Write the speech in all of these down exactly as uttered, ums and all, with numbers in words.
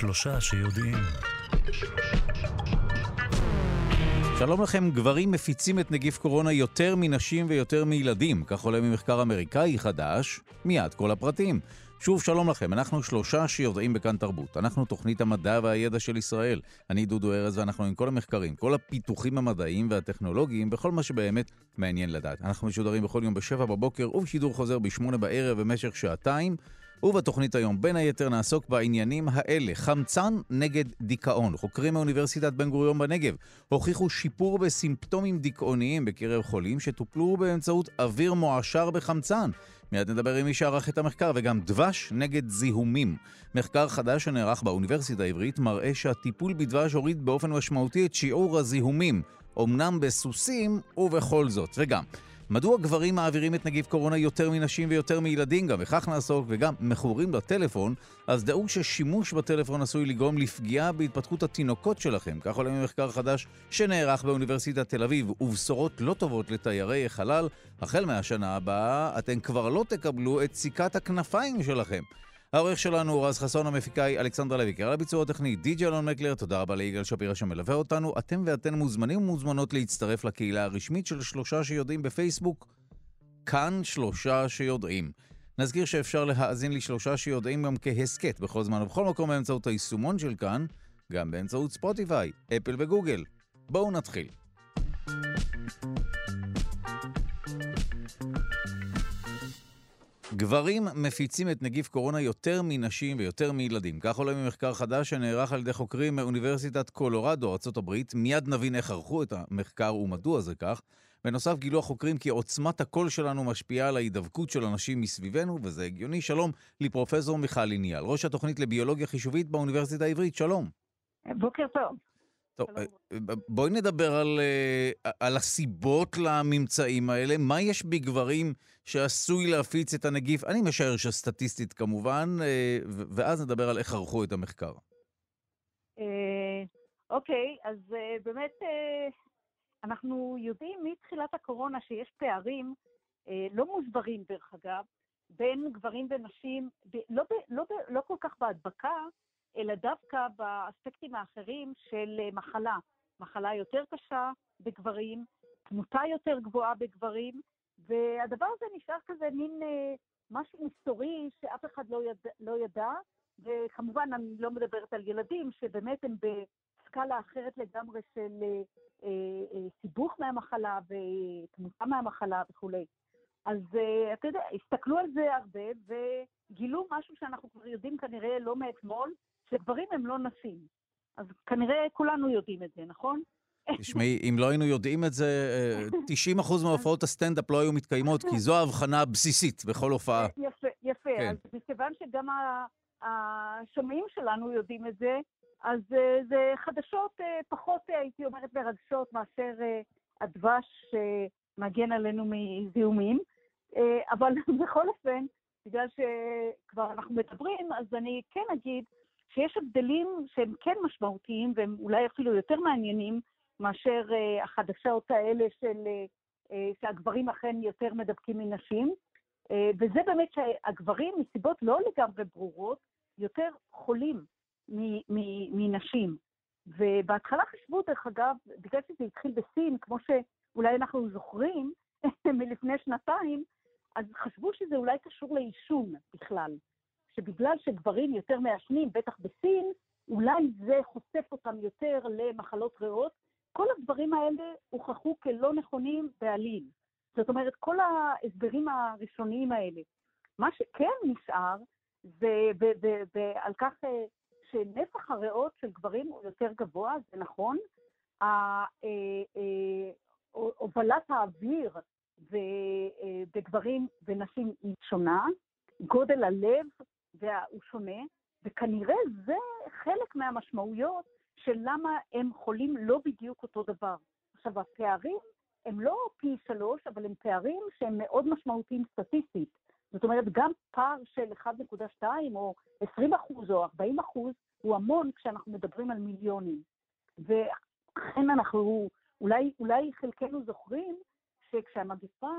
שלושה שיודעים. שלום לכם. גברים מפיצים את נגיף קורונה יותר מנשים ויותר מילדים, כך עולה ממחקר אמריקאי חדש. מיד כל הפרטים. שוב שלום לכם, אנחנו שלושה שיודעים בכאן תרבות. אנחנו תוכנית המדע והידע של ישראל. אני דודו ארז ואנחנו עם כל המחקרים, כל הפיתוחים המדעיים והטכנולוגיים, בכל מה שבאמת מעניין לדעת. אנחנו משודרים בכל יום בשבע בבוקר ובשידור חוזר בשמונה בערב במשך שעתיים. ובתוכנית היום בין היתר נעסוק בעניינים האלה. חמצן נגד דיכאון. חוקרים מאוניברסיטת בן גוריון בנגב הוכיחו שיפור בסימפטומים דיכאוניים בקרב חולים שטופלו באמצעות אוויר מועשר בחמצן. מיד נדבר עם מי שערך את המחקר, וגם דבש נגד זיהומים. מחקר חדש שנערך באוניברסיטה העברית מראה שהטיפול בדבש הוריד באופן משמעותי את שיעור הזיהומים, אמנם בסוסים ובכל זאת. וגם מדוע גברים מעבירים את נגיף קורונה יותר מנשים ויותר מילדים? גם וכך נעסוק, וגם מכורים לטלפון, אז דעו ששימוש בטלפון עשוי לגרום לפגיעה בהתפתחות התינוקות שלכם. כך עולה ממחקר חדש שנערך באוניברסיטת תל אביב, ובשורות לא טובות לתיירי החלל. החל מהשנה הבאה אתם כבר לא תקבלו את סיכת הכנפיים שלכם. העורך שלנו הוא רז חסון, המפיקאי אלכסנדרה לוי, קרא לביצוע הטכני די.ג'יי אלון מקלר. תודה רבה ליגאל שפירא שמלווה אותנו. אתם ואתן מוזמנים ומוזמנות להצטרף לקהילה הרשמית של שלושה שיודעים בפייסבוק, כאן שלושה שיודעים. נזכיר שאפשר להאזין לשלושה שיודעים גם כהסקט בכל זמן ובכל מקום באמצעות היישומון של כאן, גם באמצעות ספוטיפיי, אפל וגוגל. בואו נתחיל. גברים מפיצים את נגיף קורונה יותר מנשים ויותר מילדים. כך עולה ממחקר חדש שנערך על ידי חוקרים מאוניברסיטת קולורדו, ארצות הברית. מיד נבין איך ערכו את המחקר ומדוע זה כך. בנוסף גילו החוקרים כי עוצמת הקול שלנו משפיעה על ההידבקות של אנשים מסביבנו, וזה הגיוני. שלום לפרופסור מיכל איניאל, ראש התוכנית לביולוגיה חישובית באוניברסיטה העברית. שלום. בוקר טוב. טוב, בואי נדבר על, על הסיבות לממצאים האלה. מה יש בגברים שעשוי להפיץ את הנגיף? אני משער שסטטיסטית כמובן, ואז נדבר על איך ערכו את המחקר. אוקיי, אז באמת אנחנו יודעים מתחילת הקורונה שיש פערים לא מוסברים דרך אגב, בין גברים ונשים, לא, לא, לא כל כך בהדבקה, אלא דווקא באספקטים האחרים של מחלה. מחלה יותר קשה בגברים, תמותה יותר גבוהה בגברים, והדבר הזה נשאר כזה מין אה, משהו מסתורי שאף אחד לא ידע, לא ידע, וכמובן אני לא מדברת על ילדים שבאמת הם בסקאלה אחרת לגמרי של אה, אה, סיבוך מהמחלה ותמותה מהמחלה וכו'. אז אה, אתה יודע, הסתכלו על זה הרבה וגילו משהו שאנחנו כבר יודעים כנראה לא מאתמול, שגברים הם לא נשים. אז כנראה כולנו יודעים את זה, נכון? תשמעי, אם לא היינו יודעים את זה, תשעים אחוז מההופעות הסטנדאפ לא היו מתקיימות, כי זו ההבחנה הבסיסית בכל הופעה. יפה, יפה. כן. אז מכיוון שגם השומעים שלנו יודעים את זה, אז זה חדשות פחות, הייתי אומרת, מרגשות מאשר הדבש שמגן עלינו מזיהומים. אבל בכל אופן, בגלל שכבר אנחנו מדברים, אז אני כן אגיד, שיש הבדלים שהם כן משמעותיים, והם אולי אפילו יותר מעניינים, מאשר uh, החדשות האלה של uh, שהגברים אכן יותר מדבקים מנשים. Uh, וזה באמת שהגברים, מסיבות לא לגמרי ברורות, יותר חולים מנשים. ובהתחלה חשבו, דרך אגב, בגלל שזה התחיל בסין, כמו שאולי אנחנו זוכרים מלפני שנתיים, אז חשבו שזה אולי קשור לאישון בכלל. שבגלל שגברים יותר מעשנים, בטח בסין, אולי זה חושף אותם יותר למחלות ריאות. כל הדברים האלה הוכחו כלא נכונים בעליל. זאת אומרת, כל ההסברים הראשוניים האלה. מה שכן נשאר, זה על כך שנפח הריאות של גברים הוא יותר גבוה, זה נכון. הובלת האוויר בגברים ונשים היא שונה, גודל הלב הוא שונה, וכנראה זה חלק מהמשמעויות של למה הם חולים לא בדיוק אותו דבר. עכשיו, הפערים הם לא פי שלוש, אבל הם פערים שהם מאוד משמעותיים סטטיסטית. זאת אומרת, גם פער של אחת נקודה שתיים או עשרים אחוז או ארבעים אחוז הוא המון כשאנחנו מדברים על מיליונים. וכן אנחנו, אולי, אולי חלקנו זוכרים שכשהמגפה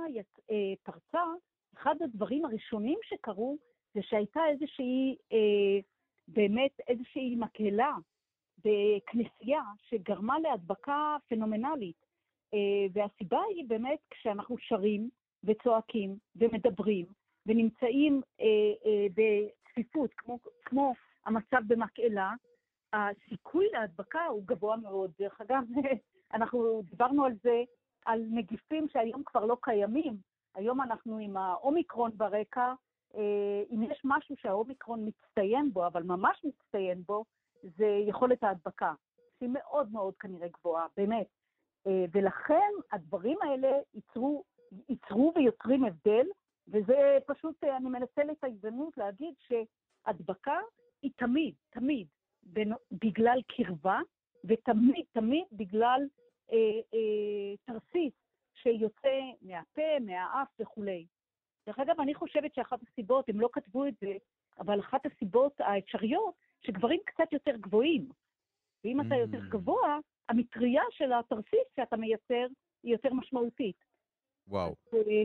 פרצה, אחד הדברים הראשונים שקרו זה שהייתה איזושהי אה, באמת איזושהי מקהלה בכנסייה שגרמה להדבקה פנומנלית. והסיבה היא באמת כשאנחנו שרים וצועקים ומדברים ונמצאים בצפיפות, כמו, כמו המצב במקהלה, הסיכוי להדבקה הוא גבוה מאוד. דרך אגב, אנחנו דיברנו על זה, על נגיפים שהיום כבר לא קיימים. היום אנחנו עם האומיקרון ברקע, אם יש משהו שהאומיקרון מצטיין בו, אבל ממש מצטיין בו, זה יכולת ההדבקה, שהיא מאוד מאוד כנראה גבוהה, באמת. ולכן הדברים האלה ייצרו, ייצרו ויוצרים הבדל, וזה פשוט, אני מנצל את ההזדמנות להגיד שהדבקה היא תמיד, תמיד, בגלל קרבה, ותמיד, תמיד בגלל אה, אה, תרסיס שיוצא מהפה, מהאף וכו'. דרך אגב, אני חושבת שאחת הסיבות, הם לא כתבו את זה, אבל אחת הסיבות האפשריות, שגברים קצת יותר גבוהים. ואם אתה יותר גבוה, המטריה של התרסיס שאתה מייצר היא יותר משמעותית. וואו.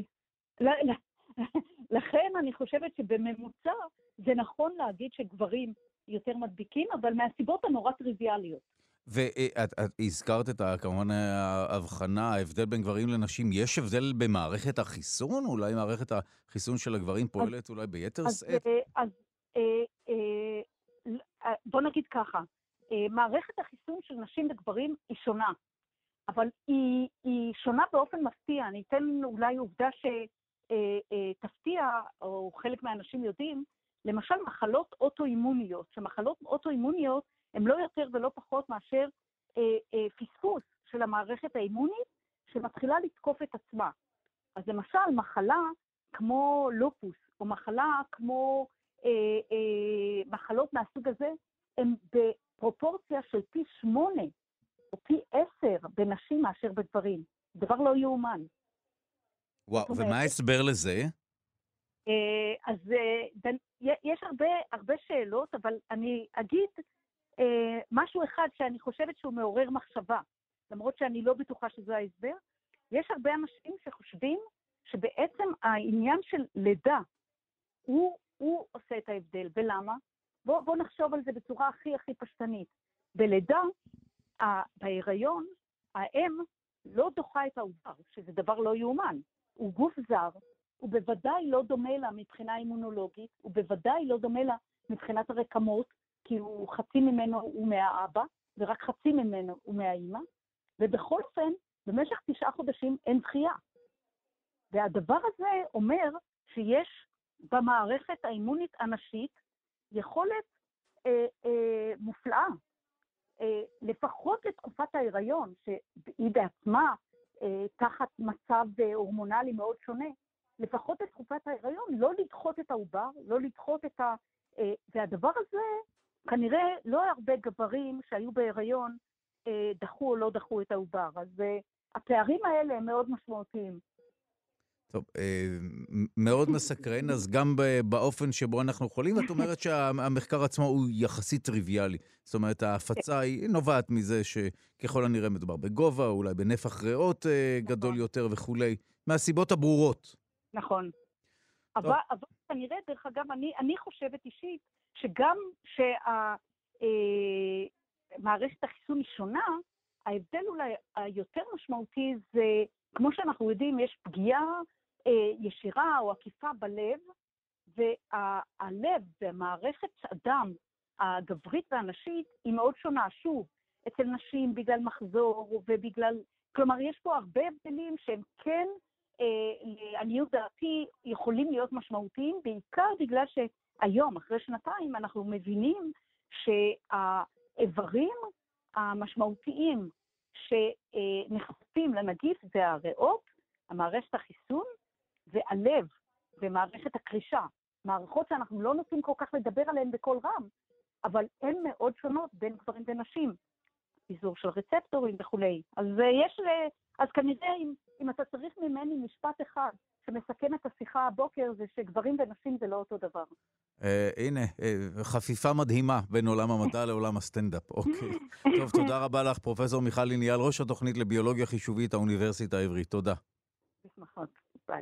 לכן אני חושבת שבממוצע זה נכון להגיד שגברים יותר מדביקים, אבל מהסיבות הנורא טריוויאליות. ואת הזכרת את כמובן ההבחנה, ההבדל בין גברים לנשים. יש הבדל במערכת החיסון? אולי מערכת החיסון של הגברים פועלת אולי ביתר שאת? אז בוא נגיד ככה, מערכת החיסון של נשים וגברים היא שונה, אבל היא, היא שונה באופן מפתיע. אני אתן אולי עובדה שתפתיע, או חלק מהאנשים יודעים, למשל מחלות אוטואימוניות, שמחלות אוטואימוניות הן לא יותר ולא פחות מאשר אה, אה, פספוס של המערכת האימונית שמתחילה לתקוף את עצמה. אז למשל מחלה כמו לופוס, או מחלה כמו אה, אה, מחלות מהסוג הזה, הן בפרופורציה של פי שמונה או פי עשר בנשים מאשר בגברים. דבר לא יאומן. וואו, ומה ההסבר לזה? אז יש הרבה, הרבה שאלות, אבל אני אגיד משהו אחד שאני חושבת שהוא מעורר מחשבה, למרות שאני לא בטוחה שזה ההסבר. יש הרבה אנשים שחושבים שבעצם העניין של לידה, הוא, הוא עושה את ההבדל. ולמה? בוא, בוא נחשוב על זה בצורה הכי הכי פשטנית. בלידה, בהיריון, האם לא דוחה את העובר, שזה דבר לא יאומן. הוא גוף זר, הוא בוודאי לא דומה לה מבחינה אימונולוגית, הוא בוודאי לא דומה לה מבחינת הרקמות, כי הוא חצי ממנו הוא מהאבא, ורק חצי ממנו הוא מהאימא, ובכל אופן, במשך תשעה חודשים אין דחייה. והדבר הזה אומר שיש במערכת האימונית הנשית יכולת אה, אה, מופלאה, אה, לפחות לתקופת ההיריון, שהיא בעצמה אה, תחת מצב הורמונלי מאוד שונה, לפחות לתקופת ההיריון, לא לדחות את העובר, לא לדחות את ה... אה, והדבר הזה, כנראה לא הרבה גברים שהיו בהיריון אה, דחו או לא דחו את העובר. אז אה, הפערים האלה הם מאוד משמעותיים. טוב, מאוד מסקרן, אז גם באופן שבו אנחנו יכולים, את אומרת שהמחקר עצמו הוא יחסית טריוויאלי. זאת אומרת, ההפצה היא נובעת מזה שככל הנראה מדובר בגובה, אולי בנפח ריאות גדול יותר וכולי, מהסיבות הברורות. נכון. אבל, אבל כנראה, דרך אגב, אני, אני חושבת אישית, שגם שהמערכת החיסון היא שונה, ההבדל אולי היותר משמעותי זה, כמו שאנחנו יודעים, יש פגיעה ישירה או עקיפה בלב, והלב והמערכת הדם הגברית והנשית היא מאוד שונה. שוב, אצל נשים בגלל מחזור ובגלל, כלומר יש פה הרבה הבדלים שהם כן, לעניות דעתי, יכולים להיות משמעותיים, בעיקר בגלל שהיום, אחרי שנתיים, אנחנו מבינים שהאיברים המשמעותיים שנחשפים לנגיף זה הריאות, המערכת החיסון והלב ומערכת הקרישה. מערכות שאנחנו לא נוטים כל כך לדבר עליהן בכל רם, אבל הן מאוד שונות בין גברים ונשים. פיזור של רצפטורים וכולי. אז יש, אז כנראה אם, אם אתה צריך ממני משפט אחד שמסכם את השיחה הבוקר, זה שגברים ונשים זה לא אותו דבר. אה, הנה, אה, חפיפה מדהימה בין עולם המדע לעולם הסטנדאפ. אוקיי. טוב, תודה רבה לך, פרופסור מיכל ליניאל, ראש התוכנית לביולוגיה חישובית, האוניברסיטה העברית. תודה. בשמחות. ביי.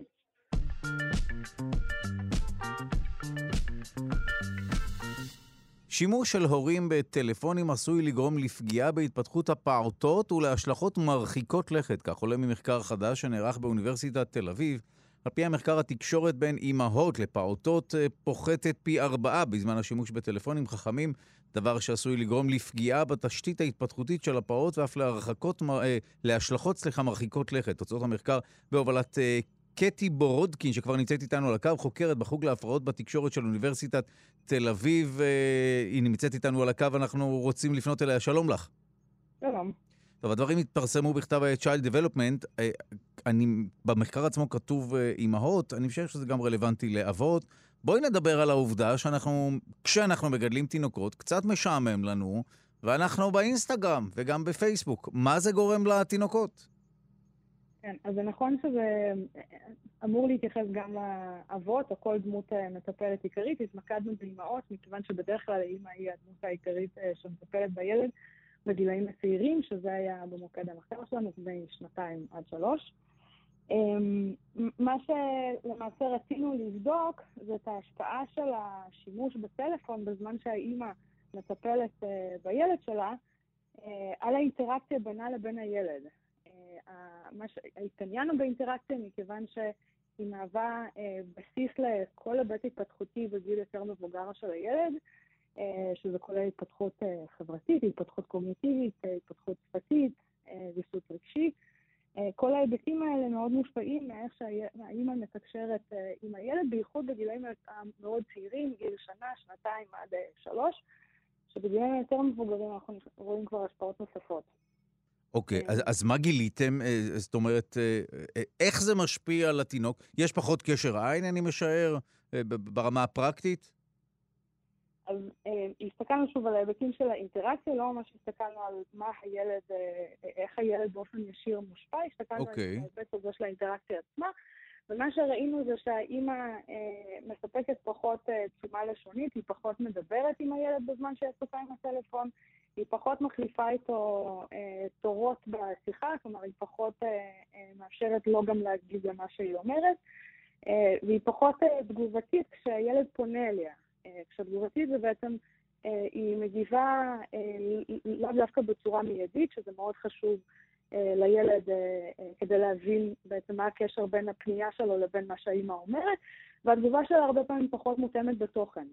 שימוש של הורים בטלפונים עשוי לגרום לפגיעה בהתפתחות הפעוטות ולהשלכות מרחיקות לכת, כך עולה ממחקר חדש שנערך באוניברסיטת תל אביב. על פי המחקר, התקשורת בין אימהות לפעוטות פוחתת פי ארבעה בזמן השימוש בטלפונים חכמים, דבר שעשוי לגרום לפגיעה בתשתית ההתפתחותית של הפעוט ואף להרחקות, להשלכות סליחה, מרחיקות לכת. תוצאות המחקר בהובלת קטי בורודקין, שכבר נמצאת איתנו על הקו, חוקרת בחוג להפרעות בתקשורת של אוניברסיטת תל אביב. היא נמצאת איתנו על הקו, אנחנו רוצים לפנות אליה. שלום לך. שלום. טוב, הדברים התפרסמו בכתב ה-Child Development. אני, במחקר עצמו כתוב אימהות, אני חושב שזה גם רלוונטי לאבות. בואי נדבר על העובדה שאנחנו, כשאנחנו מגדלים תינוקות, קצת משעמם לנו, ואנחנו באינסטגרם וגם בפייסבוק. מה זה גורם לתינוקות? כן, אז זה נכון שזה אמור להתייחס גם לאבות או כל דמות מטפלת עיקרית. התמקדנו באימהות, מכיוון שבדרך כלל האימא היא הדמות העיקרית שמטפלת בילד בגילאים הצעירים, שזה היה במוקד המחקר שלנו, בין שנתיים עד שלוש. מה שלמעשה רצינו לבדוק זה את ההשפעה של השימוש בטלפון בזמן שהאימא מטפלת בילד שלה, על האינטראקציה בינה לבין הילד. התעניינו באינטראקציה מכיוון שהיא מהווה בסיס לכל היבט התפתחותי בגיל יותר מבוגר של הילד, שזה כולל התפתחות חברתית, התפתחות קוגניטיבית, התפתחות שפתית, ויסות רגשי. כל ההיבטים האלה מאוד מושפעים מאיך שהאימא מתקשרת עם הילד, בייחוד בגילאים מאוד צעירים, גיל שנה, שנתיים עד שלוש, שבגילאים יותר מבוגרים אנחנו רואים כבר השפעות נוספות. אוקיי, אז, אז מה גיליתם? זאת אומרת, איך זה משפיע על התינוק? יש פחות קשר עין, אני משער, ברמה הפרקטית? אז הסתכלנו שוב על ההיבטים של האינטראקציה, לא ממש הסתכלנו על מה הילד, איך הילד באופן ישיר מושפע, הסתכלנו על ההיבט הזה של האינטראקציה עצמה, ומה שראינו זה שהאימא מספקת פחות תשומה לשונית, היא פחות מדברת עם הילד בזמן שעסוקה עם הטלפון, היא פחות מחליפה איתו תורות בשיחה, כלומר היא פחות מאפשרת לו גם להגיב למה שהיא אומרת, והיא פחות תגובתית כשהילד פונה אליה. כשתגובתית זה בעצם, היא מגיבה לא דווקא בצורה מיידית, שזה מאוד חשוב לילד כדי להבין בעצם מה הקשר בין הפנייה שלו לבין מה שהאימא אומרת, והתגובה שלה הרבה פעמים פחות מותאמת בתוכן,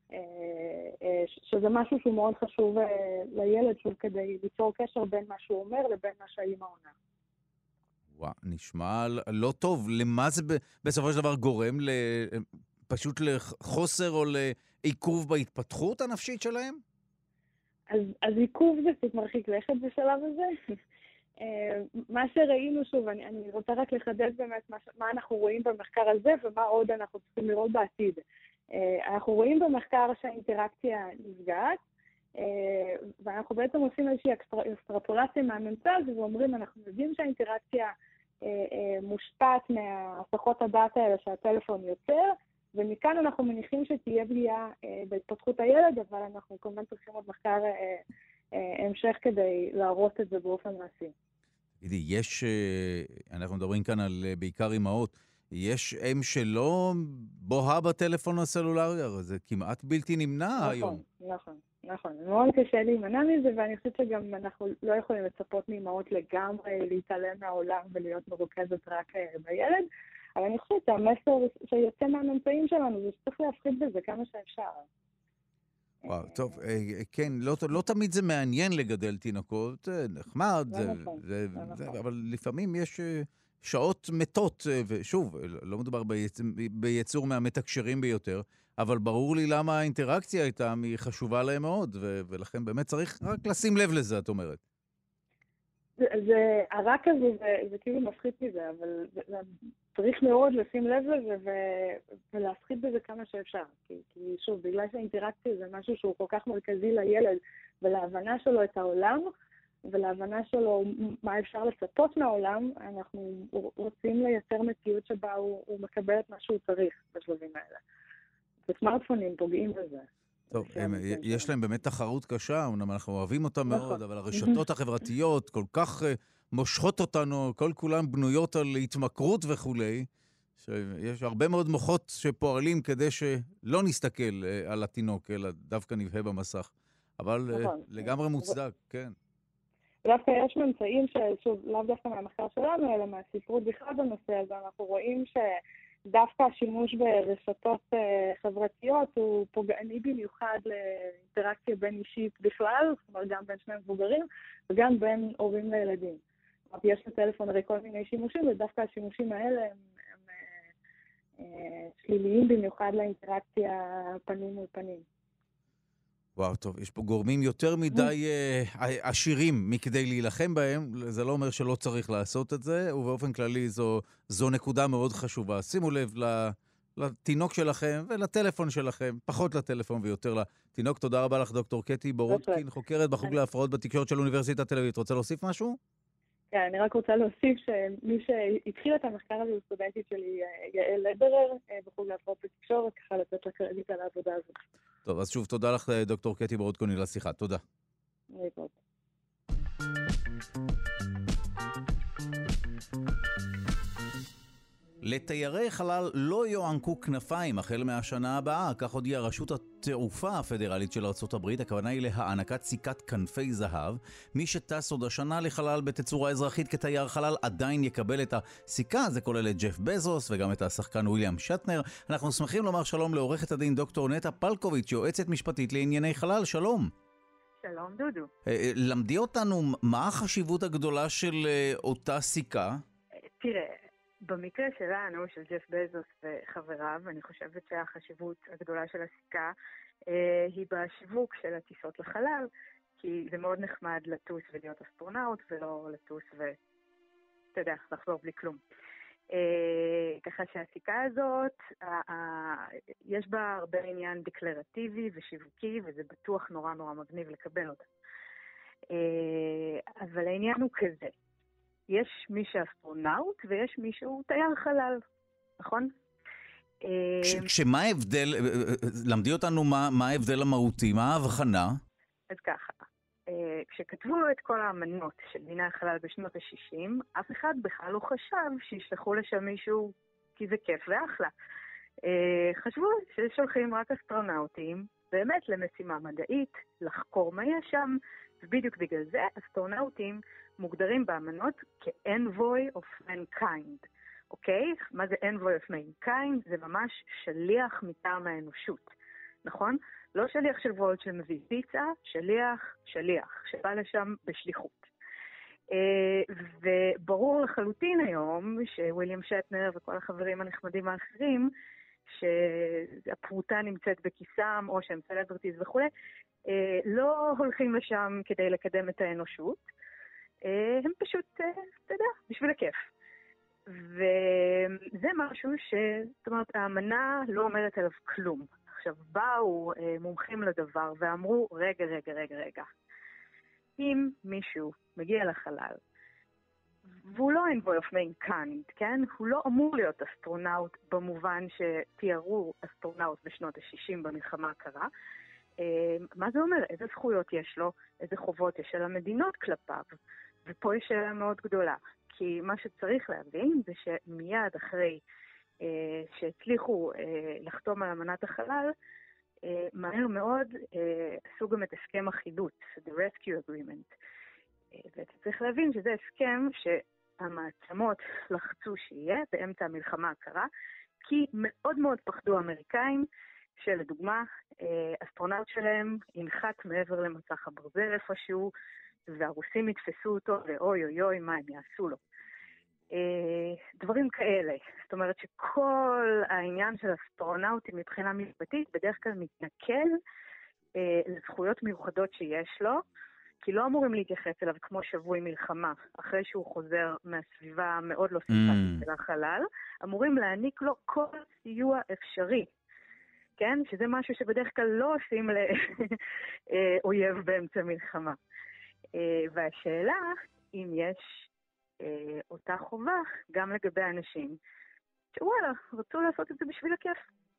שזה משהו שהוא מאוד חשוב לילד, שוב כדי ליצור קשר בין מה שהוא אומר לבין מה שהאימא עונה. וואו, נשמע לא טוב. למה זה בסופו של דבר גורם? פשוט לחוסר או לעיכוב בהתפתחות הנפשית שלהם? אז, אז עיכוב זה קצת מרחיק לכת בשלב הזה. מה שראינו, שוב, אני, אני רוצה רק לחדד באמת מה, מה אנחנו רואים במחקר הזה ומה עוד אנחנו צריכים לראות בעתיד. אנחנו רואים במחקר שהאינטראקציה נפגעת, ואנחנו בעצם עושים איזושהי אקסטרפולציה מהממצא הזה, ואומרים, אנחנו יודעים שהאינטראקציה מושפעת מהסחות הדאטה האלה שהטלפון יוצר, ומכאן אנחנו מניחים שתהיה פגיעה בהתפתחות הילד, אבל אנחנו כמובן צריכים עוד מחקר המשך כדי להראות את זה באופן מעשי. יש, אנחנו מדברים כאן על בעיקר אימהות, יש אם שלא בוהה בטלפון הסלולרי, הרי זה כמעט בלתי נמנע נכון, היום. נכון, נכון. נכון. מאוד קשה להימנע מזה, ואני חושבת שגם אנחנו לא יכולים לצפות מאימהות לגמרי להתעלם מהעולם ולהיות מרוכזת רק בילד, אבל אני חושבת שהמסר שיוצא מהממצאים שלנו זה שצריך להפחית בזה כמה שאפשר. וואו, טוב, כן, לא, לא תמיד זה מעניין לגדל תינוקות, נחמד, זה, זה, זה, אבל לפעמים יש שעות מתות, ושוב, לא מדובר ביצ... ביצור מהמתקשרים ביותר, אבל ברור לי למה האינטראקציה איתם היא חשובה להם מאוד, ו... ולכן באמת צריך רק לשים לב לזה, את אומרת. זה, זה, הרק הזה, זה, זה כאילו מפחית מזה, אבל זה, זה, צריך מאוד לשים לב לזה ו, ולהפחית בזה כמה שאפשר. כי, כי שוב, בגלל שהאינטראקציה זה משהו שהוא כל כך מרכזי לילד, ולהבנה שלו את העולם, ולהבנה שלו מה אפשר לצפות מהעולם, אנחנו רוצים לייצר מציאות שבה הוא, הוא מקבל את מה שהוא צריך בשלבים האלה. וסמארטפונים פוגעים בזה. טוב, הם, יש להם באמת תחרות קשה, אנחנו אוהבים אותם מאוד, אבל הרשתות החברתיות כל כך מושכות אותנו, כל כולם בנויות על התמכרות וכולי, יש הרבה מאוד מוחות שפועלים כדי שלא נסתכל על התינוק, אלא דווקא נבהה במסך. אבל לגמרי מוצדק, כן. דווקא יש ממצאים ששוב, לאו דווקא מהמחקר שלנו, אלא מהספרות בכלל בנושא הזה, אנחנו רואים שדווקא השימוש ברשתות חברתיות הוא פוגעני במיוחד לאינטראקציה בין אישית בכלל, זאת אומרת גם בין שני מבוגרים וגם בין הורים לילדים. זאת אומרת, יש לטלפון הרי כל מיני שימושים, ודווקא השימושים האלה הם, הם, הם שליליים במיוחד לאינטראקציה פנים מול פנים. וואו, טוב, יש פה גורמים יותר מדי uh, עשירים מכדי להילחם בהם, זה לא אומר שלא צריך לעשות את זה, ובאופן כללי זו, זו נקודה מאוד חשובה. שימו לב לתינוק שלכם ולטלפון שלכם, פחות לטלפון ויותר לתינוק. תודה רבה לך, דוקטור קטי בורודקין, חוקרת בחוג להפרעות בתקשורת של אוניברסיטת תל אביב. רוצה להוסיף משהו? כן, אני רק רוצה להוסיף שמי שהתחיל את המחקר הזה הוא סטודנטית שלי, יעל לדרר, בחוג להפרעות בתקשורת, ככה לתת לה קרדיט על העבודה הזאת. טוב, אז שוב, תודה לך, דוקטור קטי בורודקין, לשיחה. תודה. להתראות. לתיירי חלל לא יוענקו כנפיים החל מהשנה הבאה, כך הודיעה רשות התעופה הפדרלית של ארצות הברית. הכוונה היא להענקת סיכת כנפי זהב. מי שטס עוד השנה לחלל בתצורה אזרחית כתייר חלל עדיין יקבל את הסיכה. זה כולל את ג'ף בזוס וגם את השחקן וויליאם שטנר. אנחנו שמחים לומר שלום לעורכת הדין דוקטור נטע פלקוביץ', יועצת משפטית לענייני חלל. שלום. שלום דודו. למדי אותנו מה החשיבות הגדולה של אותה סיכה? תראה, במקרה שלנו, של ג'ף בזוס וחבריו, אני חושבת שהחשיבות הגדולה של הסיכה אה, היא בשיווק של הטיסות לחלל, כי זה מאוד נחמד לטוס ולהיות אסטרונאוט, ולא לטוס ואתה יודע, לחזור בלי כלום. אה, ככה שהסיכה הזאת, אה, אה, יש בה הרבה עניין דקלרטיבי ושיווקי, וזה בטוח נורא נורא מגניב לקבל אותה. אה, אבל העניין הוא כזה. יש מי שאסטרונאוט ויש מי שהוא תייר חלל, נכון? כשמה ההבדל, למדי אותנו מה, מה ההבדל המהותי, מה ההבחנה? אז ככה, כשכתבו את כל האמנות של דיני החלל בשנות ה-שישים, אף אחד בכלל לא חשב שישלחו לשם מישהו כי זה כיף ואחלה. חשבו ששולחים רק אסטרונאוטים, באמת למשימה מדעית, לחקור מה יש שם, ובדיוק בגלל זה אסטרונאוטים מוגדרים באמנות כ-envoy of mankind, אוקיי? מה זה envoy of mankind? זה ממש שליח מטעם האנושות, נכון? לא שליח של וולט שמביא פיצה, שליח, שליח, שבא לשם בשליחות. וברור לחלוטין היום שוויליאם שטנר וכל החברים הנחמדים האחרים, שהפרוטה נמצאת בכיסם או שהם סלבריטיז וכו', לא הולכים לשם כדי לקדם את האנושות, הם פשוט, אתה יודע, בשביל הכיף. וזה משהו ש... זאת אומרת, האמנה לא אומרת עליו כלום. עכשיו, באו מומחים לדבר ואמרו, רגע, רגע, רגע, רגע. אם מישהו מגיע לחלל, והוא לא envoy of mankind, כן? הוא לא אמור להיות אסטרונאוט במובן שתיארו אסטרונאוט בשנות ה-שישים במלחמה הקרה. מה זה אומר? איזה זכויות יש לו? איזה חובות יש על המדינות כלפיו? ופה יש שאלה מאוד גדולה. כי מה שצריך להבין זה שמיד אחרי אה, שהצליחו אה, לחתום על אמנת החלל, אה, מהר מאוד אה, עשו גם את הסכם החילוץ, the rescue agreement. אה, ואתה צריך להבין שזה הסכם שהמעצמות לחצו שיהיה באמצע המלחמה הקרה, כי מאוד מאוד פחדו האמריקאים, שלדוגמה, אה, אסטרונאוט שלהם ינחת מעבר למצח הברזל איפשהו, והרוסים יתפסו אותו, ואוי אוי אוי, מה הם יעשו לו. דברים כאלה. זאת אומרת שכל העניין של אסטרונאוטים מבחינה משפטית בדרך כלל מתנקל לזכויות מיוחדות שיש לו, כי לא אמורים להתייחס אליו כמו שבוי מלחמה, אחרי שהוא חוזר מהסביבה המאוד לא סימפטית של החלל, אמורים להעניק לו כל סיוע אפשרי. כן? שזה משהו שבדרך כלל לא עושים לאויב באמצע מלחמה. והשאלה, אם יש אה, אותה חובה גם לגבי אנשים, שוואלה, רצו לעשות את זה בשביל הכיף.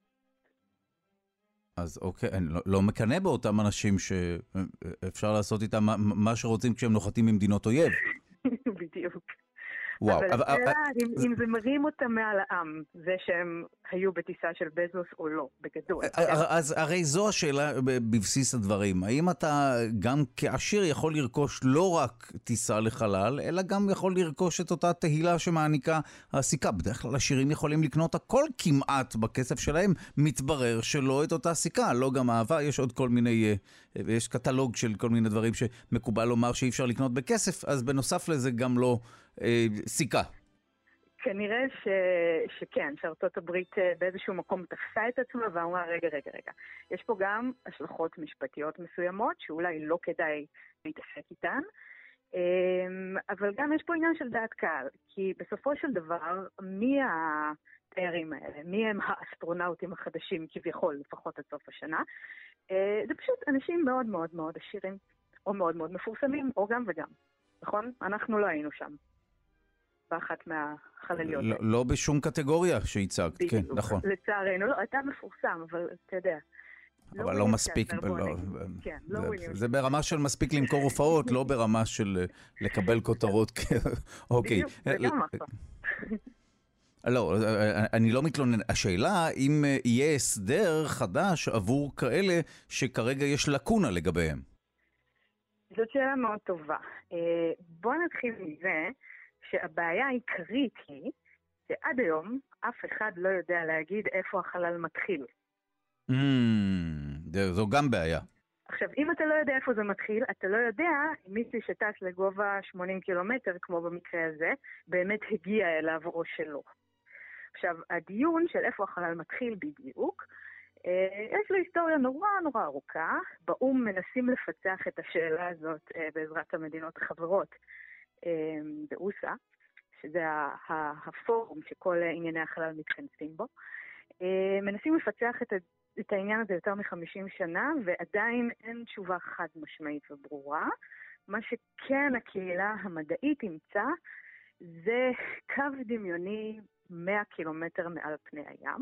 אז אוקיי, אני לא, לא מקנה באותם אנשים שאפשר לעשות איתם מה, מה שרוצים כשהם נוחתים ממדינות אויב. בדיוק. וואו. אבל השאלה, אם, אם זה מרים אותם מעל העם, זה שהם היו בטיסה של בזוס או לא, בגדול. אז הרי זו השאלה בבסיס הדברים. האם אתה גם כעשיר יכול לרכוש לא רק טיסה לחלל, אלא גם יכול לרכוש את אותה תהילה שמעניקה הסיכה? בדרך כלל עשירים יכולים לקנות הכל כמעט בכסף שלהם, מתברר שלא את אותה סיכה, לא גם אהבה, יש עוד כל מיני, יש קטלוג של כל מיני דברים שמקובל לומר שאי אפשר לקנות בכסף, אז בנוסף לזה גם לא אה, סיכה. כנראה ש... שכן, שארצות הברית באיזשהו מקום תפסה את עצמה ואמרה, רגע, רגע, רגע. יש פה גם השלכות משפטיות מסוימות, שאולי לא כדאי להתעסק איתן, אבל גם יש פה עניין של דעת קהל, כי בסופו של דבר, מי התיירים האלה? מי הם האסטרונאוטים החדשים כביכול, לפחות עד סוף השנה? זה פשוט אנשים מאוד מאוד מאוד עשירים, או מאוד מאוד מפורסמים, או גם וגם. נכון? אנחנו לא היינו שם. באחת מהחלליות. לא, לא בשום קטגוריה שהצגת, כן, נכון. לצערנו, לא, אתה מפורסם, אבל אתה יודע. אבל לא מספיק, זה ברמה של מספיק למכור הופעות, לא ברמה של לקבל כותרות. אוקיי. בדיוק, זה גם נכון. לא, אני לא מתלונן. השאלה, אם יהיה הסדר חדש עבור כאלה שכרגע יש לקונה לגביהם. זאת שאלה מאוד טובה. בוא נתחיל מזה שהבעיה העיקרית היא שעד היום אף אחד לא יודע להגיד איפה החלל מתחיל. Mm, זו גם בעיה. עכשיו, אם אתה לא יודע איפה זה מתחיל, אתה לא יודע אם מישהו שטס לגובה שמונים קילומטר, כמו במקרה הזה, באמת הגיע אליו או שלא. עכשיו, הדיון של איפה החלל מתחיל בדיוק, יש לו היסטוריה נורא נורא ארוכה. באום מנסים לפצח את השאלה הזאת בעזרת המדינות החברות באוסה, שזה הפורום שכל ענייני החלל מתכנסים בו. מנסים לפצח את, את העניין הזה יותר מ-חמישים שנה, ועדיין אין תשובה חד משמעית וברורה. מה שכן הקהילה המדעית ימצא, זה קו דמיוני מאה קילומטר מעל פני הים.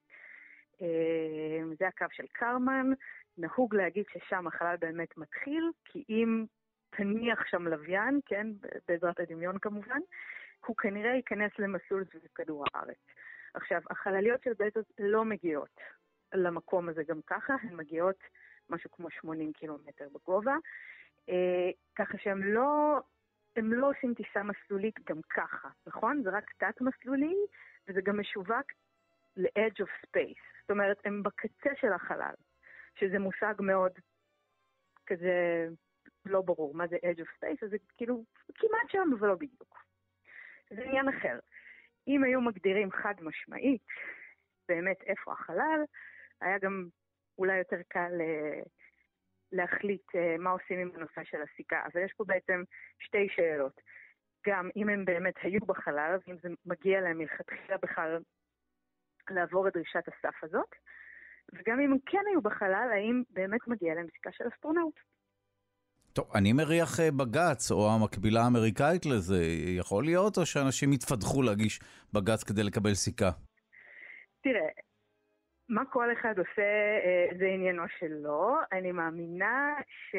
זה הקו של קרמן. נהוג להגיד ששם החלל באמת מתחיל, כי אם תניח שם לוויין, כן, בעזרת הדמיון כמובן, הוא כנראה ייכנס למסלול סביב כדור הארץ. עכשיו, החלליות של בזוס לא מגיעות למקום הזה גם ככה, הן מגיעות משהו כמו שמונים קילומטר בגובה, אה, ככה שהם לא, הם לא עושים טיסה מסלולית גם ככה, נכון? זה רק תת מסלולי, וזה גם משווק ל-edge of space. זאת אומרת, הם בקצה של החלל, שזה מושג מאוד כזה לא ברור מה זה edge of space, אז זה כאילו כמעט שם, אבל לא בדיוק. זה עניין אחר. אם היו מגדירים חד משמעית, באמת איפה החלל, היה גם אולי יותר קל להחליט מה עושים עם הנושא של הסיכה. אבל יש פה בעצם שתי שאלות. גם אם הם באמת היו בחלל, אם זה מגיע להם מלכתחילה בכלל לעבור את דרישת הסף הזאת, וגם אם הם כן היו בחלל, האם באמת מגיע להם סיכה של אסטרונאוט. טוב, אני מריח בגץ, או המקבילה האמריקאית לזה, יכול להיות, או שאנשים יתפתחו להגיש בגץ כדי לקבל סיכה? תראה, מה כל אחד עושה זה עניינו שלו. אני מאמינה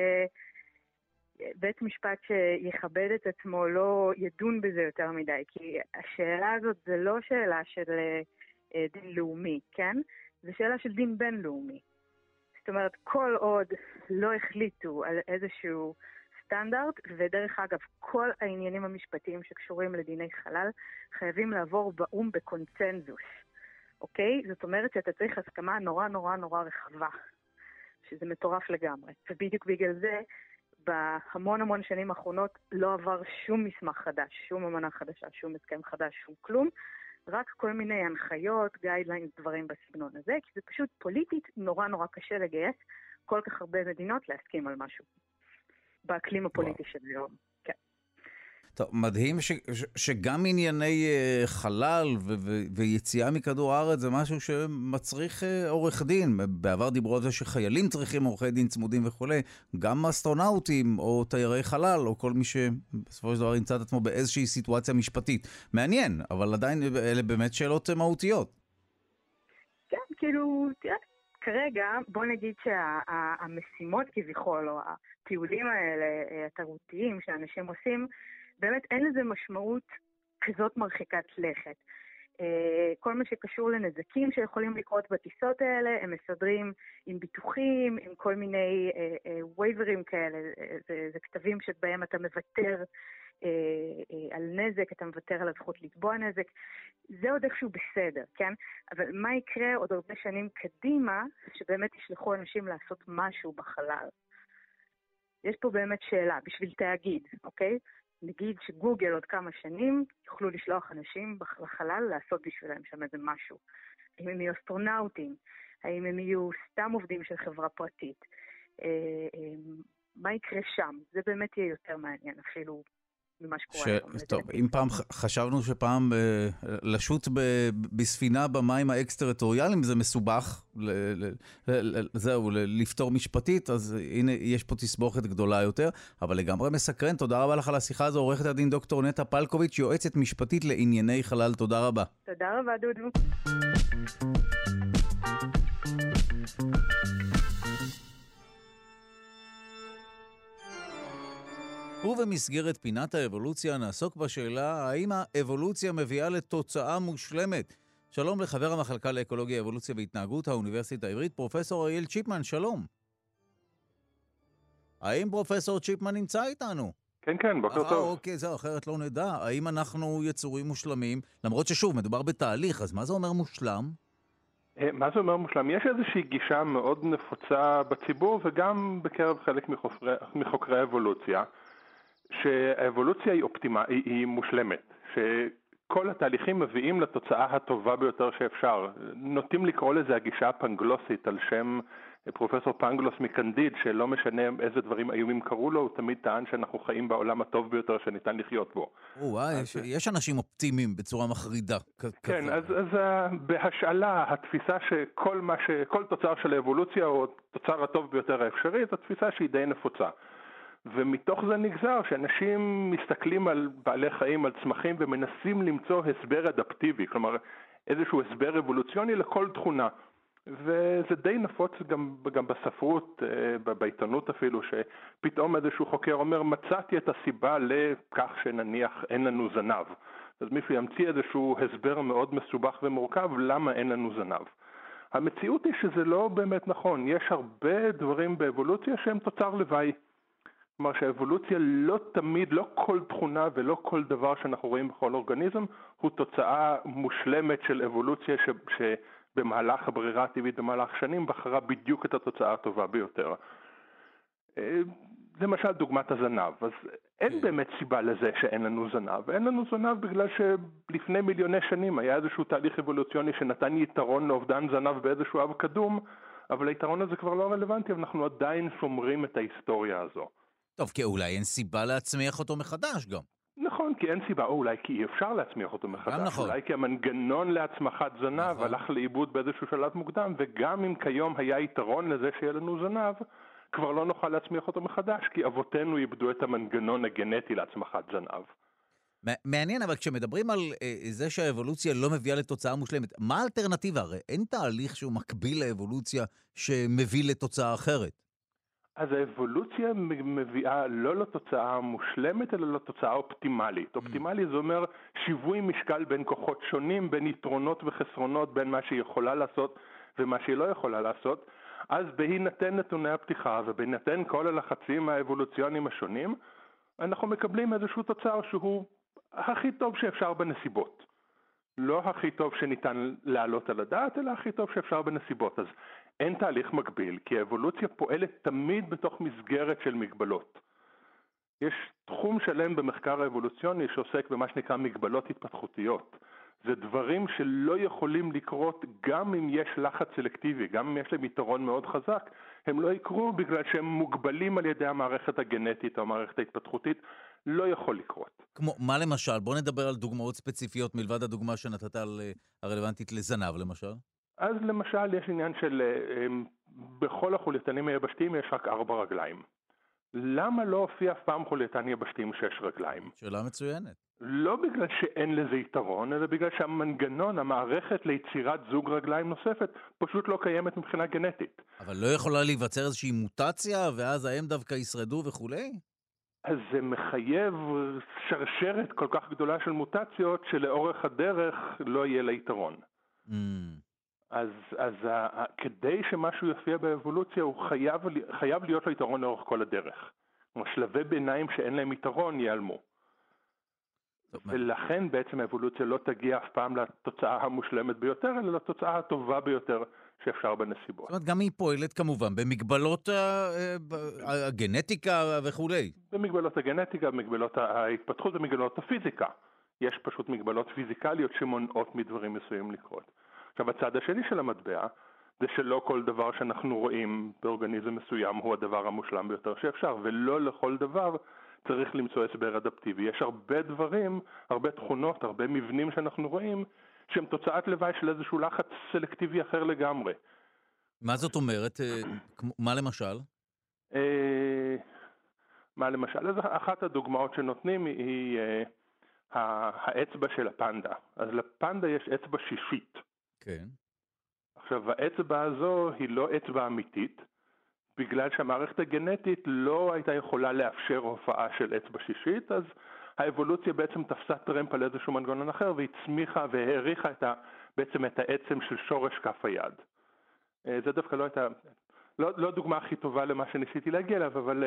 שבית משפט שיכבד את עצמו לא ידון בזה יותר מדי, כי השאלה הזאת זה לא שאלה של דין לאומי, כן? זה שאלה של דין בינלאומי. זאת אומרת, כל עוד לא החליטו על איזשהו סטנדרט, ודרך אגב, כל העניינים המשפטיים שקשורים לדיני חלל, חייבים לעבור באום בקונצנזוס. אוקיי? זאת אומרת שאתה צריך הסכמה נורא נורא נורא רחבה, שזה מטורף לגמרי. ובדיוק בגלל זה, בהמון המון שנים האחרונות לא עבר שום מסמך חדש, שום אמנה חדשה, שום הסכם חדש, שום כלום. רק כל מיני הנחיות, גיידליינס, דברים בסגנון הזה, כי זה פשוט פוליטית נורא נורא קשה לגייס כל כך הרבה מדינות להסכים על משהו. באקלים הפוליטי של היום. כן. טוב, מדהים ש, ש, שגם ענייני uh, חלל ו, ו, ויציאה מכדור הארץ זה משהו שמצריך uh, עורך דין. בעבר דיברו על זה שחיילים צריכים עורכי דין צמודים וכו'. גם אסטרונאוטים או תיירי חלל או כל מי שבסופו של דבר ימצא את עצמו באיזושהי סיטואציה משפטית. מעניין, אבל עדיין אלה באמת שאלות מהותיות. כן, כאילו, תראה, כרגע בוא נגיד שהמשימות כביכול או הטיולים האלה, התרבותיים שאנשים עושים, באמת אין לזה משמעות כזאת מרחיקת לכת. כל מה שקשור לנזקים שיכולים לקרות בטיסות האלה, הם מסדרים עם ביטוחים, עם כל מיני וייברים כאלה, זה, זה כתבים שבהם אתה מוותר על נזק, אתה מוותר על הזכות לתבוע נזק, זה עוד איכשהו בסדר, כן? אבל מה יקרה עוד הרבה שנים קדימה, שבאמת ישלחו אנשים לעשות משהו בחלל? יש פה באמת שאלה, בשביל תאגיד, אוקיי? נגיד שגוגל עוד כמה שנים יוכלו לשלוח אנשים לחלל לעשות בשבילם שם איזה משהו. האם הם יהיו אסטרונאוטים? האם הם יהיו סתם עובדים של חברה פרטית? מה יקרה שם? זה באמת יהיה יותר מעניין אפילו ממה שקורה היום. טוב, אם פעם חשבנו שפעם לשוט בספינה במים האקס-טריטוריאליים זה מסובך, זהו, לפתור משפטית, אז הנה יש פה תסבוכת גדולה יותר, אבל לגמרי מסקרן. תודה רבה לך על השיחה הזו, עורכת הדין דוקטור נטע פלקוביץ', יועצת משפטית לענייני חלל. תודה רבה. תודה רבה, דודו. ובמסגרת פינת האבולוציה נעסוק בשאלה האם האבולוציה מביאה לתוצאה מושלמת. שלום לחבר המחלקה לאקולוגיה, אבולוציה והתנהגות האוניברסיטה העברית, פרופסור אריאל צ'יפמן, שלום. האם פרופסור צ'יפמן נמצא איתנו? כן, כן, בוקר טוב. אה, אוקיי, זהו, אחרת לא נדע. האם אנחנו יצורים מושלמים? למרות ששוב, מדובר בתהליך, אז מה זה אומר מושלם? מה זה אומר מושלם? יש איזושהי גישה מאוד נפוצה בציבור וגם בקרב חלק מחוקרי, מחוקרי האבולוציה, שהאבולוציה היא אופטימה, היא, היא מושלמת, שכל התהליכים מביאים לתוצאה הטובה ביותר שאפשר. נוטים לקרוא לזה הגישה הפנגלוסית על שם פרופסור פנגלוס מקנדיד, שלא משנה איזה דברים איומים קראו לו, הוא תמיד טען שאנחנו חיים בעולם הטוב ביותר שניתן לחיות בו. וואי, יש, יש אנשים אופטימיים בצורה מחרידה. כן, אז, אז בהשאלה, התפיסה שכל מה ש, כל תוצר של האבולוציה הוא התוצר הטוב ביותר האפשרי, זו תפיסה שהיא די נפוצה. ומתוך זה נגזר שאנשים מסתכלים על בעלי חיים, על צמחים, ומנסים למצוא הסבר אדפטיבי, כלומר איזשהו הסבר אבולוציוני לכל תכונה. וזה די נפוץ גם, גם בספרות, בעיתונות אפילו, שפתאום איזשהו חוקר אומר, מצאתי את הסיבה לכך שנניח אין לנו זנב. אז מישהו ימציא איזשהו הסבר מאוד מסובך ומורכב, למה אין לנו זנב. המציאות היא שזה לא באמת נכון. יש הרבה דברים באבולוציה שהם תוצר לוואי. כלומר שהאבולוציה לא תמיד, לא כל תכונה ולא כל דבר שאנחנו רואים בכל אורגניזם, הוא תוצאה מושלמת של אבולוציה ש... ש... במהלך הברירה הטבעית במהלך שנים בחרה בדיוק את התוצאה הטובה ביותר. זה למשל דוגמת הזנב. אז אין באמת סיבה לזה שאין לנו זנב. אין לנו זנב בגלל שלפני מיליוני שנים היה איזשהו תהליך אבולוציוני שנתן יתרון לאובדן זנב באיזשהו אב קדום, אבל היתרון הזה כבר לא רלוונטי, ואנחנו עדיין שומרים את ההיסטוריה הזו. טוב, כי אולי אין סיבה להצמיח אותו מחדש גם. נכון, כי אין סיבה, או אולי כי אי אפשר להצמיח אותו מחדש. נכון. אולי כי המנגנון להצמחת זנב נכון. הלך לאיבוד באיזשהו שלב מוקדם, וגם אם כיום היה יתרון לזה שיהיה לנו זנב, כבר לא נוכל להצמיח אותו מחדש, כי אבותינו איבדו את המנגנון הגנטי להצמחת זנב. מעניין, אבל כשמדברים על אה, זה שהאבולוציה לא מביאה לתוצאה מושלמת, מה האלטרנטיבה? הרי אין תהליך שהוא מקביל לאבולוציה שמביא לתוצאה אחרת. אז האבולוציה מביאה לא לתוצאה מושלמת, אלא לתוצאה אופטימלית. אופטימלי זה אומר שיווי משקל בין כוחות שונים, בין יתרונות וחסרונות, בין מה שהיא יכולה לעשות ומה שהיא לא יכולה לעשות. אז בהינתן נתוני הפתיחה ובהינתן כל הלחצים האבולוציוניים השונים, אנחנו מקבלים איזשהו תוצר שהוא הכי טוב שאפשר בנסיבות. לא הכי טוב שניתן להעלות על הדעת, אלא הכי טוב שאפשר בנסיבות. אז אין תהליך מקביל, כי האבולוציה פועלת תמיד בתוך מסגרת של מגבלות. יש תחום שלם במחקר האבולוציוני שעוסק במה שנקרא מגבלות התפתחותיות. זה דברים שלא יכולים לקרות גם אם יש לחץ סלקטיבי, גם אם יש להם יתרון מאוד חזק, הם לא יקרו בגלל שהם מוגבלים על ידי המערכת הגנטית או המערכת ההתפתחותית, לא יכול לקרות. כמו, מה למשל? בוא נדבר על דוגמאות ספציפיות מלבד הדוגמה שנתת על הרלוונטית לזנב למשל. אז למשל יש עניין של בכל החולייתנים היבשתיים יש רק ארבע רגליים. למה לא הופיע אף פעם חולייתן יבשתי עם שש רגליים? שאלה מצוינת. לא בגלל שאין לזה יתרון, אלא בגלל שהמנגנון, המערכת ליצירת זוג רגליים נוספת, פשוט לא קיימת מבחינה גנטית. אבל לא יכולה להיווצר איזושהי מוטציה, ואז הם דווקא ישרדו וכולי? אז זה מחייב שרשרת כל כך גדולה של מוטציות שלאורך הדרך לא יהיה לה יתרון. Mm. אז, אז ה, כדי שמשהו יופיע באבולוציה הוא חייב, חייב להיות לו יתרון לאורך כל הדרך. שלבי ביניים שאין להם יתרון ייעלמו. ולכן בעצם האבולוציה לא תגיע אף פעם לתוצאה המושלמת ביותר, אלא לתוצאה הטובה ביותר שאפשר בנסיבות. זאת אומרת, גם היא פועלת כמובן במגבלות הגנטיקה וכולי. במגבלות הגנטיקה, במגבלות ההתפתחות, במגבלות הפיזיקה. יש פשוט מגבלות פיזיקליות שמונעות מדברים מסוימים לקרות. עכשיו, הצד השני של המטבע, זה שלא כל דבר שאנחנו רואים באורגניזם מסוים הוא הדבר המושלם ביותר שאפשר, ולא לכל דבר צריך למצוא הסבר אדפטיבי. יש הרבה דברים, הרבה תכונות, הרבה מבנים שאנחנו רואים, שהם תוצאת לוואי של איזשהו לחץ סלקטיבי אחר לגמרי. מה זאת אומרת? מה למשל? מה למשל? אז אחת הדוגמאות שנותנים היא האצבע של הפנדה. אז לפנדה יש אצבע שישית. כן. עכשיו, האצבע הזו היא לא אצבע אמיתית, בגלל שהמערכת הגנטית לא הייתה יכולה לאפשר הופעה של אצבע שישית, אז האבולוציה בעצם תפסה טרמפ על איזשהו מנגנון אחר, והצמיחה והעריכה את ה, בעצם את העצם של שורש כף היד. זה דווקא לא הייתה, לא, לא הדוגמה הכי טובה למה שניסיתי להגיע אליו, אבל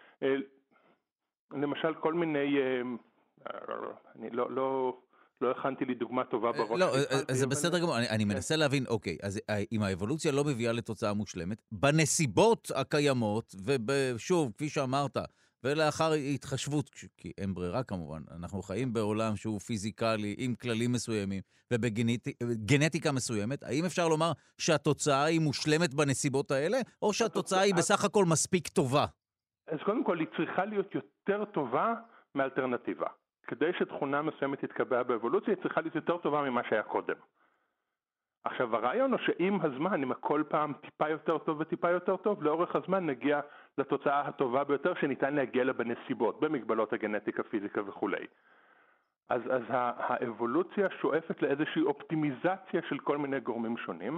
למשל כל מיני, אני לא, לא, לא הכנתי לי דוגמה טובה בראש. לא, זה בסדר גמור, אני מנסה להבין, אוקיי, אז אם האבולוציה לא מביאה לתוצאה מושלמת, בנסיבות הקיימות, ושוב, כפי שאמרת, ולאחר התחשבות, כי אין ברירה כמובן, אנחנו חיים בעולם שהוא פיזיקלי, עם כללים מסוימים, ובגנטיקה מסוימת, האם אפשר לומר שהתוצאה היא מושלמת בנסיבות האלה, או שהתוצאה היא בסך הכל מספיק טובה? אז קודם כל, היא צריכה להיות יותר טובה מאלטרנטיבה. כדי שתכונה מסוימת תתקבע באבולוציה, היא צריכה להיות יותר טובה ממה שהיה קודם. עכשיו, הרעיון הוא שעם הזמן, אם הכל פעם טיפה יותר טוב וטיפה יותר טוב, לאורך הזמן נגיע לתוצאה הטובה ביותר שניתן להגיע לה בנסיבות, במגבלות הגנטיקה, פיזיקה וכו'. אז, אז האבולוציה שואפת לאיזושהי אופטימיזציה של כל מיני גורמים שונים,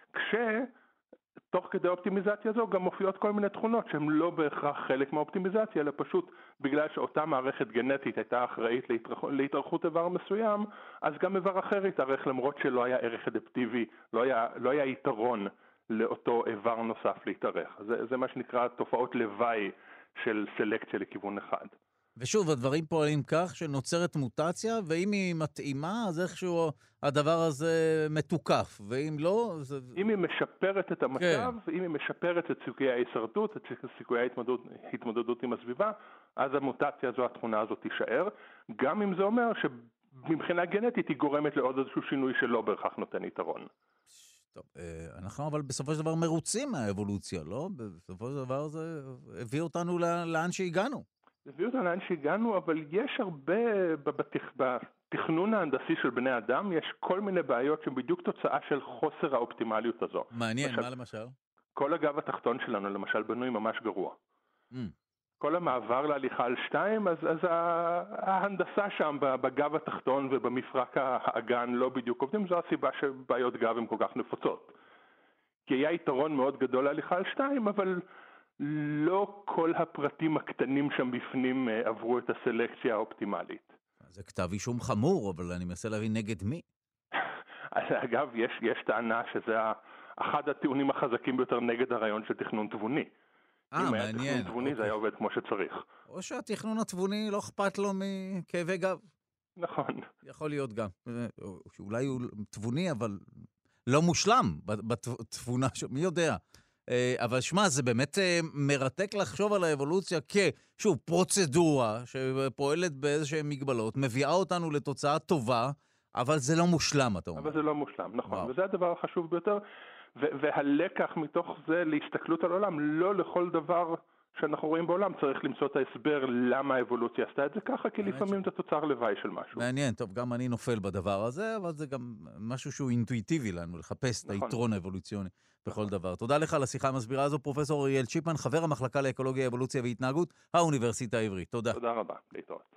כשתוך כדי האופטימיזציה הזו גם מופיעות כל מיני תכונות שהן לא בהכרח חלק מהאופטימיזציה, אלא פשוט בגלל שאותה מערכת גנטית הייתה אחראית להתארכות איבר מסוים, אז גם איבר אחר התארך למרות שלא היה ערך אדפטיבי, לא היה, לא היה יתרון לאותו איבר נוסף להתארך. זה, זה מה שנקרא תופעות לוואי של סלקציה לכיוון אחד. ושוב, הדברים פועלים כך שנוצרת מוטציה, ואם היא מתאימה, אז איכשהו הדבר הזה מתוקף, ואם לא... זה... אם היא משפרת את המצב, כן. אם היא משפרת את סיכויי ההישרדות, את סיכויי ההתמודדות, התמודדות עם הסביבה, אז המוטציה הזו, התכונה הזאת תישאר, גם אם זה אומר שמבחינה גנטית היא גורמת לעוד איזשהו שינוי שלא בהכרח נותן יתרון. טוב, אנחנו אבל בסופו של דבר מרוצים מהאבולוציה, לא? בסופו של דבר זה הביא אותנו לאן שהגענו. הביא אותנו לאן שהגענו, אבל יש הרבה בתכ... בתכנון ההנדסי של בני אדם, יש כל מיני בעיות שהן בדיוק תוצאה של חוסר האופטימליות הזו. מעניין, למשל, מה למשל? כל הגב התחתון שלנו, למשל, בנוי ממש גרוע. Mm. כל המעבר להליכה על שתיים, אז, אז ההנדסה שם בגב התחתון ובמפרק האגן לא בדיוק עובדים, זו הסיבה שבעיות גב הן כל כך נפוצות. כי היה יתרון מאוד גדול להליכה על שתיים, אבל לא כל הפרטים הקטנים שם בפנים עברו את הסלקציה האופטימלית. זה כתב אישום חמור, אבל אני מנסה להבין נגד מי. אז אגב, יש, יש טענה שזה אחד הטיעונים החזקים ביותר נגד הרעיון של תכנון תבוני. אה, מעניין. אם היה תכנון תבוני, זה היה עובד כמו שצריך. או שהתכנון התבוני לא אכפת לו מכאבי גב. נכון. יכול להיות גם. אולי הוא תבוני, אבל לא מושלם בתבונה, מי יודע. אבל שמה, זה באמת מרתק לחשוב על האבולוציה כשוב, פרוצדורה שפועלת באיזשהם מגבלות, מביאה אותנו לתוצאה טובה, אבל זה לא מושלם, אתה אומר. אבל זה לא מושלם, נכון. וואו. וזה הדבר החשוב ביותר, והלקח מתוך זה להסתכלות על העולם, לא לכל דבר שאנחנו רואים בעולם צריך למצוא את ההסבר למה האבולוציה עשתה את זה ככה, כי לפעמים ש... זה תוצר לוואי של משהו. מעניין, טוב, גם אני נופל בדבר הזה, אבל זה גם משהו שהוא אינטואיטיבי לנו, לחפש נכון. את היתרון האבולוציוני בכל דבר. תודה לך על השיחה המסבירה הזו, פרופסור אוריאל צ'יפמן, חבר המחלקה לאקולוגיה, אבולוציה והתנהגות, האוניברסיטה העברית. תודה. תודה רבה, להתראות.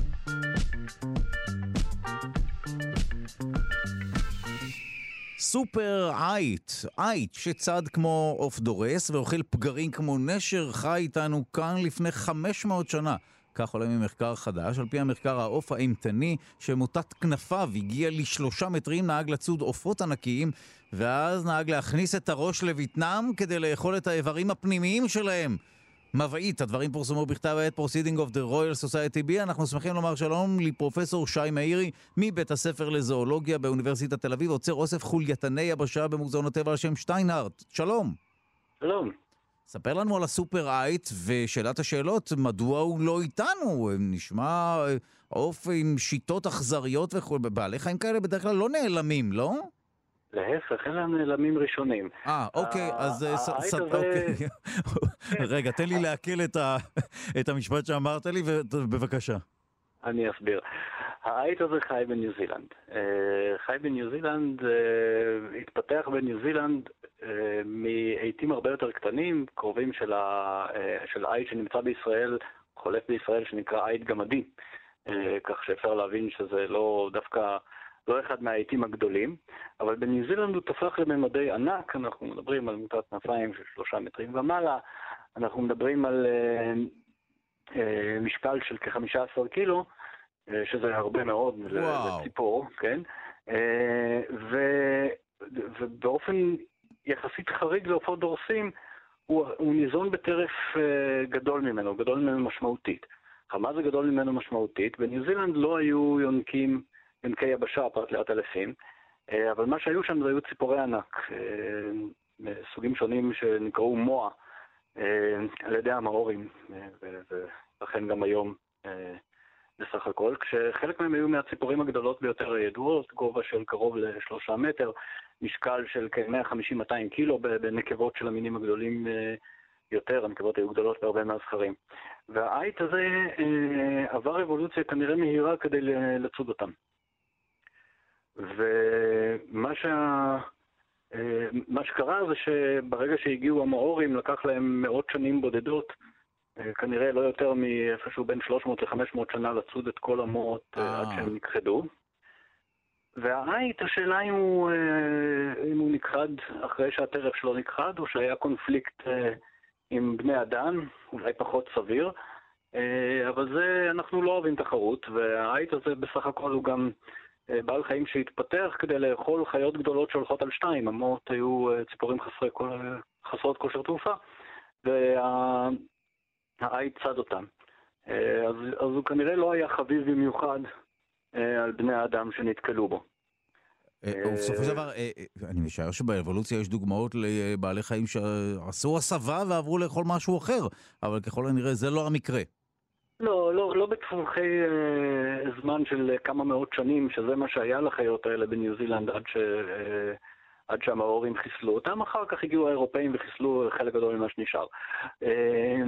סופר עית, עית שצד כמו אוף דורס ואוכל פגרים כמו נשר, חי איתנו כאן לפני חמש מאות שנה. כך עולה ממחקר חדש. על פי המחקר, העוף האימתני שמוטת כנפיו הגיע לשלושה מטרים, נהג לצוד עופות ענקיים, ואז נהג להכניס את הראש לבטנם כדי לאכול את האיברים הפנימיים שלהם. מבעית, הדברים פורסמו בכתב העת Proceeding of the Royal Society B. אנחנו שמחים לומר שלום לפרופסור שי מאירי מבית הספר לזואולוגיה באוניברסיטת תל אביב, עוצר אוסף חולייתני יבשה במוזיאון הטבע על שם שטיינהרט. שלום. שלום. ספר לנו על הסופר אייט ושאלת השאלות, מדוע הוא לא איתנו? נשמע עוף עם שיטות אכזריות וכו'. בעלי חיים כאלה בדרך כלל לא נעלמים, לא? להפך, אלה נעלמים ראשונים. אה, אוקיי, אז... רגע, תן לי להקל את המשפט שאמרת לי, ובבקשה. אני אסביר. האייט הזה חי בניו זילנד. חי בניו זילנד, התפתח בניו זילנד מעיתים הרבה יותר קטנים, קרובים של אייט שנמצא בישראל, חולף בישראל, שנקרא אייט גמדי. כך שאפשר להבין שזה לא דווקא... לא אחד מהעיתים הגדולים, אבל בניו זילנד הוא תפח לממדי ענק. אנחנו מדברים על מוטת כנפיים של שלושה מטרים ומעלה, אנחנו מדברים על אה, אה, משקל של כ-חמישה עשר קילו, אה, שזה הרבה מאוד לציפור, כן? אה, ו, ובאופן יחסית חריג לעופות דורסים, הוא, הוא ניזון בטרף אה, גדול ממנו, גדול ממנו משמעותית. מה זה גדול ממנו משמעותית? בניו זילנד לא היו יונקים יונקי יבשה, פרט לאט אלפים, אבל מה שהיו שם זה היו ציפורי ענק, סוגים שונים שנקראו מואה על ידי המאורים, ולכן גם היום בסך הכל, כשחלק מהם היו מהציפורים הגדולות ביותר הידועות, גובה של קרוב לשלושה מטר, משקל של כ-מאה וחמישים עד מאתיים קילו בנקבות של המינים הגדולים יותר, הנקבות היו גדולות בהרבה מהזכרים. והאייט הזה עבר אבולוציה כנראה מהירה כדי לצוד אותם. ומה שה... מה שקרה זה שברגע שהגיעו המאורים לקח להם מאות שנים בודדות, כנראה לא יותר מאיפשהו בין שלוש מאות ל-חמש מאות שנה לצוד את כל המואות עד שהם נכחדו. והאייט, השאלה אם הוא, אם הוא נכחד אחרי שהטרף שלו נכחד, או שהיה קונפליקט עם בני אדם, אולי פחות סביר, אבל זה, אנחנו לא אוהבים תחרות, והאייט הזה בסך הכל הוא גם בעל חיים שהתפתח כדי לאכול חיות גדולות שהולכות על שתיים. המואות היו ציפורים חסרי, חסרות כושר תעופה, והאייט צד אותם. אז, אז הוא כנראה לא היה חביב במיוחד על בני האדם שנתקלו בו. ובסופו של דבר, אני משער שבאבולוציה יש דוגמאות לבעלי חיים שעשו הסבה ועברו לאכול משהו אחר, אבל ככל הנראה זה לא המקרה. לא, לא, לא בטווחי אה, זמן של כמה מאות שנים, שזה מה שהיה לחיות האלה בניו זילנד עד, ש, אה, עד שהמאורים חיסלו אותם. אחר כך הגיעו האירופאים וחיסלו חלק גדול ממה שנשאר. אה,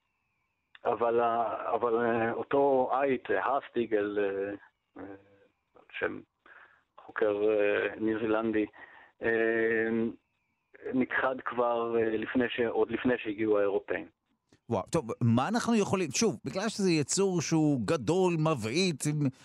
אבל, אבל אה, אותו אייט, האסטיגל, אה, אה, שם חוקר אה, ניו זילנדי, אה, נכחד כבר אה, לפני ש, עוד לפני שהגיעו האירופאים. וואו, טוב, מה אנחנו יכולים, שוב, בגלל שזה יצור שהוא גדול, מבעית,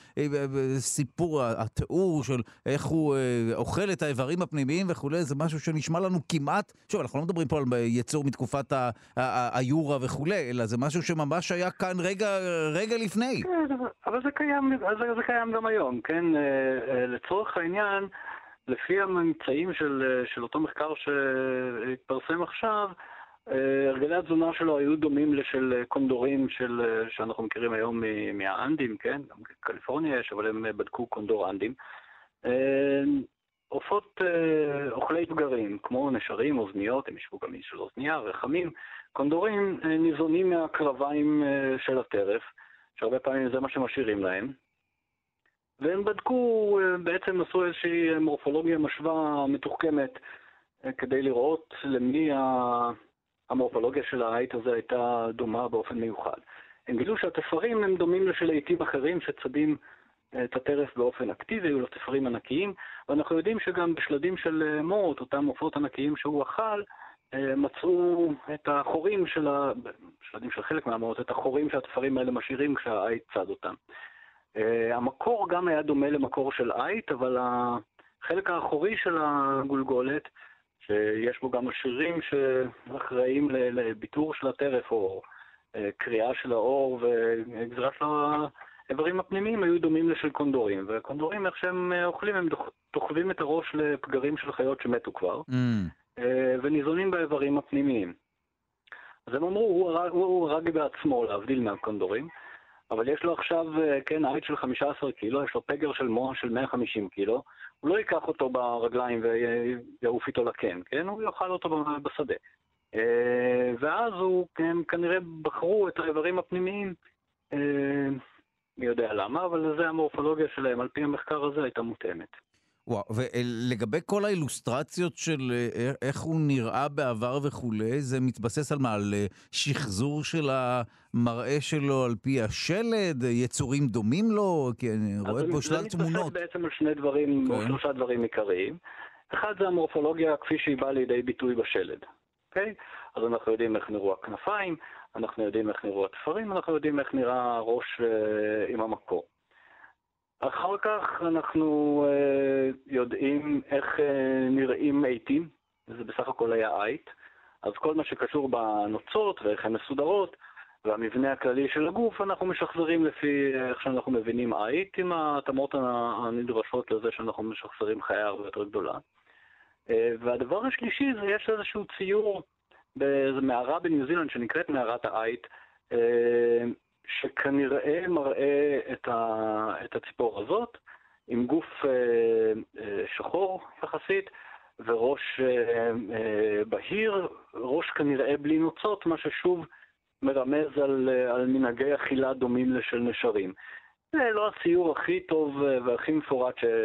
סיפור, התיאור של איך הוא אוכל את האיברים הפנימיים וכו', זה משהו שנשמע לנו כמעט, שוב, אנחנו לא מדברים פה על יצור מתקופת היורה וכו', אלא זה משהו שממש היה כאן רגע, רגע לפני. כן, אבל זה קיים, זה קיים גם היום, כן? לצורך העניין, לפי הממצאים של, של אותו מחקר שהתפרסם עכשיו, הרגלי התזונה שלו היו דומים לשל קונדורים של, שאנחנו מכירים היום מהאנדים, כן? גם קליפורניה יש, אבל הם בדקו קונדור אנדים. עופות אוכלי פגרים, כמו נשרים, אוזניות, הם ישבו גם של אוזניה, רחמים. קונדורים ניזונים מהקרביים של הטרף, שהרבה פעמים זה מה שמשאירים להם. והם בדקו, בעצם עשו איזושהי מורפולוגיה משווה מתוחכמת, כדי לראות למי ה... המורפולוגיה של האייט הזה הייתה דומה באופן מיוחד. הם גילו שהתפרים הם דומים לשל עיתים אחרים שצדים את הטרף באופן אקטיבי, היו לו תפרים ענקיים, ואנחנו יודעים שגם בשלדים של מואות, אותם עופות ענקיים שהוא אכל, מצאו את החורים של ה... בשלדים של חלק מהמואות, את החורים שהתפרים האלה משאירים כשהאייט צד אותם. המקור גם היה דומה למקור של אייט, אבל החלק האחורי של הגולגולת, שיש בו גם השרירים שאחראים לביטור של הטרף או קריאה של האור וגזרה של האיברים הפנימיים היו דומים לשל קונדורים, וקונדורים איך שהם אוכלים הם תוחבים את הראש לפגרים של חיות שמתו כבר, mm. וניזונים באיברים הפנימיים. אז הם אמרו, הוא הרג, הוא הרג בעצמו להבדיל מהקונדורים, אבל יש לו עכשיו, כן, עית של חמישה עשר קילו, יש לו פגר של מוח של מאה וחמישים קילו, הוא לא ייקח אותו ברגליים ויעוף איתו לקן, כן? הוא יאכל אותו בשדה. ואז הוא, כן, כנראה בחרו את האיברים הפנימיים, מי יודע למה, אבל זה המורפולוגיה שלהם, על פי המחקר הזה הייתה מותאמת. וואו, ולגבי כל האילוסטרציות של איך הוא נראה בעבר וכולי, זה מתבסס על מה? על שחזור של המראה שלו על פי השלד, יצורים דומים לו? כי אני רואה פה שלל תמונות. זה מתבסס בעצם על שני דברים, או שלושה דברים עיקריים. אחד זה המורפולוגיה כפי שהיא באה לידי ביטוי בשלד. אוקיי? אז אנחנו יודעים איך נראו הכנפיים, אנחנו יודעים איך נראו התפרים, אנחנו יודעים איך נראה הראש עם המקור. אחר כך אנחנו uh, יודעים איך uh, נראים עיתים, וזה בסך הכל היה עית, אז כל מה שקשור בנוצות ואיך הן מסודרות, והמבנה הכללי של הגוף, אנחנו משחזרים לפי איך שאנחנו מבינים עית, עם ההתאמות הנדרשות לזה שאנחנו משחזרים חיה הרבה יותר גדולה. Uh, והדבר השלישי זה יש איזשהו ציור באיזו מערה בניו זילנד שנקראת מערת העית, uh, שכנראה מראה את, ה, את הציפור הזאת, עם גוף אה, אה, שחור יחסית, וראש אה, אה, בהיר, ראש כנראה בלי נוצות, מה ששוב מרמז על, על מנהגי אכילה דומים לשל נשרים. זה לא הציור הכי טוב והכי מפורט ש,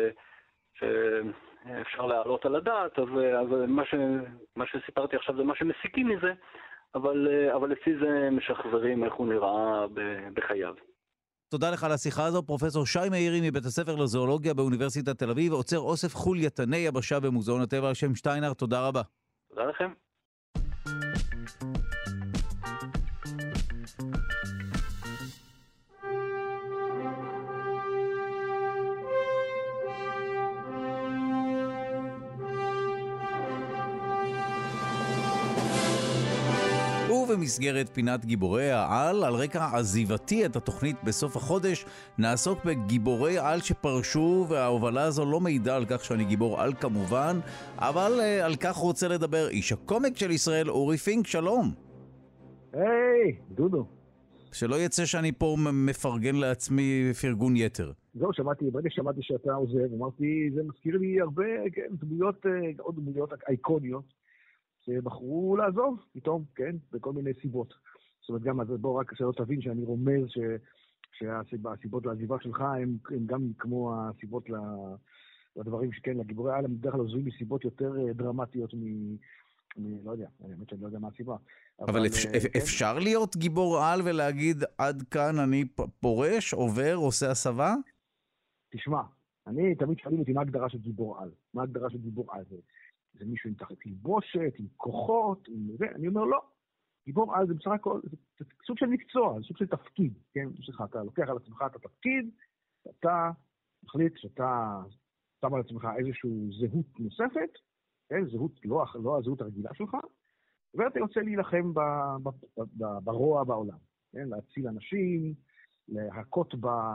שאפשר להעלות על הדעת, אז, אז מה, ש, מה שסיפרתי עכשיו זה מה שמסיקים מזה, אבל, אבל לפי זה משחזרים איך הוא נראה בחייו. תודה לך על השיחה הזו. פרופסור שי מאירי מבית הספר לזואולוגיה באוניברסיטת תל אביב, עוצר אוסף חולייתני יבשה במוזיאון הטבע על שם שטיינהרט. תודה רבה. תודה לכם. ובמסגרת פינת גיבורי העל, על רקע עזיבתי את התוכנית בסוף החודש, נעסוק בגיבורי על שפרשו, וההובלה הזו לא מעידה על כך שאני גיבור על כמובן, אבל uh, על כך רוצה לדבר איש הקומק של ישראל, אורי פינק. שלום. היי, hey, דודו. שלא יצא שאני פה מפרגן לעצמי פרגון יתר. זהו, שמעתי, ברגע שמעתי שאתה עוזב, אמרתי, זה מזכיר לי הרבה, כן, דמויות, עוד דמויות אייקוניות, שבחרו לעזוב פתאום, כן, בכל מיני סיבות. זאת אומרת, גם, בוא רק שלא תבין שאני רומז ש, שהסיבות לעזיבה שלך הם, הם גם כמו הסיבות לדברים שכן, לגיבורי העל, הם בדרך כלל עוזבים מסיבות יותר דרמטיות מ... אני לא יודע, אני באמת שאני לא יודע מה הסיבה. אבל, אבל אפשר, כן. אפשר להיות גיבור על ולהגיד, עד כאן אני פורש, עובר, עושה הסבה? תשמע, אני תמיד שואלים אותי מה ההגדרה של גיבור על. מה ההגדרה של גיבור על? זה, זה מישהו עם תחת תלבושת, עם כוחות, עם זה. אני אומר, לא. גיבור על זה בסך הכל, זה, זה סוג של מקצוע, זה סוג של תפקיד. כן? שלך, אתה לוקח על עצמך את התפקיד, אתה מחליט שאתה שם על עצמך איזושהי זהות נוספת, כן, זהות, לא, לא הזהות הרגילה שלך, ואתה יוצא להילחם ב, ב, ב, ב, ברוע בעולם, כן, להציל אנשים, להכות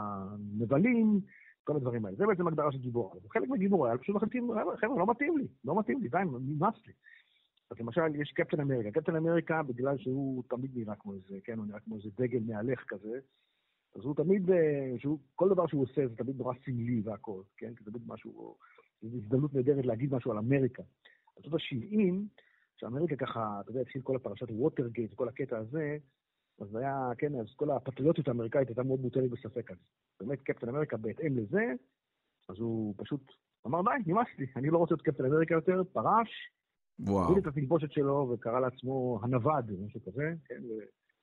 במבלים, כל הדברים האלה. זה בעצם הגדרה של גיבור. חלק מגיבור היה פשוט מחליטים, חבר'ה, לא מתאים לי, לא מתאים לי, די, נמאס לי. אז למשל, יש קפטן אמריקה. קפטן אמריקה, בגלל שהוא תמיד נראה כמו איזה, כן, הוא נראה כמו איזה דגל מהלך כזה, אז הוא תמיד, שהוא, כל דבר שהוא עושה, זה תמיד נורא סמלי והכל, כן, זה תמיד משהו, זו הזדמנות נהדרת להגיד משהו על אמריקה. אז זאת ה-שבעים, שאמריקה ככה, אתה יודע, התחיל כל הפרשת ווטרגייט, כל הקטע הזה, אז היה, כן, אז כל הפטריוטיות האמריקאית הייתה מאוד מוטלת בספק הזה. באמת, קפטן אמריקה בהתאם לזה, אז הוא פשוט אמר, די, נמאס לי, אני לא רוצה להיות קפטן אמריקה יותר, פרש, הוריד את התלבושת שלו וקרא לעצמו הנווד, משהו כזה, כן, ו,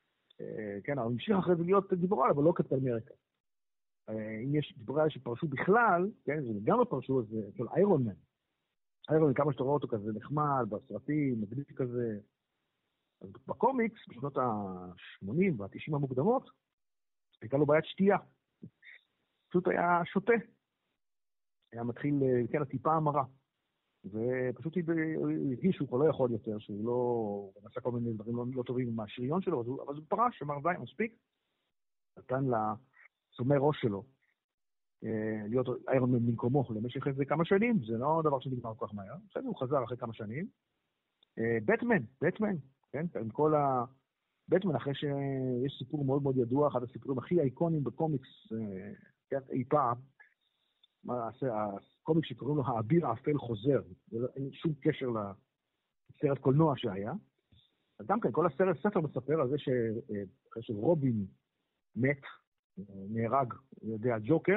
כן, הוא המשיך אחרי זה להיות גיבור על, אבל לא קפטן אמריקה. אם יש גיבורי שפרשו בכלל, כן, זה גם הפרשו, זה של איירון מן. איירון מן, כמה שאתה רואה אותו כזה נחמד, בסרטים, מגניב כזה. אז בקומיקס, בשנות ה-שמונים וה-תשעים המוקדמות, הייתה לו בעיית שתייה. פשוט היה שותה. היה מתחיל, כן, הטיפה המרה. ופשוט הוא הרגיש שהוא כבר לא יכול יותר, שהוא לא, הוא עשה כל מיני דברים לא, לא טובים עם השריון שלו, אבל הוא, אבל הוא פרש, אמר די, מספיק, נתן לסומי ראש שלו להיות איירון מן במקומו למשך איזה כמה שנים, זה לא דבר שנגמר כל כך מהר, בסדר, הוא חזר אחרי כמה שנים. בטמן, בטמן, כן, עם כל ה... בטמן, אחרי שיש סיפור מאוד מאוד ידוע, אחד הסיפורים הכי אייקונים בקומיקס, כן, אי פעם, הקומיקס שקוראים לו האביר האפל חוזר, אין שום קשר לסרט קולנוע שהיה. אז גם כן, כל הסרט ספר מספר על זה שאחרי שרובין מת, נהרג, יודע, ג'וקר,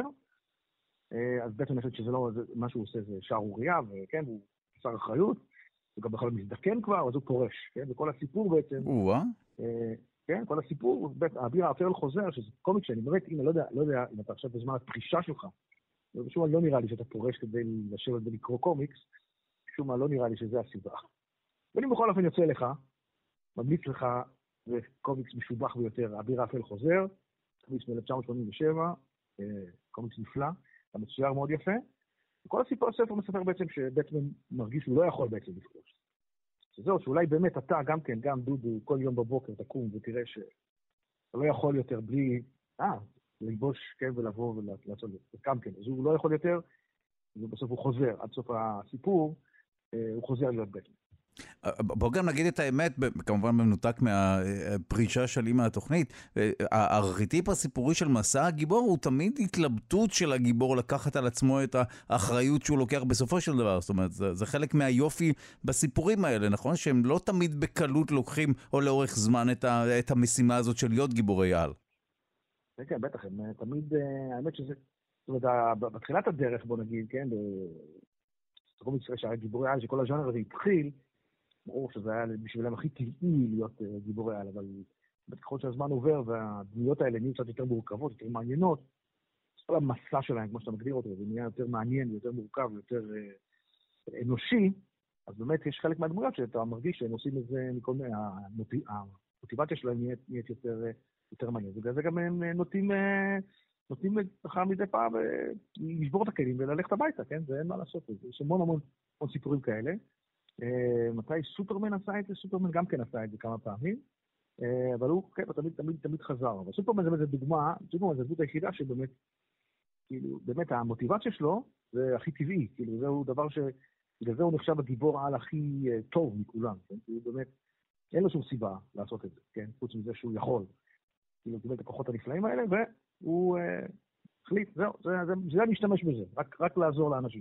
אז בטמן חושב שזה לא, מה שהוא עושה זה שערוריה, וכן, הוא חסר אחריות, הוא גם בכלל מזדקן כבר, אז הוא פורש, כן? וכל הסיפור בעצם... או-אה. כן, כל הסיפור, האביר האפל חוזר, שזה קומיק שאני מראה, הנה, לא יודע, לא יודע, אם אתה עכשיו בזמן הפרישה שלך, משום מה לא נראה לי שאתה פורש כדי לשבת ולקרוא קומיקס, משום מה לא נראה לי שזה הסיבה. ואני בכל אופן יוצא לך, ממליץ לך, זה קומיקס משובח ביותר, האביר האפל חוזר, קומיקס מ-אלף תשע מאות שמונים ושבע, קומיקס נפלא, המצויר מאוד יפה, וכל הסיפור הספר מספר בעצם שבטמן מרגיש שהוא לא יכול בעצם לפרוש. שזהו, שאולי באמת אתה גם כן, גם דודו, כל יום בבוקר תקום ותראה שאתה לא יכול יותר בלי, אה, ללבוש, כן, ולבוא ולעשות את זה. גם כן, אז הוא לא יכול יותר, ובסוף הוא חוזר, עד סוף הסיפור, הוא חוזר להיות בטמן. בואו גם נגיד את האמת, כמובן במנותק מהפרישה שלי מהתוכנית, הארכיטיפ הסיפורי של מסע הגיבור הוא תמיד התלבטות של הגיבור לקחת על עצמו את האחריות שהוא לוקח בסופו של דבר, זאת אומרת, זה, זה חלק מהיופי בסיפורים האלה, נכון? שהם לא תמיד בקלות לוקחים או לאורך זמן את, ה, את המשימה הזאת של להיות גיבורי על. כן, בטח, הם תמיד, האמת שזה, זאת אומרת, בתחילת הדרך, בוא נגיד, כן, בקומיקס ישראל שהיה גיבורי על, שכל הז'אנר הזה התחיל, ברור שזה היה בשבילם הכי טבעי להיות גיבורי על, אבל ככל שהזמן עובר והדמויות האלה נהיו קצת יותר מורכבות, יותר מעניינות, כל המסע שלהם, כמו שאתה מגדיר אותו, זה נהיה יותר מעניין, יותר מורכב, יותר אנושי, אז באמת יש חלק מהדמויות שאתה מרגיש שהם עושים את זה מכל מיני, המוטיבציה שלהם נהיית יותר, יותר מעניין. בגלל זה גם הם נוטים, נוטים לך מדי פעם לשבור את הכלים וללכת הביתה, כן? זה אין מה לעשות. יש המון המון סיפורים כאלה. מתי סופרמן עשה את זה? סופרמן גם כן עשה את זה כמה פעמים, אבל הוא כן, תמיד, תמיד, תמיד חזר. אבל סופרמן זה באמת דוגמה, סופרמן זה הדמות היחידה שבאמת, כאילו, באמת המוטיבציה שלו זה הכי טבעי, כאילו, זהו דבר ש... בגלל זה הוא נחשב הגיבור על הכי טוב מכולם, כן? כאילו, באמת, אין לו שום סיבה לעשות את זה, כן? חוץ מזה שהוא יכול. כאילו, באמת, הכוחות הנפלאים האלה, והוא החליט, זהו, זה, זה, זה משתמש בזה, רק, רק לעזור לאנשים.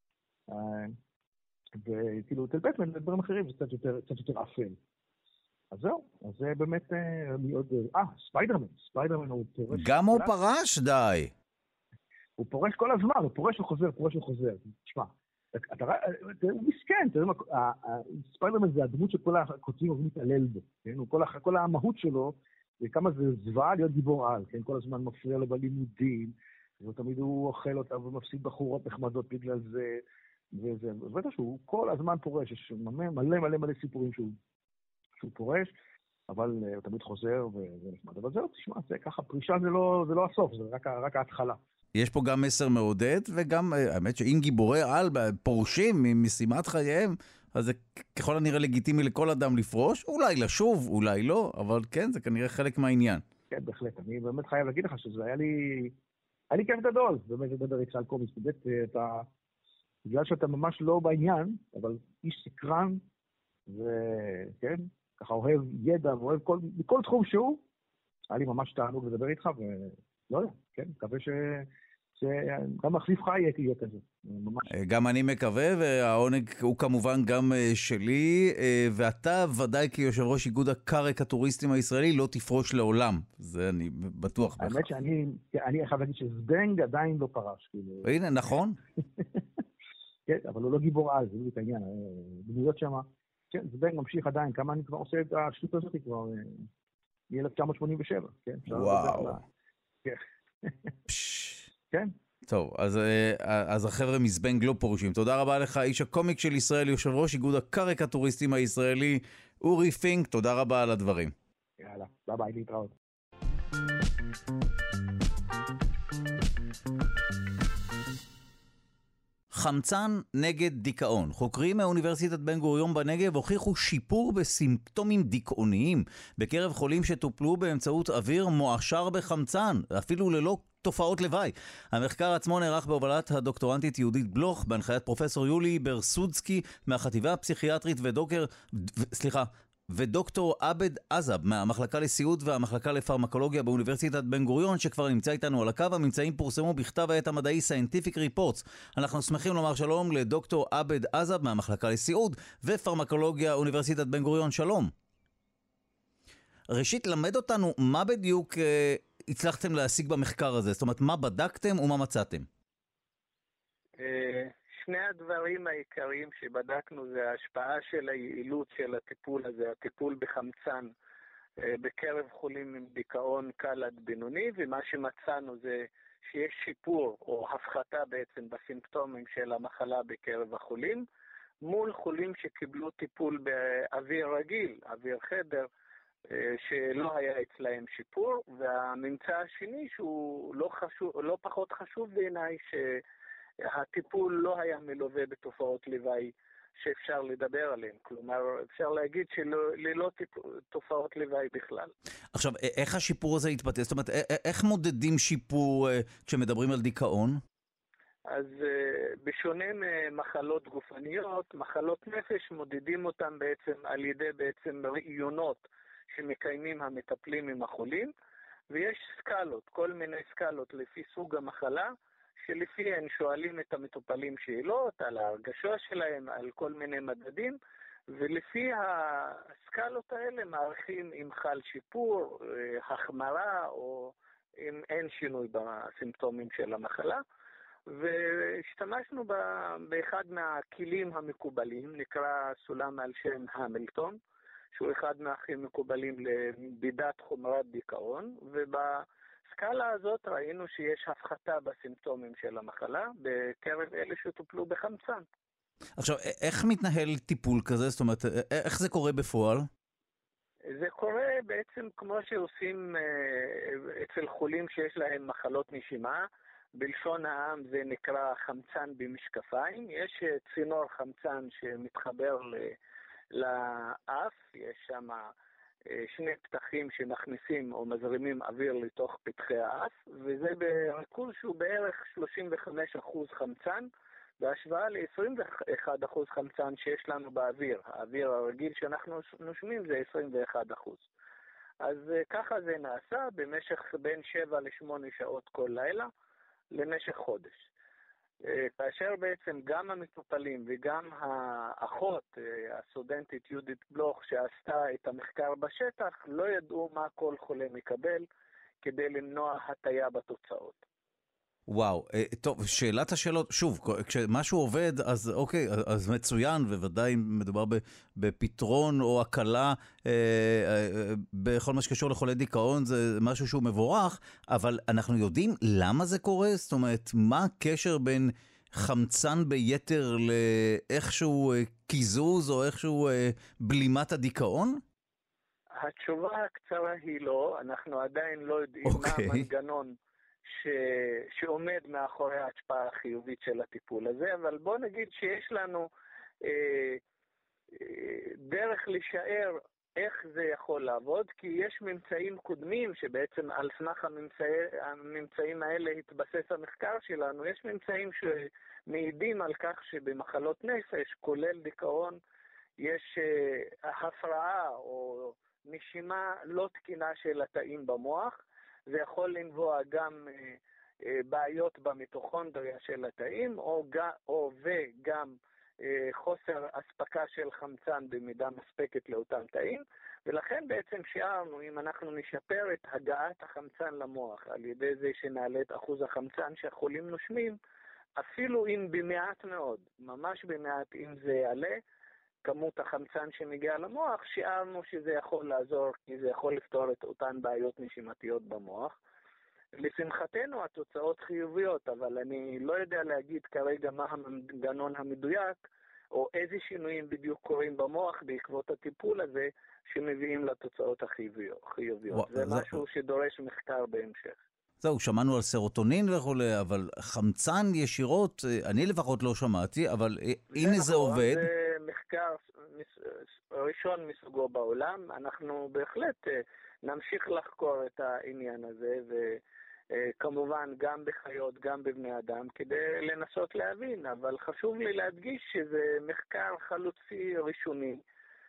וכאילו, אצל בטמן, לדברים אחרים, זה קצת יותר, קצת יותר אפל. אז זהו, אז זה באמת מאוד... אה, ספיידרמן, ספיידרמן הוא פורש... גם הוא פרש, די. הוא פורש כל הזמן, הוא פורש וחוזר, פורש וחוזר. תשמע, אתה רואה, הוא מסכן, תראה, ספיידרמן זה הדמות שכל הכותבים עוברים להתעלל בו, כן? כל המהות שלו, וכמה זה זוועה להיות גיבור על, כן? כל הזמן מפריע לו בלימודים, ותמיד הוא אוכל אותה ומפסיד בחורות נחמדות בגלל זה, וזה, ובטח שהוא כל הזמן פורש, יש מלא מלא מלא מלא סיפורים שהוא, שהוא פורש, אבל הוא תמיד חוזר וזה נחמד. אבל זהו, תשמע, זה ככה, פרישה זה לא, זה לא הסוף, זה רק, רק ההתחלה. יש פה גם מסר מעודד, וגם, האמת שאם גיבורי על פורשים ממשימת חייהם, אז זה ככל הנראה לגיטימי לכל אדם לפרוש, אולי לשוב, אולי לא, אבל כן, זה כנראה חלק מהעניין. כן, בהחלט. אני באמת חייב להגיד לך שזה היה לי, היה לי כיף גדול, באמת לדבר איתך על קומיקס, באמת אתה... בגלל שאתה ממש לא בעניין, אבל איש סקרן, וכן, ככה אוהב ידע, ואוהב כל, מכל תחום שהוא, היה לי ממש תענוג לדבר איתך, ולא יודע, כן, מקווה ש... שגם מחליף חי יהיה כזה, ממש. גם אני מקווה, והעונג הוא כמובן גם שלי, ואתה ודאי כיושב ראש איגוד הקריקטוריסטים הישראלי לא תפרוש לעולם, זה אני בטוח בך. האמת שאני, אני חייב להגיד שזבנג עדיין לא פרש, כאילו. הנה, נכון. כן, אבל הוא לא גיבור על, זה לא את העניין, דמויות שמה. כן, זבנג ממשיך עדיין, כמה אני כבר עושה את השטות הזאת כבר מ-אלף תשע מאות שמונים ושבע, כן? וואו. כן. כן. טוב, אז, אז החבר'ה מזבנג לא פורשים. תודה רבה לך, איש הקומיק של ישראל, יושב ראש איגוד הקריקטוריסטים הישראלי, אורי פינק, תודה רבה על הדברים. יאללה, ביי ביי, להתראות. חמצן נגד דיכאון. חוקרים מאוניברסיטת בן גוריון בנגב הוכיחו שיפור בסימפטומים דיכאוניים בקרב חולים שטופלו באמצעות אוויר מועשר בחמצן, אפילו ללא תופעות לוואי. המחקר עצמו נערך בהובלת הדוקטורנטית יהודית בלוך, בהנחיית פרופסור יולי ברסודסקי מהחטיבה הפסיכיאטרית ודוקר, סליחה, ודוקטור עבד עזב מהמחלקה לסיעוד והמחלקה לפרמקולוגיה באוניברסיטת בן גוריון, שכבר נמצא איתנו על הקו. הממצאים פורסמו בכתב העת המדעי Scientific Reports. אנחנו שמחים לומר שלום לדוקטור עבד עזב מהמחלקה לסיעוד ופרמקולוגיה אוניברסיטת בן גוריון. שלום. ראשית, למד אותנו מה בדיוק אה, הצלחתם להשיג במחקר הזה, זאת אומרת מה בדקתם ומה מצאתם. שני הדברים העיקריים שבדקנו זה ההשפעה של היעילות של הטיפול הזה, הטיפול בחמצן בקרב חולים עם דיכאון קל עד בינוני, ומה שמצאנו זה שיש שיפור או הפחתה בעצם בסימפטומים של המחלה בקרב החולים, מול חולים שקיבלו טיפול באוויר רגיל, אוויר חדר, שלא היה אצלהם שיפור. והממצא השני שהוא לא, חשוב, לא פחות חשוב בעיניי, ש... הטיפול לא היה מלווה בתופעות לוואי שאפשר לדבר עליהן. כלומר, אפשר להגיד שללא תופעות לוואי בכלל. עכשיו, איך השיפור הזה התבטא? זאת אומרת, איך מודדים שיפור כשמדברים על דיכאון? אז בשונה ממחלות גופניות, מחלות נפש מודדים אותן בעצם על ידי בעצם ראיונות שמקיימים המטפלים עם החולים, ויש סקלות, כל מיני סקלות לפי סוג המחלה, שלפיהן שואלים את המטופלים שאלות על ההרגשה שלהם, על כל מיני מדדים, ולפי הסקלות האלה מערכים אם חל שיפור, החמרה, או אם אין שינוי בסימפטומים של המחלה. והשתמשנו באחד מהכלים המקובלים, נקרא סולם על שם המילטון, שהוא אחד מהכי מקובלים למדידת חומרת דיכאון, וב בסקאלה הזאת ראינו שיש הפחתה בסימפטומים של המחלה בקרב אלה שטופלו בחמצן. עכשיו, איך מתנהל טיפול כזה? זאת אומרת, איך זה קורה בפועל? זה קורה בעצם כמו שעושים אצל חולים שיש להם מחלות נשימה. בלשון העם זה נקרא חמצן במשקפיים. יש צינור חמצן שמתחבר לאף, יש שם שני פתחים שמכניסים או מזרימים אוויר לתוך פתחי האף, וזה בריכוז שהוא בערך שלושים וחמישה אחוז חמצן, בהשוואה ל-עשרים ואחד אחוז חמצן שיש לנו באוויר. האוויר הרגיל שאנחנו נושמים זה עשרים ואחד אחוז. אז ככה זה נעשה במשך בין שבע לשמונה שעות כל לילה, למשך חודש. כאשר בעצם גם המטופלים וגם האחות, הסטודנטית יהודית בלוך, שעשתה את המחקר בשטח, לא ידעו מה כל חולה מקבל כדי למנוע הטיה בתוצאות. וואו, טוב, שאלת השאלות, שוב, כשמשהו עובד, אז אוקיי, אז מצוין, ובוודאי מדובר בפתרון או הקלה בכל מה שקשור לחולי דיכאון, זה משהו שהוא מבורך, אבל אנחנו יודעים למה זה קורה? זאת אומרת, מה הקשר בין חמצן ביתר לאיכשהו קיזוז או איכשהו בלימת הדיכאון? התשובה הקצרה היא לא, אנחנו עדיין לא יודעים okay. מה המנגנון ש... שעומד מאחורי ההשפעה החיובית של הטיפול הזה, אבל בוא נגיד שיש לנו אה, אה, דרך לשער איך זה יכול לעבוד, כי יש ממצאים קודמים שבעצם על סמך הממצאי, הממצאים האלה התבסס המחקר שלנו. יש ממצאים שמעידים על כך שבמחלות נפש, כולל דיכאון, יש אה, הפרעה או נשימה לא תקינה של התאים במוח. זה יכול לנבוע גם אה, אה, בעיות במיטוכונדריה של התאים, או, או וגם אה, חוסר אספקה של חמצן במידה מספקת לאותם תאים, ולכן בעצם שיערנו אם אנחנו נשפר את הגעת החמצן למוח על ידי זה שנעלה את אחוז החמצן שהחולים נושמים, אפילו אם במעט מאוד, ממש במעט אם זה יעלה, כמות החמצן שמגיע למוח, שיערנו שזה יכול לעזור, כי זה יכול לפתור את אותן בעיות נשימתיות במוח. לשמחתנו התוצאות חיוביות, אבל אני לא יודע להגיד כרגע מה המנגנון המדויק, או איזה שינויים בדיוק קורים במוח בעקבות הטיפול הזה, שמביאים לתוצאות החיוביות. זה משהו שדורש מחקר בהמשך. זהו, שמענו על סרוטונין וכולי, אבל חמצן ישירות, אני לפחות לא שמעתי, אבל הנה זה עובד. זה מחקר ראשון מסוגו בעולם, אנחנו בהחלט נמשיך לחקור את העניין הזה, וכמובן גם בחיות, גם בבני אדם, כדי לנסות להבין, אבל חשוב לי להדגיש שזה מחקר חלוצי ראשוני,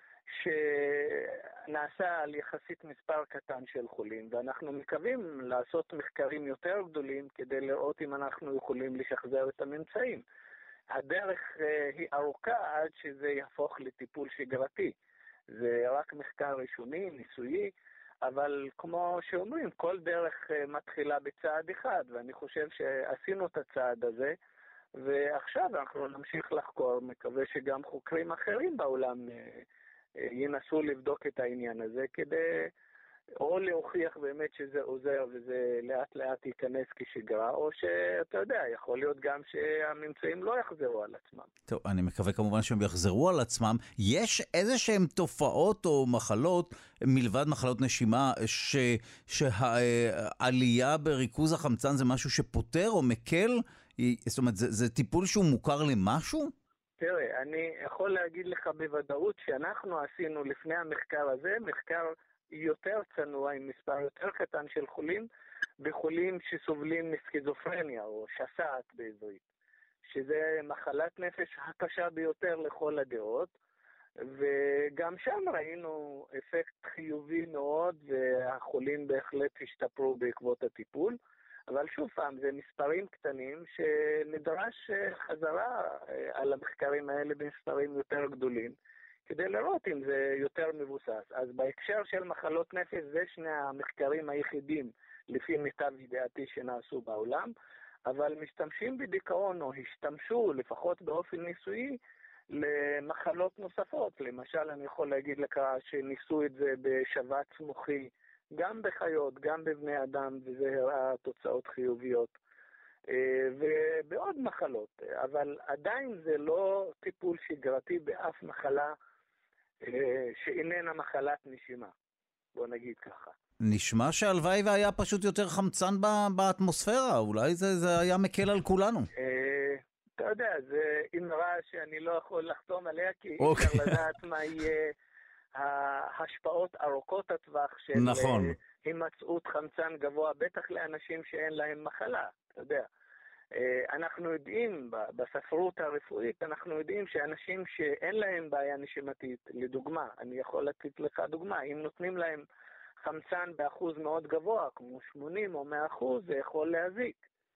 שנעשה על יחסית מספר קטן של חולים, ואנחנו מקווים לעשות מחקרים יותר גדולים כדי לראות אם אנחנו יכולים לשחזר את הממצאים. הדרך היא ארוכה עד שזה יהפוך לטיפול שגרתי. זה רק מחקר ראשוני, ניסויי, אבל כמו שאומרים, כל דרך מתחילה בצעד אחד, ואני חושב שעשינו את הצעד הזה, ועכשיו אנחנו נמשיך לחקור, מקווה שגם חוקרים אחרים בעולם ינסו לבדוק את העניין הזה, כדי או להוכיח באמת שזה עוזר וזה לאט לאט ייכנס כשגרה, או שאתה יודע, יכול להיות גם שהממצאים לא יחזרו על עצמם. טוב, אני מקווה כמובן שהם יחזרו על עצמם. יש איזה שהם תופעות או מחלות, מלבד מחלות נשימה, ש... שהעלייה בריכוז החמצן זה משהו שפותר או מקל? זאת אומרת, זה, זה טיפול שהוא מוכר למשהו? תראה, אני יכול להגיד לך בוודאות שאנחנו עשינו לפני המחקר הזה, מחקר יותר צנוע עם מספר יותר קטן של חולים, בחולים שסובלים מסקיזופרניה או שסעת בעברית, שזה מחלת נפש הקשה ביותר לכל הדעות, וגם שם ראינו אפקט חיובי מאוד, והחולים בהחלט השתפרו בעקבות הטיפול, אבל שוב פעם, זה מספרים קטנים שנדרש חזרה על המחקרים האלה במספרים יותר גדולים, כדי לראות אם זה יותר מבוסס. אז בהקשר של מחלות נפש, זה שני המחקרים היחידים, לפי מיטב ידיעתי, שנעשו בעולם, אבל משתמשים בדיכאון, או השתמשו, לפחות באופן ניסויי, למחלות נוספות. למשל, אני יכול להגיד לך שניסו את זה בשבץ מוחי, גם בחיות, גם בבני אדם, וזה הראה תוצאות חיוביות, ובעוד מחלות. אבל עדיין זה לא טיפול שגרתי באף מחלה שאיננה מחלת נשימה. בוא נגיד ככה. נשמע שהלוואי והיה פשוט יותר חמצן באטמוספירה, אולי זה, זה היה מקל על כולנו. אתה יודע, זה אמרה שאני לא יכול לחתום עליה, כי אי אוקיי. אפשר לדעת מה יהיה ההשפעות ארוכות הטווח של נכון. הימצאות חמצן גבוה, בטח לאנשים שאין להם מחלה, אתה יודע. אנחנו יודעים, בספרות הרפואית, אנחנו יודעים שאנשים שאין להם בעיה נשימתית, לדוגמה, אני יכול לתת לך דוגמה, אם נותנים להם חמצן באחוז מאוד גבוה, כמו שמונים או מאה אחוז, זה יכול להזיק.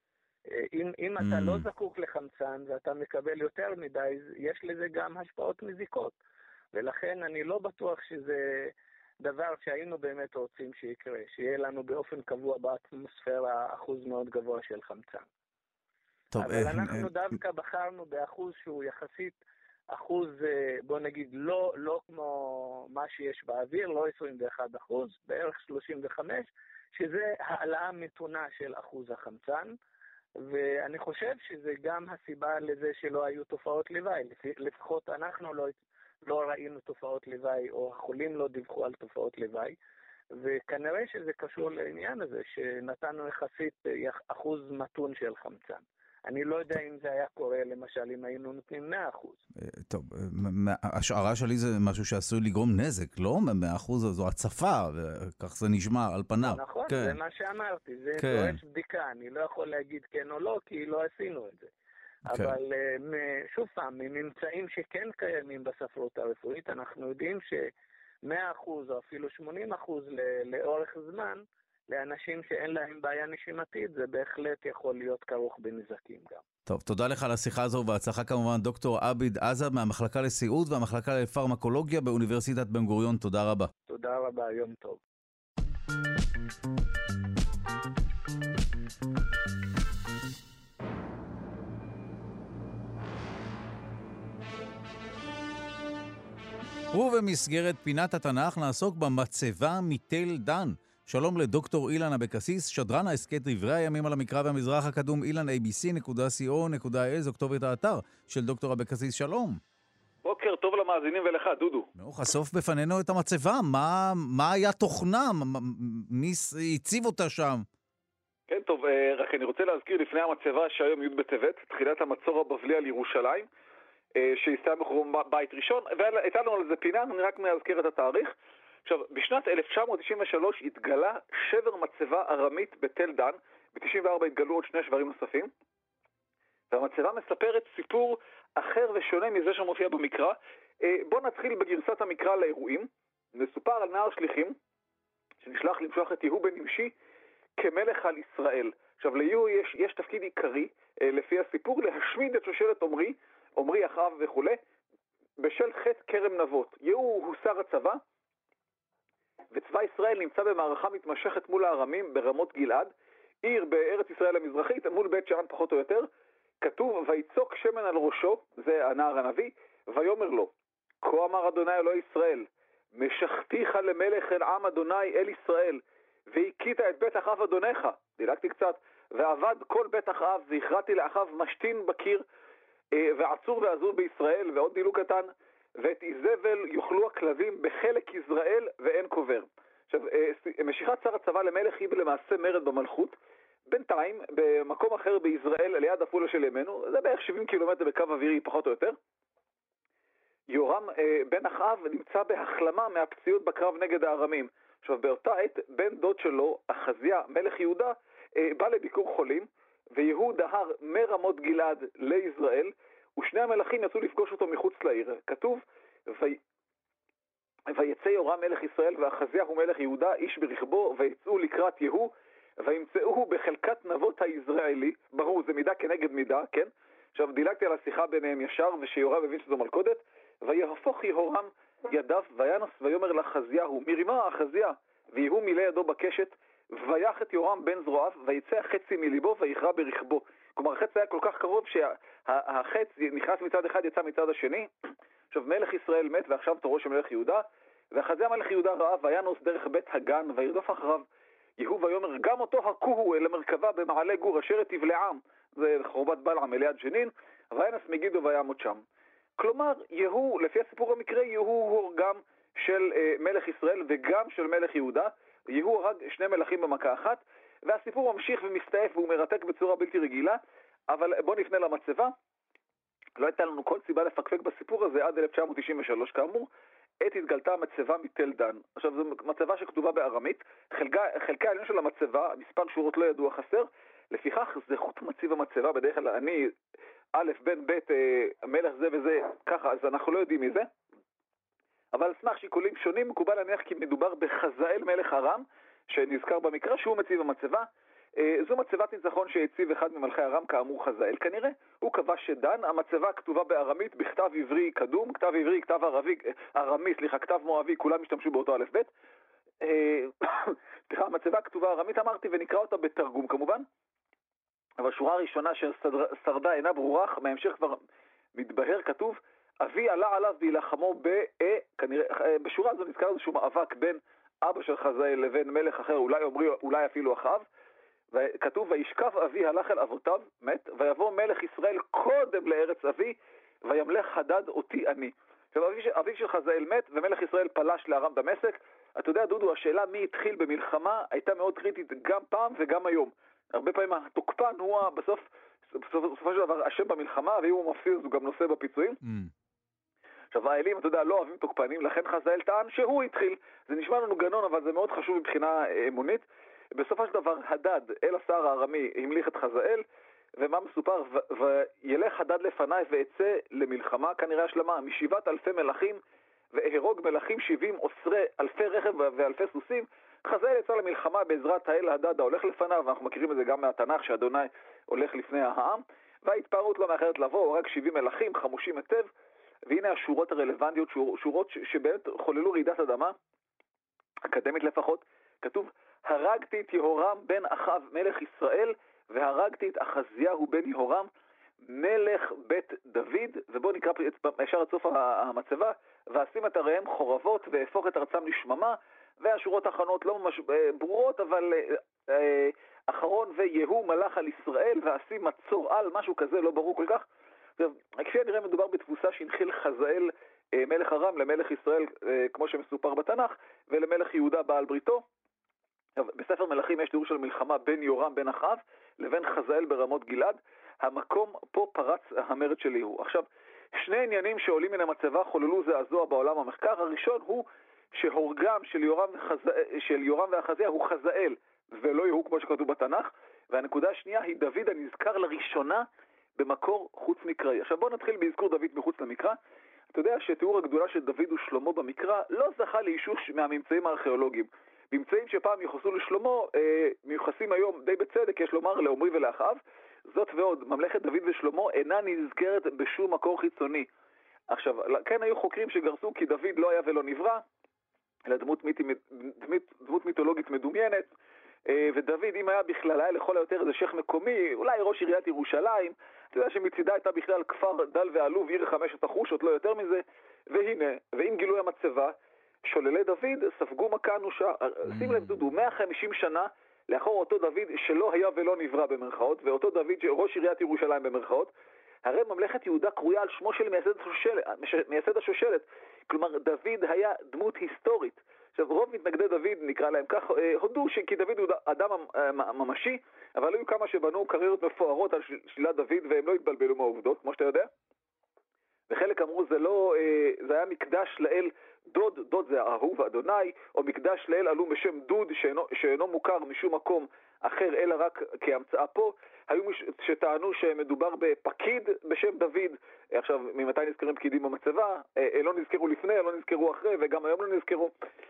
אם, אם אתה לא זקוק לחמצן ואתה מקבל יותר מדי, יש לזה גם השפעות מזיקות. ולכן אני לא בטוח שזה דבר שהיינו באמת רוצים שיקרה, שיהיה לנו באופן קבוע באטמוספירה אחוז מאוד גבוה של חמצן. טוב, אבל אה, אנחנו אה, דווקא בחרנו באחוז שהוא יחסית אחוז, בוא נגיד, לא, לא כמו מה שיש באוויר, לא עשרים ואחד אחוז, בערך שלושים וחמש, שזה העלאה מתונה של אחוז החמצן, ואני חושב שזה גם הסיבה לזה שלא היו תופעות לוואי. לפחות אנחנו לא, לא ראינו תופעות לוואי, או החולים לא דיווחו על תופעות לוואי, וכנראה שזה קשור לעניין הזה, שנתנו יחסית אחוז מתון של חמצן. אני לא יודע אם זה היה קורה, למשל, אם היינו נותנים מאה אחוז. טוב, השערה שלי זה משהו שעשוי לגרום נזק, לא? מאה אחוז זו הצפה, וכך זה נשמע על פניו. נכון, זה מה שאמרתי, זה דורש בדיקה, אני לא יכול להגיד כן או לא, כי לא עשינו את זה. אבל שוב פעם, מממצאים שכן קיימים בספרות הרפואית, אנחנו יודעים ש-מאה אחוז או אפילו שמונים אחוז לאורך זמן, לאנשים שאין להם בעיה נשימתית, זה בהחלט יכול להיות כרוך בנזקים גם. טוב, תודה לך על השיחה הזו, והצלחה כמובן דוקטור עביד עזב מהמחלקה לסיעוד והמחלקה לפרמקולוגיה באוניברסיטת בן גוריון. תודה רבה. תודה רבה, יום טוב. ובמסגרת פינת התנ"ך נעסוק במצבה מתל דן. שלום לדוקטור אילן אבקסיס, שדרן העסקת דברי הימים על המקרא והמזרח הקדום, אילן איי בי סי נקודה סי או נקודה איי אל, זו כתובת האתר של דוקטור אבקסיס. שלום. בוקר טוב למאזינים ולך, דודו. נו, חשוף בפנינו את המצבה, מה, מה היה תוכנה, מי הציב אותה שם? כן, טוב, רק אני רוצה להזכיר לפני המצבה שהיום י' בטבת, תחילת המצור הבבלי על ירושלים, שהסתיים בחורבן בית ראשון, והייתה לנו על זה פינה, אני רק מאזכר את התאריך. עכשיו, בשנת אלף תשע מאות תשעים ושלוש התגלה שבר מצבה ארמית בתל דן, ב-תשעים וארבע התגלו עוד שני שברים נוספים, והמצבה מספרת סיפור אחר ושונה מזה שמופיע במקרא. בואו נתחיל בגרסת המקרא לאירועים. מסופר על נער שליחים, שנשלח למשוח את יהוא בן נמשי כמלך על ישראל. עכשיו, ליהוא יש, יש תפקיד עיקרי, לפי הסיפור, להשמיד את שושלת עומרי, עומרי אחאב וכו', בשל חטא כרם נבות. יהוא הוא שר הצבא, וצבא ישראל נמצא במערכה מתמשכת מול הארמים ברמות גלעד, עיר בארץ ישראל המזרחית, מול בית שאן פחות או יותר. כתוב, ויצוק שמן על ראשו, זה הנער הנביא, ויאמר לו, כה אמר אדוני אלוהי ישראל, משכתיך למלך אל עם אדוני אל ישראל, והכית את בית אחאב אדונך, דילגתי קצת, ועבד כל בית אחאב, והכרעתי לאחאב משתין בקיר, ועצור ועזור בישראל, ועוד דילוג קטן, ואת איזבל יאכלו הכלבים בחלק ישראל ואין קובר. עכשיו, משיכת שר הצבא למלך היא למעשה מרד במלכות. בינתיים, במקום אחר בישראל, ליד עפולה של ימינו, זה בערך שבעים קילומטר בקו אווירי פחות או יותר, יורם בן אחאב נמצא בהחלמה מהפציעות בקרב נגד הארמים. עכשיו, באותה עת, בן דוד שלו, אחזיה, מלך יהודה, בא לביקור חולים, ויהוא דהר מרמות גלעד לישראל, ושני המלכים יצאו לפגוש אותו מחוץ לעיר. כתוב, וי... ויצא יורם מלך ישראל ואחזיה הוא מלך יהודה, איש ברכבו, ויצאו לקראת יהוא, וימצאוהו בחלקת נבות היזרעאלי. ברור, זה מידה כנגד מידה, כן? עכשיו, דילגתי על השיחה ביניהם ישר, ושיורם הבין שזו מלכודת, ויהפוך יהורם ידיו, וינוס ויאמר לאחזיהו, מרימה אחזיה, ויהוא מילא ידו בקשת, ויח את יורם בן זרועיו, ויצא החצי מליבו ויכרע ברכבו. כלומר, החץ היה כל כך קרוב שהחץ נכנס מצד אחד, יצא מצד השני. עכשיו, מלך ישראל מת, ועכשיו תורו של מלך יהודה, ואחזיה מלך יהודה ראה, וינוס דרך בית הגן, וירדוף אחריו. יהוא ויאמר, גם אותו הכוהו אל המרכבה במעלה גור, אשר את תבלעם, זה חורבת בלעם אליד ג'נין, וינס מגידו וימות שם. כלומר, יהוא, לפי הסיפור המקרה, יהוא הוא גם של אה, מלך ישראל וגם של מלך יהודה. יהוא הרג שני מלכים במכה אחת, והסיפור ממשיך ומסתעף והוא מרתק בצורה בלתי רגילה. אבל בוא נפנה למצבה. לא הייתה לנו כל סיבה לפקפק בסיפור הזה עד אלף תשע מאות תשעים ושלוש, כאמור, עת התגלתה המצבה מתל דן. עכשיו, זו מצבה שכתובה בארמית, חלקה העליון של המצבה, מספר שורות לא ידוע חסר, לפיכך זכות מציב המצבה, בדרך כלל אני, א', בן, ב', מלך זה וזה, ככה, אז אנחנו לא יודעים מזה, אבל על סמך שיקולים שונים, מקובל להניח כי מדובר בחזאל מלך ארם, שנזכר במקרא שהוא מציב המצבה. זו מצבת ניצחון שהציב אחד ממלכי ארם, כאמור חזאל כנראה. הוא כבש שדן, המצבה כתובה בארמית בכתב עברי קדום, כתב עברי, כתב ערבי, ארמי, סליחה, כתב מואבי, כולם השתמשו באותו א' ב'. סליחה, המצבה כתובה ארמית, אמרתי, ונקרא אותה בתרגום כמובן. אבל שורה הראשונה ששרדה אינה ברורה, מהמשך כבר מתבהר, כתוב, אבי עלה עליו בהילחמו באה, כנראה, בשורה הזו נזכר איזשהו מאבק בין אבא של חזאל לבין מלך אחר, אולי עומרי, אולי אפילו אחאב, וכתוב, וישכב אבי הלך אל אבותיו, מת, ויבוא מלך ישראל קודם לארץ אבי, וימלך חדד אותי אני. עכשיו, אבי של חזאל מת, ומלך ישראל פלש לארם דמשק. אתה יודע, דודו, השאלה מי התחיל במלחמה הייתה מאוד קריטית גם פעם וגם היום. הרבה פעמים התוקפן הוא בסוף, בסופו של דבר אשם במלחמה, ואם הוא מפסיד אז הוא גם נושא בפיצויים. Mm. עכשיו, האלים, אתה יודע, לא אוהבים תוקפנים, לכן חזאל טען שהוא התחיל. זה נשמע לנו גנון, אבל זה מאוד חשוב מבחינה אמונית. בסופו של דבר, הדד, אל השר הארמי, המליך את חזאל, ומה מסופר? וילך הדד לפניי ואצא למלחמה, כנראה השלמה, משבעת אלפי מלכים, והרוג מלכים שבעים, אוסרי אלפי רכב ואלפי סוסים. חזאל יצא למלחמה בעזרת האל הדד ההולך לפניו, ואנחנו מכירים את זה גם מהתנ"ך, שאדוני הולך לפני העם, וההתפארות לא מאחרת לבוא, רק שבעים מלכים, חמושים היטב, והנה השורות הרלוונטיות, שורות שבאמת חוללו רעידת אדמה, אקדמית לפחות. כתוב, הרגתי את יהורם בן אחאב מלך ישראל, והרגתי את אחזיהו בן יהורם מלך בית דוד. ובואו נקרא ישר עד סוף המצבה, ואשים את עריהם חורבות והפוך את ארצם לשממה. והשורות האחרונות לא ממש ברורות, אבל אה, אחרון, ויהוא מלך על ישראל ואשים מצור על, משהו כזה לא ברור כל כך. כפי הנראה מדובר בתבוסה שהנחיל חזאל אה, מלך ארם למלך ישראל, אה, כמו שמסופר בתנ"ך, ולמלך יהודה בעל בריתו. בספר מלכים יש תיאור של מלחמה בין יורם בן אחאב לבין חזאל ברמות גלעד. המקום פה פרץ המרד של יהוא. עכשיו, שני עניינים שעולים מן המצבה חוללו זעזוע בעולם המחקר. הראשון הוא שהורגם של יורם, וחז... של יורם והחזיה הוא חזאל ולא יהוא כמו שכתוב בתנ"ך. והנקודה השנייה היא דוד הנזכר לראשונה במקור חוץ מקראי. עכשיו בואו נתחיל באזכור דוד מחוץ למקרא. אתה יודע שתיאור הגדולה של דוד ושלמה במקרא לא זכה לאישוש מהממצאים הארכיאולוגיים. ממצאים שפעם יוחסו לשלמה אה, מיוחסים היום די בצדק, יש לומר, לעומרי ולאחאב. זאת ועוד, ממלכת דוד ושלמה אינה נזכרת בשום מקור חיצוני. עכשיו, כן היו חוקרים שגרסו כי דוד לא היה ולא נברא, אלא דמות, מיתי, דמות, דמות מיתולוגית מדומיינת, ודוד, אם היה בכלל, היה לכל היותר איזה שייך מקומי, אולי ראש עיריית ירושלים, אתה יודע שמצידה הייתה בכלל כפר דל ועלוב, עיר חמשת החושות, לא יותר מזה, והנה, ועם גילוי המצבה, שוללי דוד ספגו מכה אנושה. שים לב, דודו, מאה וחמישים שנה לאחור אותו דוד שלא היה ולא נברא במרכאות, ואותו דוד ראש עיריית ירושלים במרכאות, הרי ממלכת יהודה קרויה על שמו של מייסד השושלת, מייסד השושלת. כלומר, דוד היה דמות היסטורית. עכשיו, רוב מתנגדי דוד, נקרא להם כך, הודו כי דוד הוא אדם ממשי, אבל היו כמה שבנו קריירות מפוארות על שלילת דוד, והם לא התבלבלו מהעובדות, כמו שאתה יודע. וחלק אמרו, זה לא, זה היה מקדש לאל דוד, דוד זה אהוב אדוני, או מקדש לאל עלום בשם דוד, שאינו, שאינו מוכר משום מקום אחר, אלא רק כהמצאה פה. היו שטענו שמדובר בפקיד בשם דוד. עכשיו, ממתי נזכרים פקידים במצבה? לא נזכרו לפני, לא נזכרו אחרי, וגם היום לא נזכרו.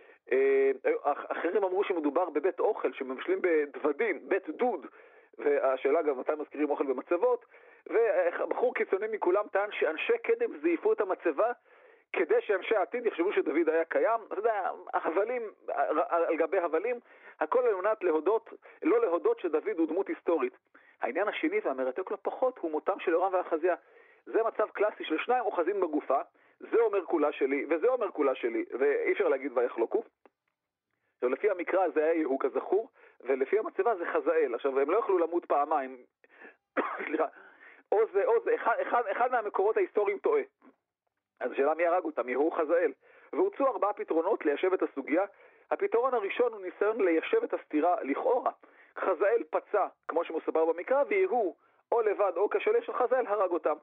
אחרים אמרו שמדובר בבית אוכל, שממשלים בדוודים, בית דוד, והשאלה גם מתי מזכירים אוכל במצבות, ובחור קיצוני מכולם טען שאנשי קדם זייפו את המצבה, כדי שאנשי העתיד יחשבו שדוד היה קיים. אתה יודע, הבלים, על גבי הבלים, הכל על מנת להודות, לא להודות שדוד הוא דמות היסטורית. העניין השני והמרתק לא פחות הוא מותם של יורם והחזיה. זה מצב קלאסי של שניים אוחזים בגופה, זה אומר כולה שלי וזה אומר כולה שלי, ואי אפשר להגיד ויחלוקו. עכשיו, לפי המקרא זה היה יהוא כזכור, ולפי המצבה זה חזאל. עכשיו, הם לא יכלו למות פעמיים. סליחה. או זה, או זה, אחד, אחד, אחד מהמקורות ההיסטוריים טועה. אז השאלה מי הרג אותם, יהוא חזאל. והוצאו ארבעה פתרונות ליישב את הסוגיה. הפתרון הראשון הוא ניסיון ליישב את הסתירה לכאורה. חזאל פצע, כמו שמוסבר במקרא, ויהוא או לבד או כשלה של חזאל הרג אותם.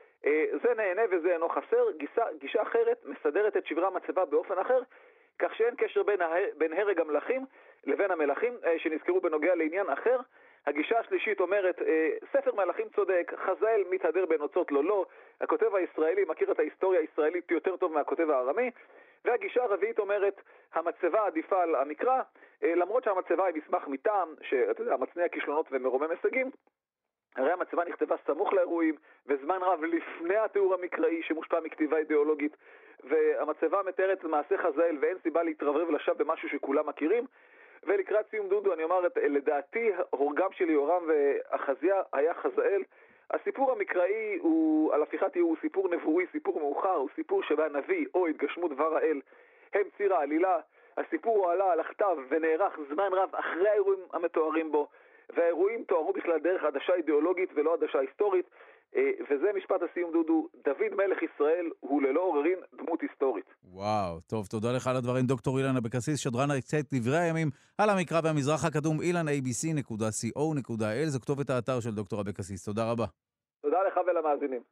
זה נהנה וזה אינו חסר. גישה, גישה אחרת מסדרת את שברי המצבה באופן אחר, כך שאין קשר בין, בין הרג המלכים לבין המלכים שנזכרו בנוגע לעניין אחר. הגישה השלישית אומרת, ספר מלכים צודק, חזאל מתהדר בנוצות לא לא, הכותב הישראלי מכיר את ההיסטוריה הישראלית יותר טוב מהכותב הארמי. והגישה הרביעית אומרת, המצבה עדיפה על המקרא, למרות שהמצבה היא מסמך מטעם, שאתה יודע, מצניע כישלונות ומרומם הישגים. הרי המצבה נכתבה סמוך לאירועים, וזמן רב לפני התיאור המקראי שמושפע מכתיבה אידיאולוגית, והמצבה מתארת מעשה חזאל, ואין סיבה להתרברב לשווא במשהו שכולם מכירים. ולקראת סיום דודו אני אומר, לדעתי הורגם של יורם והחזיה היה חזאל. הסיפור המקראי הוא, על הפיכת יהוא, הוא סיפור נבואי, סיפור מאוחר, הוא סיפור שבה נביא או התגשמות דבר האל הם ציר העלילה. הסיפור הוא עלה על הכתב ונערך זמן רב אחרי האירועים המתוארים בו, והאירועים תוארו בכלל דרך עדשה אידיאולוגית ולא עדשה היסטורית. וזה משפט הסיום דודו, דוד מלך ישראל הוא ללא עוררין דמות היסטורית. וואו, טוב, תודה לך על הדברים דוקטור אילן אבקסיס, שדרן הרצאת דברי הימים על המקרא והמזרח הקדום, אילן איי בי סי נקודה סי או נקודה איי אל, זו כתובת האתר של דוקטור אבקסיס. תודה רבה. תודה לך ולמאזינים.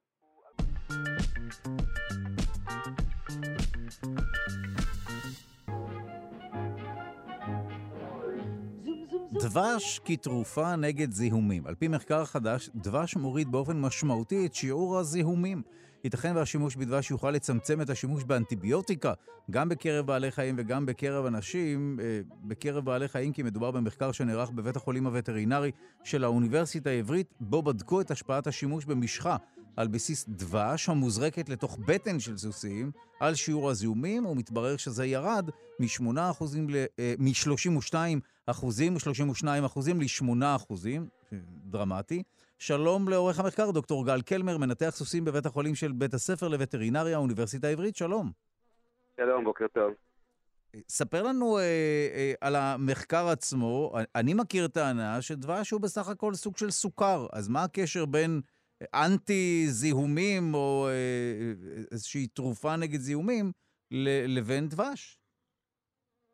דבש כתרופה נגד זיהומים. על פי מחקר חדש, דבש מוריד באופן משמעותי את שיעור הזיהומים. ייתכן והשימוש בדבש יוכל לצמצם את השימוש באנטיביוטיקה, גם בקרב בעלי חיים וגם בקרב אנשים. בקרב בעלי חיים, כי מדובר במחקר שנערך בבית החולים הווטרינרי של האוניברסיטה העברית, בו בדקו את השפעת השימוש במשחה על בסיס דבש המוזרקת לתוך בטן של סוסים על שיעור הזיהומים, ומתברר שזה ירד מ-שמונה אחוזים מ-שלושים ושניים אחוזים ו-שלושים ושניים אחוזים ל-שמונה אחוזים, דרמטי. שלום לעורך המחקר, דוקטור גל קלמר, מנתח סוסים בבית החולים של בית הספר לווטרינריה, האוניברסיטה העברית. שלום. שלום, בוקר טוב. ספר לנו אה, אה, על המחקר עצמו. אני מכיר טענה שדבש הוא בסך הכל סוג של סוכר, אז מה הקשר בין אנטי זיהומים או אה, איזושהי תרופה נגד זיהומים לבין דבש?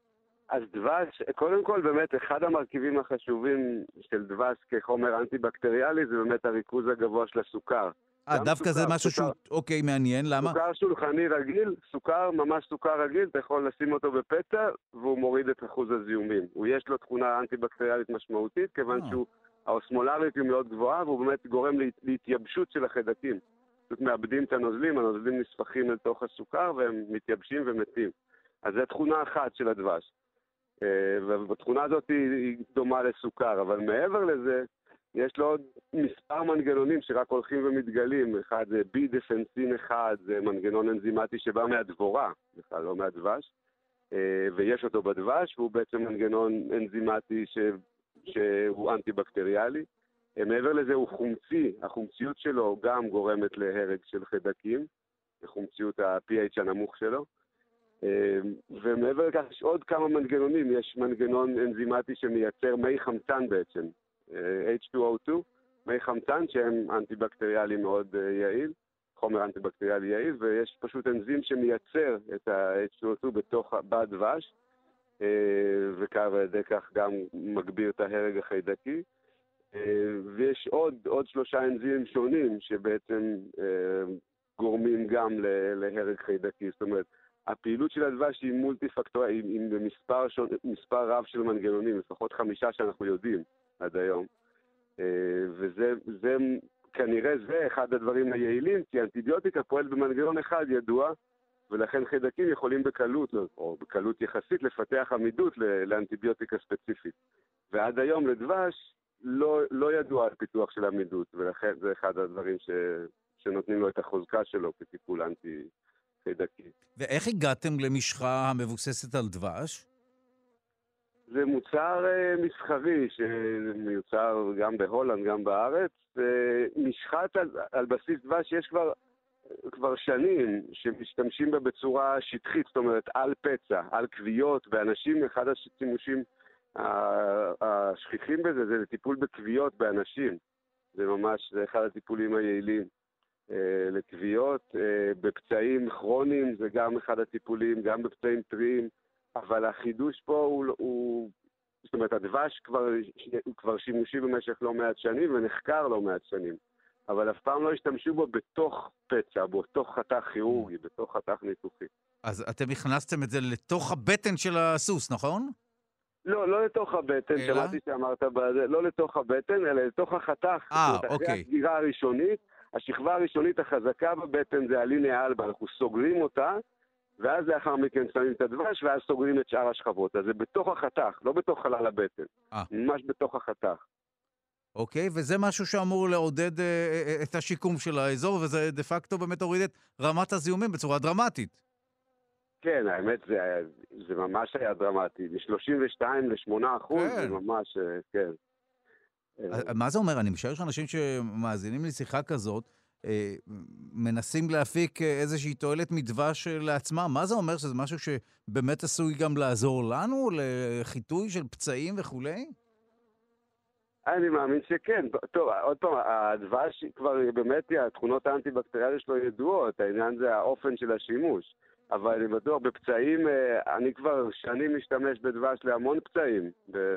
אז דבש, קודם כל באמת אחד המרכיבים החשובים של דבש כחומר אנטי-בקטריאלי זה באמת הריכוז הגבוה של הסוכר. אה, דווקא זה משהו שהוא, אוקיי, מעניין, למה? סוכר שולחני רגיל, סוכר, ממש סוכר רגיל, אתה יכול לשים אותו בפצע והוא מוריד את אחוז הזיהומים. הוא יש לו תכונה אנטי-בקטריאלית משמעותית, כיוון שהוא, האוסמולריות היא מאוד גבוהה והוא באמת גורם להתייבשות של החיידקים. פשוט מאבדים את הנוזלים, הנוזלים נספחים אל תוך הסוכר והם מתייבשים ומתים. אז זו תכונה אחת של הדבש. והתכונה הזאת היא דומה לסוכר, אבל מעבר לזה, יש לו עוד מספר מנגנונים שרק הולכים ומתגלים. אחד זה בי דפנסין אחד, זה מנגנון אנזימטי שבא מהדבורה, בכלל לא מהדבש, ויש אותו בדבש, והוא בעצם מנגנון אנזימטי ש... שהוא אנטי-בקטריאלי. מעבר לזה הוא חומצי, החומציות שלו גם גורמת להרג של חיידקים, החומציות ה-פי אייץ' הנמוך שלו. ומעבר לכך יש עוד כמה מנגנונים, יש מנגנון אנזימטי שמייצר מי חמצן בעצם, אייץ' טו או טו, מי חמצן שהם אנטי-בקטריאלי מאוד יעיל, חומר אנטי-בקטריאלי יעיל, ויש פשוט אנזים שמייצר את ה-אייץ' טו או טו בתוך בדבש, וכך ועדי כך גם מגביר את ההרג החיידקי. ויש עוד, עוד שלושה אנזים שונים שבעצם גורמים גם להרג חיידקי. זאת אומרת, הפעילות של הדבש היא מולטי-פקטורית, עם מספר, מספר רב של מנגנונים, לפחות חמישה שאנחנו יודעים עד היום. וזה, זה, כנראה זה אחד הדברים היעילים, כי אנטיביוטיקה פועלת במנגנון אחד ידוע, ולכן חיידקים יכולים בקלות, או בקלות יחסית, לפתח עמידות לאנטיביוטיקה ספציפית. ועד היום לדבש לא, לא ידוע על פיתוח של עמידות, ולכן זה אחד הדברים ש, שנותנים לו את החוזקה שלו כטיפול אנטי חיידקי. ואיך הגעתם למשחה המבוססת על דבש? זה מוצר uh, מסחרי שמיוצר גם בהולנד, גם בארץ. Uh, משחת על, על בסיס דבש יש כבר, כבר שנים שמשתמשים בה בצורה שטחית, זאת אומרת על פצע, על כוויות, באנשים. אחד השימושים השכיחים בזה זה לטיפול בכוויות באנשים. זה ממש זה אחד הטיפולים היעילים. לכוויות, בפצעים כרוניים זה גם אחד הטיפולים, גם בפצעים טריים, אבל החידוש פה הוא, הוא זאת אומרת, הדבש כבר, הוא כבר שימושי במשך לא מעט שנים ונחקר לא מעט שנים, אבל אף פעם לא השתמשו בו בתוך פצע, בתוך חתך כירורגי, בתוך חתך ניתוחי. אז אתם הכנסתם את זה לתוך הבטן של הסוס, נכון? לא, לא לתוך הבטן, שמעתי שאמרת בזה, לא לתוך הבטן, אלא לתוך החתך. אה, אוקיי. אחרי הסגירה הראשונית, השכבה הראשונית החזקה בבטן זה הליניה אלבה, אנחנו סוגרים אותה, ואז לאחר מכן שמים את הדבש, ואז סוגרים את שאר השכבות. אז זה בתוך החתך, לא בתוך חלל הבטן, 아. ממש בתוך החתך. אוקיי, וזה משהו שאמור לעודד אה, את השיקום של האזור, וזה דה פקטו באמת הוריד את רמת הזיהומים בצורה דרמטית. כן, האמת זה, זה ממש היה דרמטי, מ-שלושים ושתיים לשמונה אחוז, כן. זה ממש, כן. מה זה אומר? אני משער שאנשים שמאזינים לשיחה כזאת, מנסים להפיק איזושהי תועלת מדבש לעצמם. מה זה אומר? שזה משהו שבאמת עשוי גם לעזור לנו, לחיטוי של פצעים וכולי? אני מאמין שכן. טוב, עוד פעם, הדבש כבר באמת, התכונות האנטי-בקטריאליות שלו ידועות, העניין זה האופן של השימוש. אבל אני בטוח, בפצעים, אני כבר שנים משתמש בדבש להמון פצעים,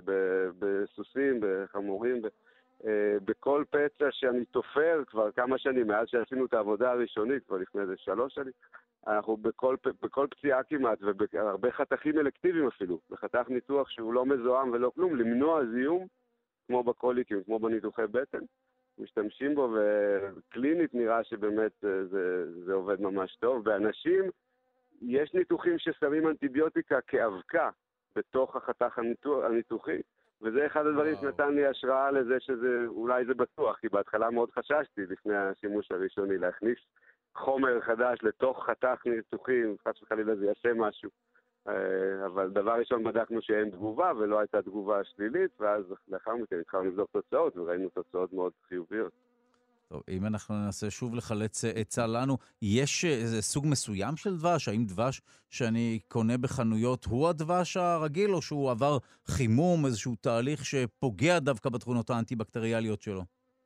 בסוסים, בחמורים, בכל פצע שאני תופר כבר כמה שנים, מאז שעשינו את העבודה הראשונית, כבר לפני איזה שלוש שנים, אנחנו בכל, בכל פציעה כמעט, ובהרבה חתכים אלקטיביים אפילו, בחתך ניתוח שהוא לא מזוהם ולא כלום, למנוע זיהום, כמו בקוליקים, כמו בניתוחי בטן, משתמשים בו, וקלינית נראה שבאמת זה, זה עובד ממש טוב. באנשים, יש ניתוחים ששמים אנטיביוטיקה כאבקה בתוך החתך הניתוח, הניתוחי, וזה אחד הדברים וואו. שנתן לי השראה לזה שזה, אולי זה בטוח, כי בהתחלה מאוד חששתי לפני השימוש הראשוני להכניס חומר חדש לתוך חתך ניתוחי, חס וחלילה זה יעשה משהו. אבל דבר ראשון בדקנו שאין תגובה ולא הייתה תגובה שלילית, ואז לאחר מכן התחלנו לבדוק תוצאות וראינו תוצאות מאוד חיוביות. טוב, אם אנחנו ננסה שוב לחלץ עצה לנו, יש איזה סוג מסוים של דבש? האם דבש שאני קונה בחנויות הוא הדבש הרגיל, או שהוא עבר חימום, איזשהו תהליך שפוגע דווקא בתכונות האנטי-בקטריאליות שלו?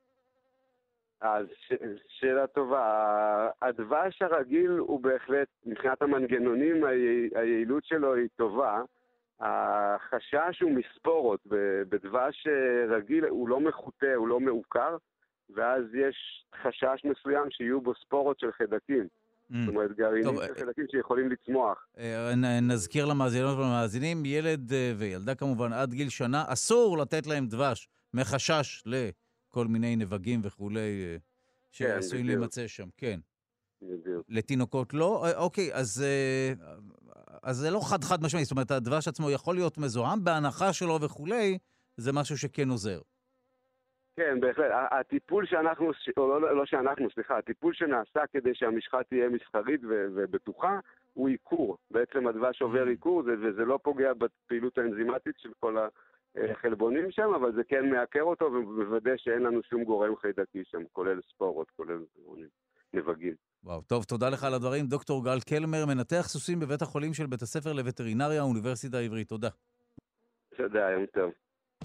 אז ש... שאלה טובה. הדבש הרגיל הוא בהחלט, מבחינת המנגנונים, היעילות שלו היא טובה, החשש הוא מספורות. בדבש רגיל הוא לא מחוטא, הוא לא מעוקר, ואז יש חשש מסוים שיהיו בו ספורות של חיידקים. זאת אומרת, גרעינים של חיידקים שיכולים לצמוח. נזכיר למאזינות ולמאזינים, ילד וילדה כמובן עד גיל שנה, אסור לתת להם דבש מחשש לכל מיני נבגים וכולי שעשויים להימצא שם. כן. לתינוקות לא? אוקיי, אז זה לא חד חד משמעי. זאת אומרת, הדבש עצמו יכול להיות מזוהם, בהנחה שלו וכולי, זה משהו שכן עוזר. כן, בהחלט. הטיפול שאנחנו, או לא, לא שאנחנו, סליחה, הטיפול שנעשה כדי שהמשחה תהיה מסחרית ו- ובטוחה, הוא עיקור. בעצם הדבש עובר עיקור, זה, וזה לא פוגע בפעילות האנזימטית של כל החלבונים שם, אבל זה כן מעקר אותו ומוודא שאין לנו שום גורם חיידקי שם, כולל ספורות, כולל נבגים. וואו, טוב, תודה לך על הדברים. דוקטור גל קלמר, מנתח סוסים בבית החולים של בית הספר לווטרינריה, האוניברסיטה העברית. תודה. תודה, יום טוב.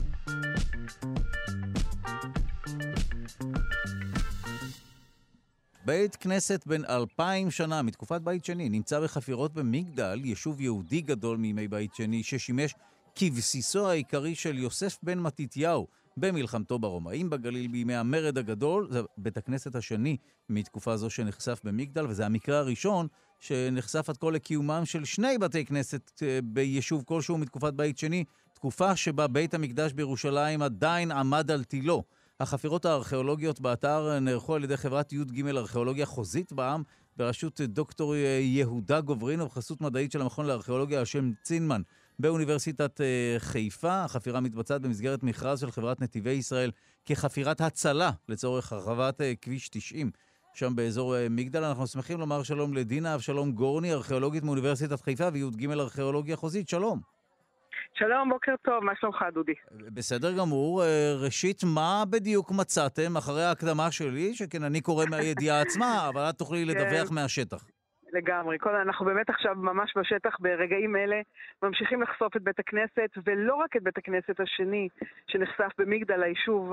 בית כנסת בן אלפיים שנה, מתקופת בית שני, נמצא בחפירות במגדל, יישוב יהודי גדול מימי בית שני, ששימש כבסיסו העיקרי של יוסף בן מתתיהו במלחמתו ברומאים בגליל בימי המרד הגדול. זה בית הכנסת השני מתקופה זו שנחשף במגדל, וזה המקרה הראשון שנחשף עד כה לקיומם של שני בתי כנסת ביישוב כלשהו מתקופת בית שני, תקופה שבה בית המקדש בירושלים עדיין עמד על תילו. החפירות הארכיאולוגיות באתר נערכו על ידי חברת י' ג' ארכיאולוגיה חוזית בעם, בראשות דוקטור יהודה גוברין, ובחסות מדעית של המכון לארכיאולוגיה השם צינמן באוניברסיטת חיפה. החפירה מתבצעת במסגרת מכרז של חברת נתיבי ישראל כחפירת הצלה לצורך הרחבת כביש תשעים שם באזור מגדל. אנחנו שמחים לומר שלום לדינה אבשלום גורני, ארכיאולוגית מאוניברסיטת חיפה וי' ג' ארכיאולוגיה חוזית. שלום. שלום, בוקר טוב, מה שלומך דודי? בסדר גמור. ראשית, מה בדיוק מצאתם אחרי ההקדמה שלי, שכן אני קורא מהידיעה עצמה, אבל את תוכלי לדווח מהשטח. לגמרי. אנחנו באמת עכשיו ממש בשטח ברגעים אלה ממשיכים לחשוף את בית הכנסת, ולא רק את בית הכנסת השני שנחשף במגדל, היישוב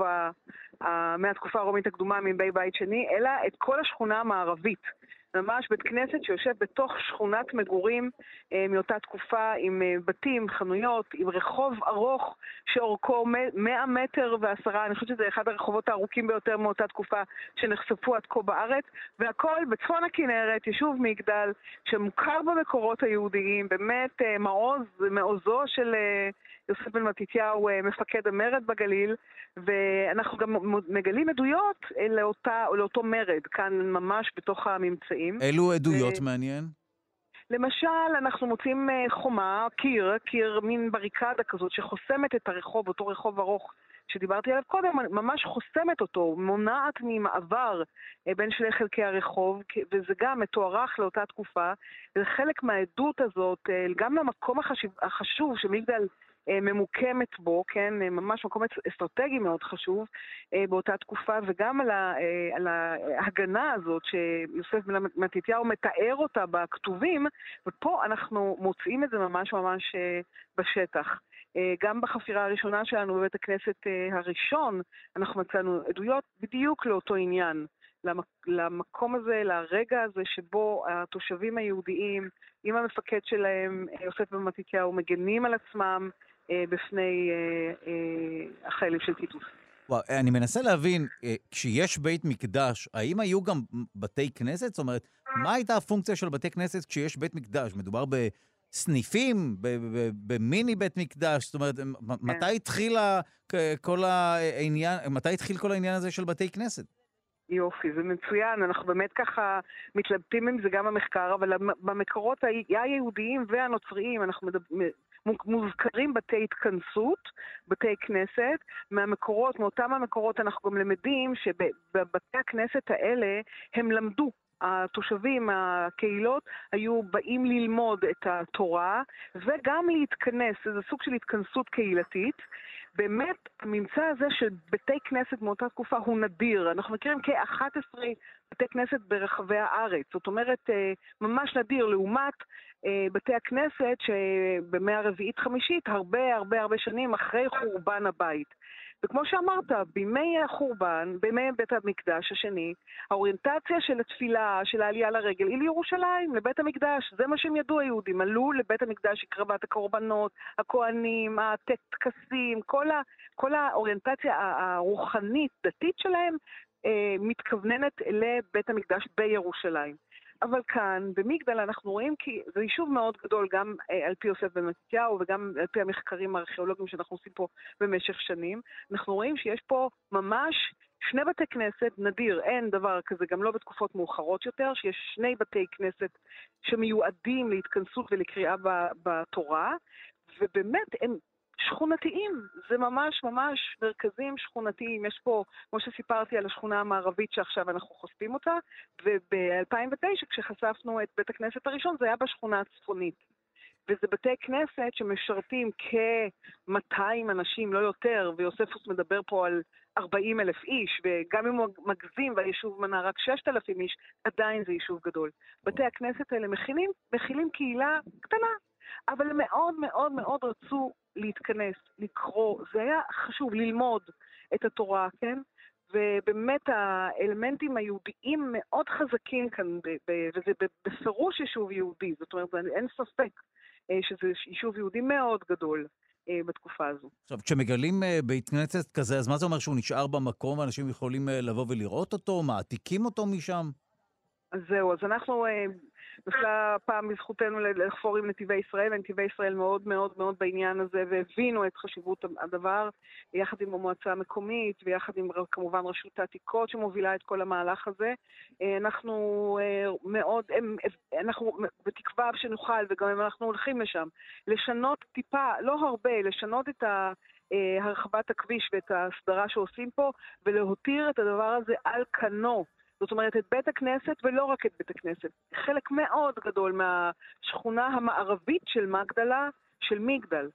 מהתקופה הרומית הקדומה מבית בית שני, אלא את כל השכונה המערבית. ממש בית כנסת שיושב בתוך שכונת מגורים אה, מאותה תקופה, עם אה, בתים, חנויות, עם רחוב ארוך שאורכו מאה מטר ועשרה, אני חושבת שזה אחד הרחובות הארוכים ביותר מאותה תקופה שנחשפו עד כה בארץ, והכל בצפון הכנרת, יישוב מגדל, שמוכר במקורות היהודיים, באמת אה, מעוז, מעוזו של אה, יוסף בן מתתיהו, אה, מפקד המרד בגליל, ואנחנו גם מגלים עדויות לאותה, לאותו מרד, כאן ממש בתוך הממצאים. אילו עדויות ו... מעניין? למשל, אנחנו מוצאים חומה, קיר, קיר מין בריקדה כזאת שחוסמת את הרחוב, אותו רחוב ארוך שדיברתי עליו קודם, ממש חוסמת אותו, מונעת ממעבר בין שני חלקי הרחוב, וזה גם מתוארך לאותה תקופה, וזה חלק מהעדות הזאת, גם למקום החשוב, החשוב שמגדל ממוקמת בו, כן, ממש מקום אסטרטגי מאוד חשוב באותה תקופה, וגם על, ה, על ההגנה הזאת שיוסף בן מתתיהו מתאר אותה בכתובים, ופה אנחנו מוצאים את זה ממש ממש בשטח. גם בחפירה הראשונה שלנו בבית הכנסת הראשון, אנחנו מצאנו עדויות בדיוק לאותו עניין, למקום הזה, לרגע הזה שבו התושבים היהודיים, עם המפקד שלהם, יוסף בן מתתיהו, מגנים על עצמם, בפני החיילים של טיטוס. וואו, אני מנסה להבין, כשיש בית מקדש, האם היו גם בתי כנסת? זאת אומרת, מה הייתה הפונקציה של בתי כנסת כשיש בית מקדש? מדובר בסניפים, במיני בית מקדש? זאת אומרת, מתי התחילה כל העניין, מתי התחיל כל העניין הזה של בתי כנסת? יופי, זה מצוין, אנחנו באמת ככה מתלבטים עם זה גם במחקר, אבל במקורות היהודיים והנוצריים אנחנו מדברים, מוזכרים בתי התכנסות, בתי כנסת, מהמקורות, מאותם המקורות אנחנו גם למדים שבבתי הכנסת האלה הם למדו, התושבים, הקהילות, היו באים ללמוד את התורה וגם להתכנס, זה סוג של התכנסות קהילתית. באמת, הממצא הזה של בתי כנסת מאותה תקופה הוא נדיר. אנחנו מכירים כ-אחת עשרה בתי כנסת ברחבי הארץ. זאת אומרת, ממש נדיר לעומת בתי הכנסת שבמאה הרביעית חמישית, הרבה הרבה הרבה שנים אחרי חורבן הבית. וכמו שאמרת, בימי החורבן, בימי בית המקדש השני, האוריינטציה של התפילה, של העלייה לרגל, היא לירושלים, לבית המקדש. זה מה שהם ידעו היהודים. עלו לבית המקדש, הקרבת הקורבנות, הכהנים, הטקסים, כל, ה, כל האוריינטציה הרוחנית, דתית שלהם, אה, מתכווננת לבית המקדש בירושלים. אבל כאן, במגדל, אנחנו רואים כי זה יישוב מאוד גדול, גם אה, על פי יוסף בן מתתיהו וגם על פי המחקרים הארכיאולוגיים שאנחנו עושים פה במשך שנים. אנחנו רואים שיש פה ממש שני בתי כנסת, נדיר, אין דבר כזה, גם לא בתקופות מאוחרות יותר, שיש שני בתי כנסת שמיועדים להתכנסות ולקריאה בתורה, ובאמת הם שכונתיים, זה ממש ממש מרכזים שכונתיים. יש פה, כמו שסיפרתי על השכונה המערבית שעכשיו אנחנו חושפים אותה, וב-אלפיים ותשע כשחשפנו את בית הכנסת הראשון זה היה בשכונה הצפונית. וזה בתי כנסת שמשרתים כ-מאתיים אנשים, לא יותר, ויוספוס מדבר פה על ארבעים אלף איש, וגם אם הוא מגזים והיישוב מנה רק שישת אלפים איש, עדיין זה יישוב גדול. בתי הכנסת האלה מכילים, מכילים קהילה קטנה, אבל הם מאוד מאוד מאוד רצו להתכנס, לקרוא, זה היה חשוב ללמוד את התורה, כן? ובאמת האלמנטים היהודיים מאוד חזקים כאן, וזה בפירוש יישוב יהודי, זאת אומרת, אין ספק שזה יישוב יהודי מאוד גדול בתקופה הזו. עכשיו, כשמגלים בית כנסת כזה, אז מה זה אומר שהוא נשאר במקום ואנשים יכולים לבוא ולראות אותו? מעתיקים אותו משם? אז זהו, אז אנחנו נפלה פעם בזכותנו לחפור עם נתיבי ישראל, ונתיבי ישראל מאוד מאוד מאוד בעניין הזה, והבינו את חשיבות הדבר, יחד עם המועצה המקומית, ויחד עם כמובן רשות העתיקות שמובילה את כל המהלך הזה. אנחנו מאוד, אנחנו בתקווה שנוכל, וגם אם אנחנו הולכים לשם, לשנות טיפה, לא הרבה, לשנות את ה... הרחבת הכביש ואת הסדרה שעושים פה, ולהותיר את הדבר הזה על כנו. זאת אומרת, את בית הכנסת ולא רק את בית הכנסת. חלק מאוד גדול מהשכונה המערבית של מגדלה, של מגדל,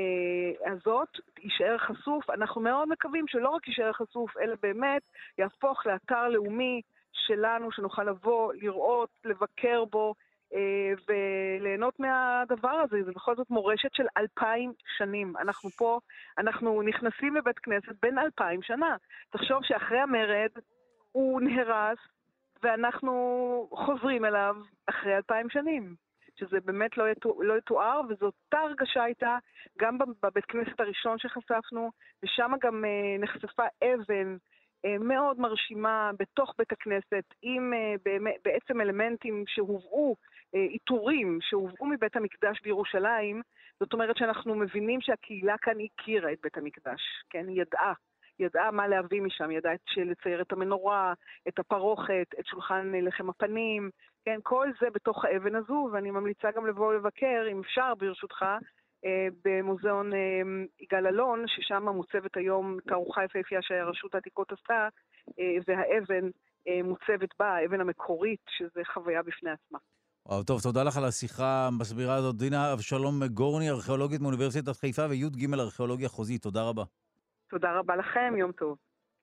אה, הזאת, יישאר חשוף. אנחנו מאוד מקווים שלא רק יישאר חשוף, אלא באמת יהפוך לאתר לאומי שלנו, שנוכל לבוא, לראות, לבקר בו, אה, וליהנות מהדבר הזה. זה בכל זאת מורשת של אלפיים שנים. אנחנו פה, אנחנו נכנסים לבית כנסת בין אלפיים שנה. תחשוב שאחרי המרד, הוא נהרס, ואנחנו חוזרים אליו אחרי אלפיים שנים, שזה באמת לא, יתואר, לא יתואר, וזאת אותה הרגשה הייתה גם בבית כנסת הראשון שחשפנו, ושם גם אה, נחשפה אבן אה, מאוד מרשימה בתוך בית הכנסת, עם אה, באמת, בעצם אלמנטים שהובאו, אה, איתורים שהובאו מבית המקדש בירושלים. זאת אומרת שאנחנו מבינים שהקהילה כאן הכירה את בית המקדש, כן? היא ידעה. ידעה מה להביא משם, ידעה לצייר את המנורה, את הפרוכת, את שולחן לחם הפנים, כן, כל זה בתוך האבן הזו, ואני ממליצה גם לבוא לבקר, אם אפשר ברשותך, במוזיאון יגאל אלון, ששם מוצבת היום תערוכה יפהפייה שהרשות העתיקות עשתה, והאבן מוצבת בה, האבן המקורית, שזה חוויה בפני עצמה. וואו, טוב, תודה לך על השיחה המסבירה הזאת. דינה אבשלום גורני, ארכיאולוגית מאוניברסיטת חיפה וי' ג' ארכיאולוגיה חוזית. תודה רבה. תודה רבה לכם, יום טוב.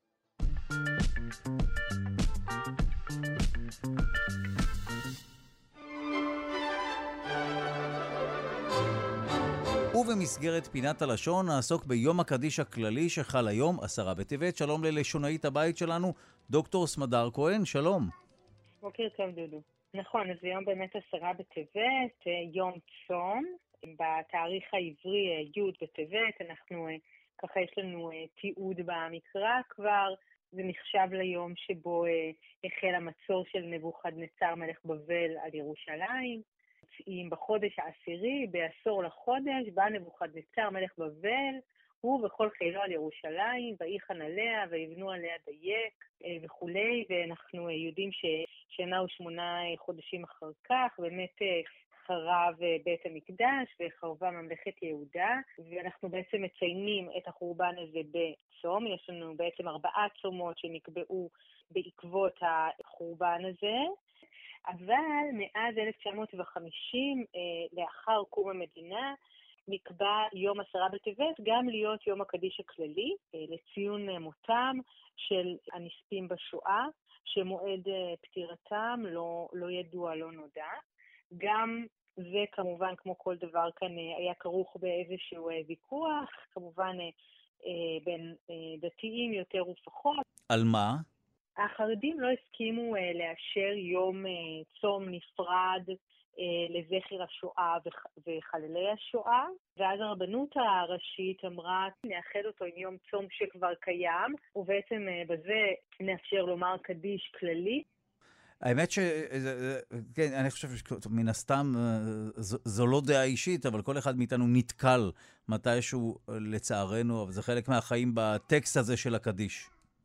ובמסגרת פינת הלשון נעסוק ביום הקדיש הכללי שחל היום, עשרה בטבת. שלום ללשונאית הבית שלנו, דוקטור סמדר כהן, שלום. בוקר טוב דודו. נכון, אז היום באמת עשרה בטבת, יום צום. בתאריך העברי י' בטבת, אנחנו... ככה יש לנו uh, תיעוד במקרא כבר, זה נחשב ליום שבו uh, החל המצור של נבוכדנצר מלך בבל על ירושלים. אם בחודש העשירי, בעשור לחודש, בא נבוכדנצר מלך בבל, הוא וכל חילו על ירושלים, ויחן עליה ויבנו עליה דייק uh, וכולי, ואנחנו uh, יודעים ששנה ושמונה חודשים אחר כך, באמת uh, חרב בית המקדש וחרבה ממלכת יהודה, ואנחנו בעצם מציינים את החורבן הזה בצום. יש לנו בעצם ארבעה צומות שנקבעו בעקבות החורבן הזה, אבל מאז אלף תשע מאות וחמישים, לאחר קום המדינה, נקבע יום עשרה בטבת גם להיות יום הקדיש הכללי, לציון מותם של הנספים בשואה, שמועד פטירתם לא, לא ידוע, לא נודע. גם זה כמובן, כמו כל דבר כאן, היה כרוך באיזשהו ויכוח. כמובן, בין דתיים יותר ופחות. על מה? החרדים לא הסכימו לאשר יום צום נפרד לזכר השואה וחללי השואה, ואז הרבנות הראשית אמרה, נאחד אותו עם יום צום שכבר קיים, ובעצם בזה נאפשר לומר קדיש כללי. האמת ש... כן, אני חושב שמן הסתם זו לא דעה אישית, אבל כל אחד מאיתנו נתקל מתישהו לצערנו, אבל זה חלק מהחיים בטקסט הזה של הקדיש.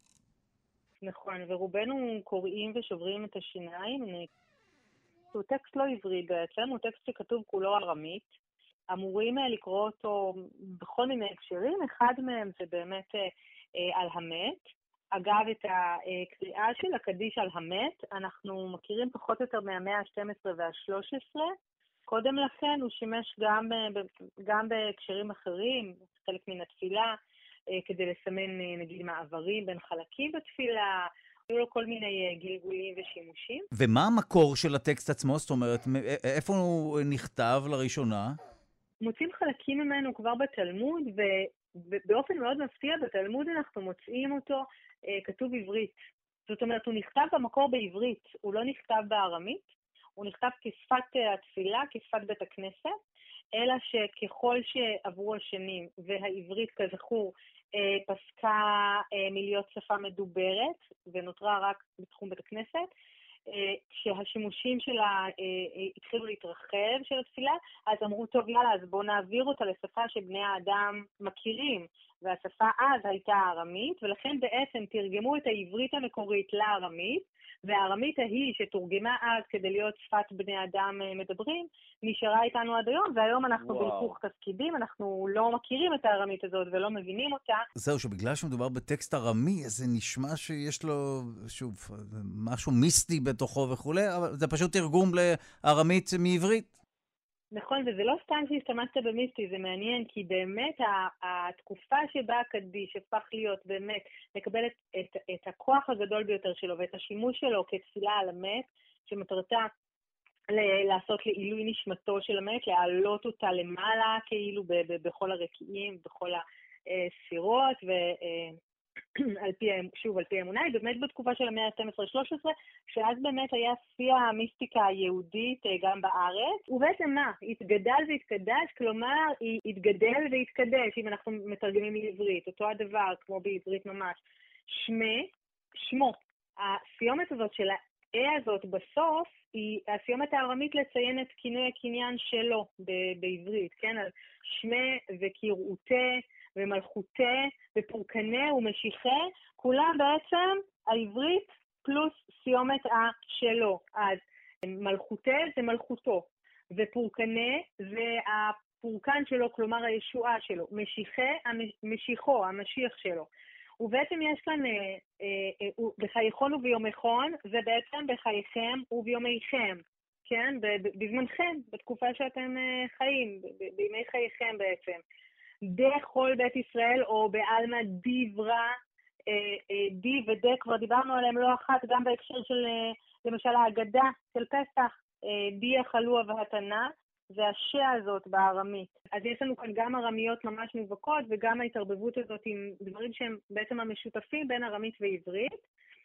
נכון, ורובנו קוראים ושוברים את השיניים. הוא טקסט לא עברי בעצם, הוא טקסט שכתוב כולו ארמית. אמורים לקרוא אותו בכל מיני הקשרים, אחד מהם זה באמת על המת. אגב, את הקריאה של הקדיש על המת, אנחנו מכירים פחות או יותר מהמאה ה-שתים עשרה וה-שלוש עשרה. קודם לכן הוא שימש גם, גם בהקשרים אחרים, חלק מן התפילה, כדי לסמן נגיד מעברים בין חלקים בתפילה, היו לו כל מיני גלגולים ושימושים. ומה המקור של הטקסט עצמו? זאת אומרת, איפה הוא נכתב לראשונה? מוצאים חלקים ממנו כבר בתלמוד, ובאופן מאוד מפתיע בתלמוד אנחנו מוצאים אותו כתוב עברית. זאת אומרת, הוא נכתב במקור בעברית, הוא לא נכתב בארמית, הוא נכתב כשפת התפילה, כשפת בית הכנסת, אלא שככל שעברו השנים והעברית כזכור פסקה מלהיות שפה מדוברת ונותרה רק בתחום בית הכנסת, כשהשימושים שלה התחילו להתרחב של התפילה, אז אמרו, טוב, יאללה, אז בואו נעביר אותה לשפה שבני האדם מכירים, והשפה אז הייתה הארמית, ולכן בעצם תרגמו את העברית המקורית לארמית, והארמית ההיא שתורגמה אז כדי להיות שפת בני אדם מדברים, נשארה איתנו עד היום, והיום אנחנו בהיפוך תפקידים, אנחנו לא מכירים את הארמית הזאת ולא מבינים אותה. זהו, שבגלל שמדובר בטקסט ארמי, זה נשמע שיש לו, שוב, משהו מיסטי בתוכו וכו', אבל זה פשוט תרגום לארמית מעברית. נכון, וזה לא סתם שהשתמשת במיסטי, זה מעניין, כי באמת התקופה שבה הקדיש הפך להיות באמת, לקבל את, את, את הכוח הגדול ביותר שלו ואת השימוש שלו כתפילה על המת, שמטרתה ל- לעשות לעילוי נשמתו של המת, להעלות אותה למעלה, כאילו ב- ב- בכל הרקיעים, בכל הספירות, ו... על פי, שוב, על פי האמונה, היא באמת בתקופה של המאה ה-שתים עשרה שלוש עשרה, שאז באמת היה שיא המיסטיקה היהודית גם בארץ, ובעצם מה? התגדל והתקדש, כלומר, היא התגדל והתקדש, אם אנחנו מתרגמים לעברית, אותו הדבר, כמו בעברית ממש. שמי, שמו, הסיומת הזאת של ה-אה הזאת בסוף, היא הסיומת הארמית לציין את כינוי הקניין שלו ב- בעברית, כן? על שמי וקראותה, ומלכותה, ופורקנה ומשיחה, כולם בעצם העברית פלוס סיומת השלו. אז מלכותה זה מלכותו, ופורקנה זה הפורקן שלו, כלומר הישועה שלו, משיחה, משיחו, המשיח שלו. ובעצם יש כאן, בחייכון וביומכון, זה בעצם בחייכם וביומיכם, כן? בזמנכם, בתקופה שאתם חיים, בימי חייכם בעצם. דכל בית ישראל, או בעלמא דיברה, די ודה, כבר דיברנו עליהם לא אחת, גם בהקשר של, למשל, ההגדה של פסח, די החלוע והתנה, זה השע הזאת בארמית. אז יש לנו כאן גם ארמיות ממש מובהקות, וגם ההתערבבות הזאת עם דברים שהם בעצם המשותפים בין ארמית ועברית,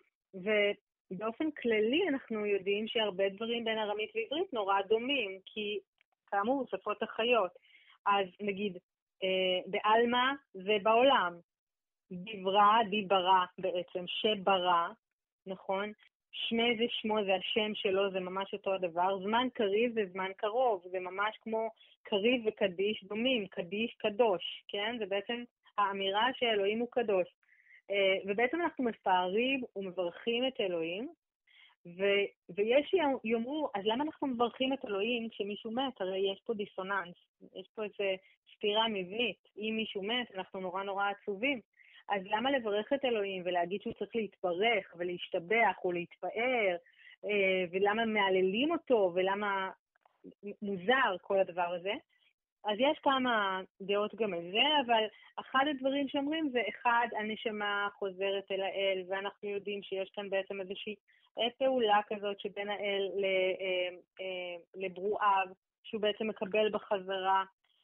ובאופן כללי אנחנו יודעים שהרבה דברים בין ארמית ועברית נורא דומים, כי כאמור, שפות החיות. אז נגיד, בעלמא זה בעולם, דברה, דיברה בעצם, שברא, נכון? שמי זה שמו, זה השם שלו, זה ממש אותו הדבר. זמן קריב זה זמן קרוב, זה ממש כמו קריב וקדיש דומים, קדיש קדוש, כן? זה בעצם האמירה שאלוהים הוא קדוש. ובעצם אנחנו מפארים ומברכים את אלוהים, ו- ויש יאמרו, אז למה אנחנו מברכים את אלוהים כשמישהו מת? הרי יש פה דיסוננס, יש פה איזו סתירה מבנית. אם מישהו מת, אנחנו נורא נורא עצובים. אז למה לברך את אלוהים ולהגיד שהוא צריך להתברך ולהשתבח או להתפאר, ולמה מעללים אותו ולמה מוזר כל הדבר הזה? אז יש כמה דעות גם על זה, אבל אחד הדברים שאומרים זה, אחד, הנשמה חוזרת אל האל, ואנחנו יודעים שיש כאן בעצם איזושהי פעולה כזאת שבין האל לברואיו, שהוא בעצם מקבל בחזרה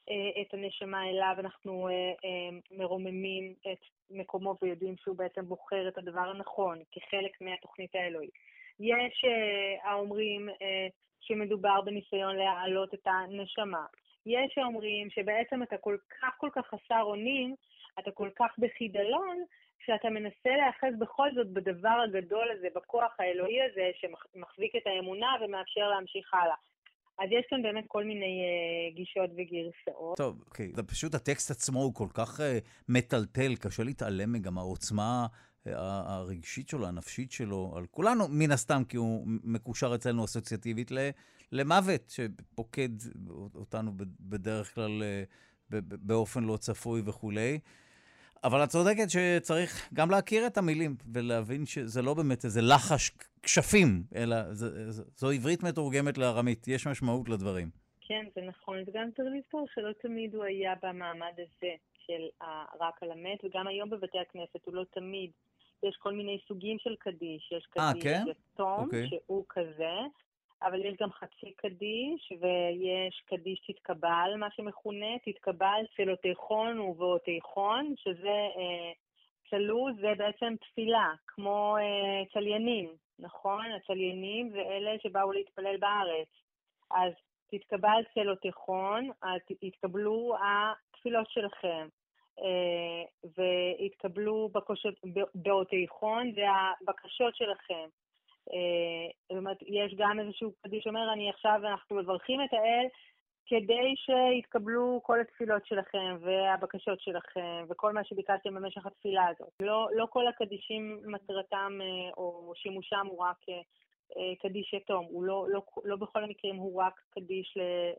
את הנשמה אליו, אנחנו מרוממים את מקומו ויודעים שהוא בעצם בוחר את הדבר הנכון כחלק מהתוכנית האלוהית. יש האומרים שמדובר בניסיון להעלות את הנשמה. יש האומרים שבעצם אתה כל כך כל כך חסר אונים, אתה כל כך בחידלון, שאתה מנסה להאחז בכל זאת בדבר הגדול הזה, בכוח האלוהי הזה שמחזיק את האמונה ומאפשר להמשיך הלאה. אז יש כאן באמת כל מיני uh, גישות וגרסאות. טוב, אוקיי. זה פשוט הטקסט עצמו הוא כל כך uh, מטלטל, קשה להתעלם מגם העוצמה uh, הרגשית שלו, הנפשית שלו, על כולנו מן הסתם, כי הוא מקושר אצלנו אסוציאטיבית ל, למוות, שפוקד אותנו בדרך כלל uh, באופן לא צפוי וכולי. אבל את צודקת שצריך גם להכיר את המילים ולהבין שזה לא באמת איזה לחש כשפים, אלא זו, זו, זו עברית מתורגמת לארמית, יש משמעות לדברים. כן, זה נכון. וגם צריך לזכור שלא תמיד הוא היה במעמד הזה של רק על המת, וגם היום בבתי הכנסת הוא לא תמיד. יש כל מיני סוגים של קדיש, יש קדיש כן? יתום, okay. שהוא כזה, אבל יש גם חצי קדיש, ויש קדיש תתקבל, מה שמכונה, תתקבל צלותיכון ובאותיכון, שזה אה, צלו, זה בעצם תפילה, כמו אה, צליינים, נכון? הצליינים זה אלה שבאו להתפלל בארץ. אז תתקבל צלותיכון, אז תתקבלו התפילות שלכם, אה, והתקבלו בקשות, באותיכון, זה הבקשות שלכם. זאת אומרת, יש גם איזשהו קדיש שאומר, אני עכשיו, אנחנו מברכים את האל, כדי שיתקבלו כל התפילות שלכם, והבקשות שלכם, וכל מה שביקשתם במשך התפילה הזאת. לא, לא כל הקדישים מטרתם, או שימושם הוא רק קדיש יתום, הוא לא, לא, לא בכל המקרים הוא רק קדיש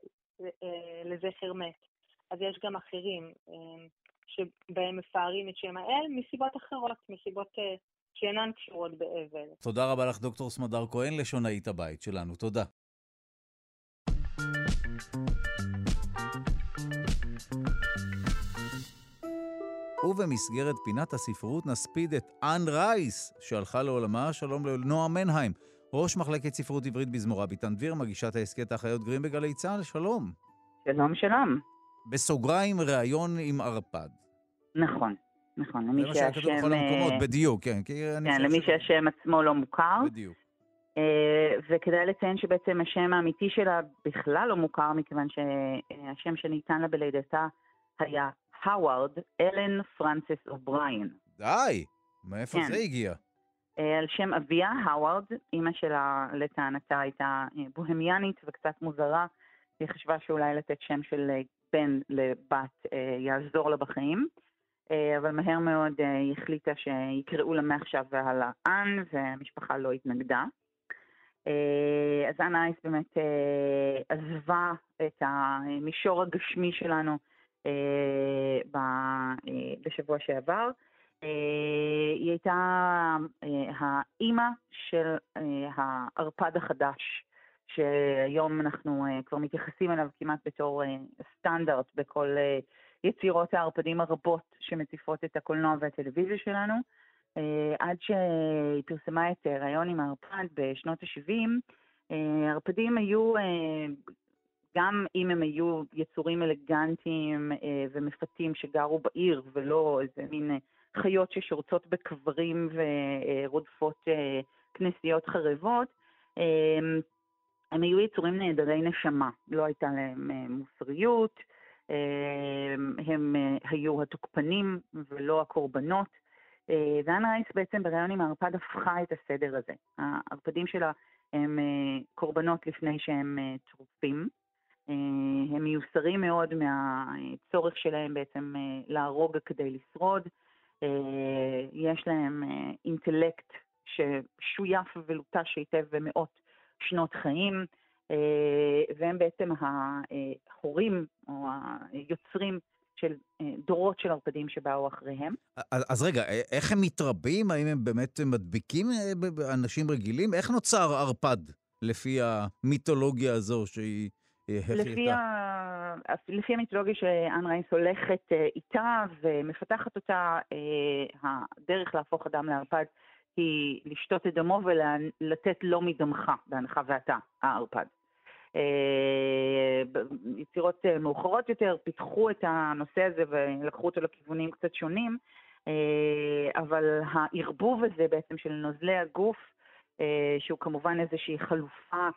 לזכר מת. אז יש גם אחרים, שבהם מפארים את שם האל, מסיבות אחרות, מסיבות שאינן קשורות באבל. תודה רבה לך דוקטור סמדר כהן, לשונאית הבית שלנו. תודה. ובמסגרת פינת הספרות נספיד את אן רייס, שהלכה לעולמה. שלום לנועה מנהיים, ראש מחלקת ספרות עברית בזמורה ביתן דביר, מגישת העסקת האחיות גרים בגלי צה"ל. שלום. שלום, שלום. בסוגריים ראיון עם ערפד. נכון. נכון, למי שהשם... זה מה שהיה כתוב בכל המקומות, בדיוק, כן. כן, למי שהשם עצמו לא מוכר. בדיוק. וכדאי לציין שבעצם השם האמיתי שלה בכלל לא מוכר, מכיוון שהשם שניתן לה בלידתה היה הווארד אלן פרנסיס אובריין. די! מאיפה זה הגיע? על שם אביה, הווארד, אמא שלה לטענתה הייתה בוהמיאנית וקצת מוזרה, היא חשבה שאולי לתת שם של בן לבת יעזור לה בחיים. אבל מהר מאוד היא החליטה שיקראו לה מעכשיו והלאה אן, והמשפחה לא התנגדה. אז אן רייס באמת עזבה את המישור הגשמי שלנו בשבוע שעבר. היא הייתה האימא של הערפד החדש, שהיום אנחנו כבר מתייחסים אליו כמעט בתור סטנדרט בכל יצירות הערפדים הרבות שמציפות את הקולנוע והטלוויזיה שלנו. עד שהיא פרסמה את ראיון עם הערפד בשנות ה-שבעים, הערפדים היו, גם אם הם היו יצורים אלגנטיים ומפתים שגרו בעיר, ולא איזה מין חיות ששורצות בקברים ורודפות כנסיות חרבות, הם היו יצורים נהדרי נשמה, לא הייתה להם מוסריות, הם היו התוקפנים ולא הקורבנות, ואן רייס בעצם בראיון עם הערפד הפכה את הסדר הזה. הערפדים שלה הם קורבנות לפני שהם טרופים, הם מיוסרים מאוד מהצורך שלהם בעצם להרוג כדי לשרוד, יש להם אינטלקט ששויף ולוטש היטב במאות שנות חיים, והם בעצם ההורים או היוצרים של דורות של ערפדים שבאו אחריהם. אז רגע, איך הם מתרבים? האם הם באמת מדביקים אנשים רגילים? איך נוצר ערפד לפי המיתולוגיה הזו שהיא לפי, ה... לפי המיתולוגיה שאן רייס הולכת איתה ומפתחת אותה, הדרך להפוך אדם לערפד היא לשתות את דמו ולתת לו מדמך, בהנחה ואתה הערפד. יצירות מאוחרות יותר פיתחו את הנושא הזה ולקחו אותו לכיוונים קצת שונים, אבל הערבוב הזה בעצם של נוזלי הגוף, שהוא כמובן איזושהי חלופה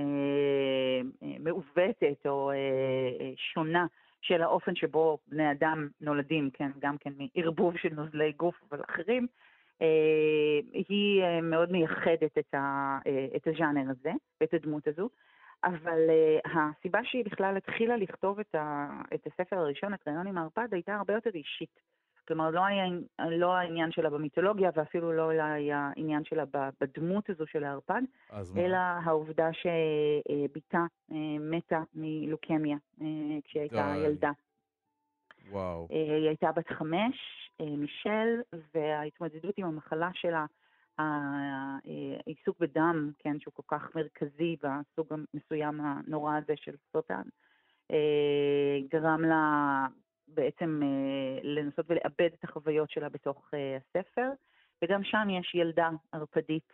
מעוותת או שונה של האופן שבו בני אדם נולדים, כן, גם כן מערבוב של נוזלי גוף אבל אחרים, היא מאוד מייחדת את, ה, את הז'אנר הזה ואת הדמות הזו. אבל הסיבה שהיא בכלל התחילה לכתוב את, ה, את הספר הראשון, את ראיון עם הערפד, הייתה הרבה יותר אישית. כלומר, לא היה, לא העניין שלה במיתולוגיה, ואפילו לא היה העניין שלה בדמות הזו של הערפד, אלא העובדה שביתה מתה מלוקמיה כשהייתה ילדה. וואו. היא הייתה בת חמש, מישל, וההתמודדות עם המחלה שלה, העיסוק בדם, כן, שהוא כל כך מרכזי בסוג המסוים הנורא הזה של סרטן, גרם לה בעצם לנסות ולאבד את החוויות שלה בתוך הספר, וגם שם יש ילדה ערפדית,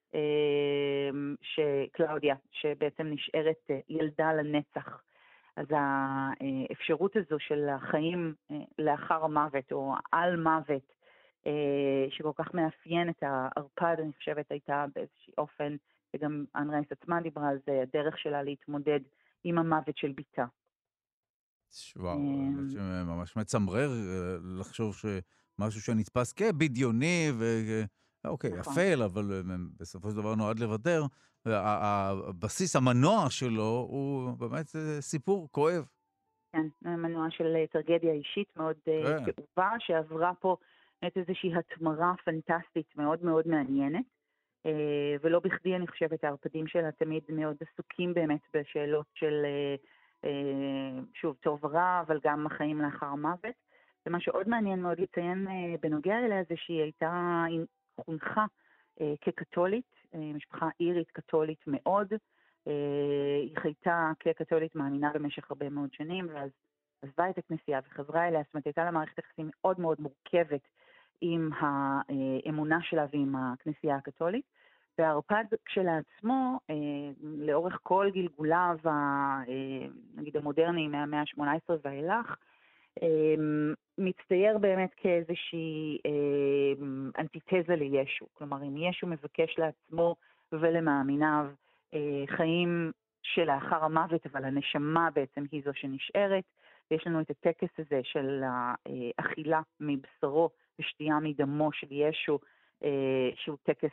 שקלאודיה, שבעצם נשארת ילדה לנצח. אז האפשרות הזו של החיים לאחר המוות, או על מוות, שכל כך מאפיין את הערפד, אני חושבת הייתה באיזושהי אופן, וגם אן רייס עצמה דיברה על זה, הדרך שלה להתמודד עם המוות של ביתה. וואו, ממש מצמרר לחשוב שמשהו שנתפס כבדיוני, ואוקיי, אפל, אבל בסופו של דבר נועד לוותר, והבסיס, המנוע שלו, הוא באמת סיפור כואב. כן, מנוע של טרגדיה אישית מאוד כאובה, שעברה פה את איזושהי התמרה פנטסטית מאוד מאוד מעניינת, ולא בכדי אני חושבת הערפדים שלה תמיד מאוד עסוקים באמת בשאלות של, שוב, טוב ורע, אבל גם החיים לאחר המוות. ומה שעוד מעניין מאוד לציין בנוגע אליה זה שהיא הייתה חונכה כקתולית, משפחה אירית קתולית מאוד, היא חייתה כקתולית מאמינה במשך הרבה מאוד שנים, ואז עזבה את הכנסייה וחזרה אליה, זאת אומרת, הייתה לה מערכת יחסים מאוד מאוד מורכבת עם האמונה שלה ועם הכנסייה הקתולית, והערפד כשלעצמו, לאורך כל גלגוליו, נגיד המודרני, מהמאה ה-שמונה עשרה ואילך, מצטייר באמת כאיזושהי אנטיתזה לישו. כלומר, אם ישו מבקש לעצמו ולמאמיניו חיים שלאחר המוות, אבל הנשמה בעצם היא זו שנשארת, ויש לנו את הטקס הזה של האכילה מבשרו ושתייה מדמו של ישו, שהוא טקס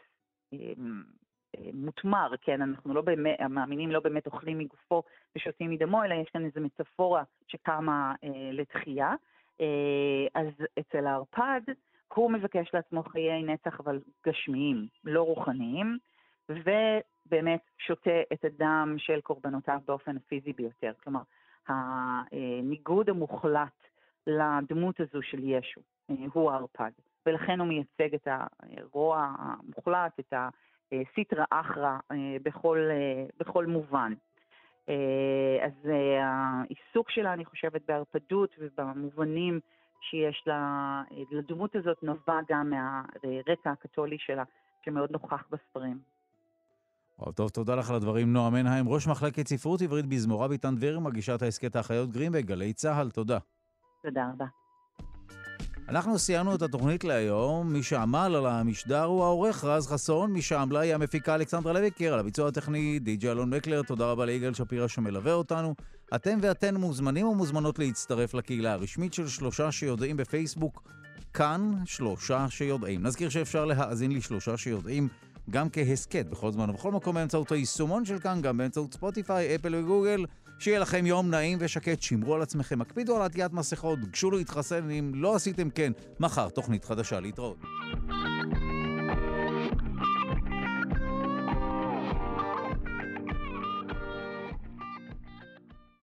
מותמר, כן, אנחנו לא באמת, המאמינים לא באמת אוכלים מגופו ושותים מדמו, אלא יש כאן איזו מטאפורה שקמה לתחייה. אז אצל הערפד, הוא מבקש לעצמו חיי נצח, אבל גשמיים, לא רוחניים, ובאמת שותה את הדם של קורבנותיו באופן הפיזי ביותר. כלומר, הניגוד המוחלט לדמות הזו של ישו הוא הערפד, ולכן הוא מייצג את הרוע המוחלט, את הסיטרא אחרא בכל, בכל מובן. אז העיסוק שלה, אני חושבת, בערפדות ובמובנים שיש לה, לדמות הזאת נובע גם מהרקע הקתולי שלה, שמאוד נוכח בספרים. טוב, תודה לך על הדברים, נועה מנהיים, ראש מחלקת ספרות עברית בזמורה ביתן דביר, מגישת העסקת האחיות גרים בגלי צהל, תודה. תודה רבה. אנחנו סיימנו את התוכנית להיום, מי שעמל על המשדר הוא העורך רז חסון, מי שעמלה היא המפיקה אלכסנדרה לויקר, על הביצוע הטכני די.ג'יי אלון מקלר, תודה רבה ליגאל שפירא שמלווה אותנו. אתם ואתן מוזמנים ומוזמנות להצטרף לקהילה הרשמית של שלושה שיודעים בפייסבוק, כאן שלושה שיודעים. נזכיר שאפשר להאזין לשלושה שיודעים גם כהסקט בכל זמן ובכל מקום באמצעות היישומון של כאן, גם באמצעות ספוטיפיי, אפל וגוגל. שיהיה לכם יום נעים ושקט, שמרו על עצמכם, הקפידו על עטיית מסכות, גשו להתחסן אם לא עשיתם כן, מחר תוכנית חדשה להתראות.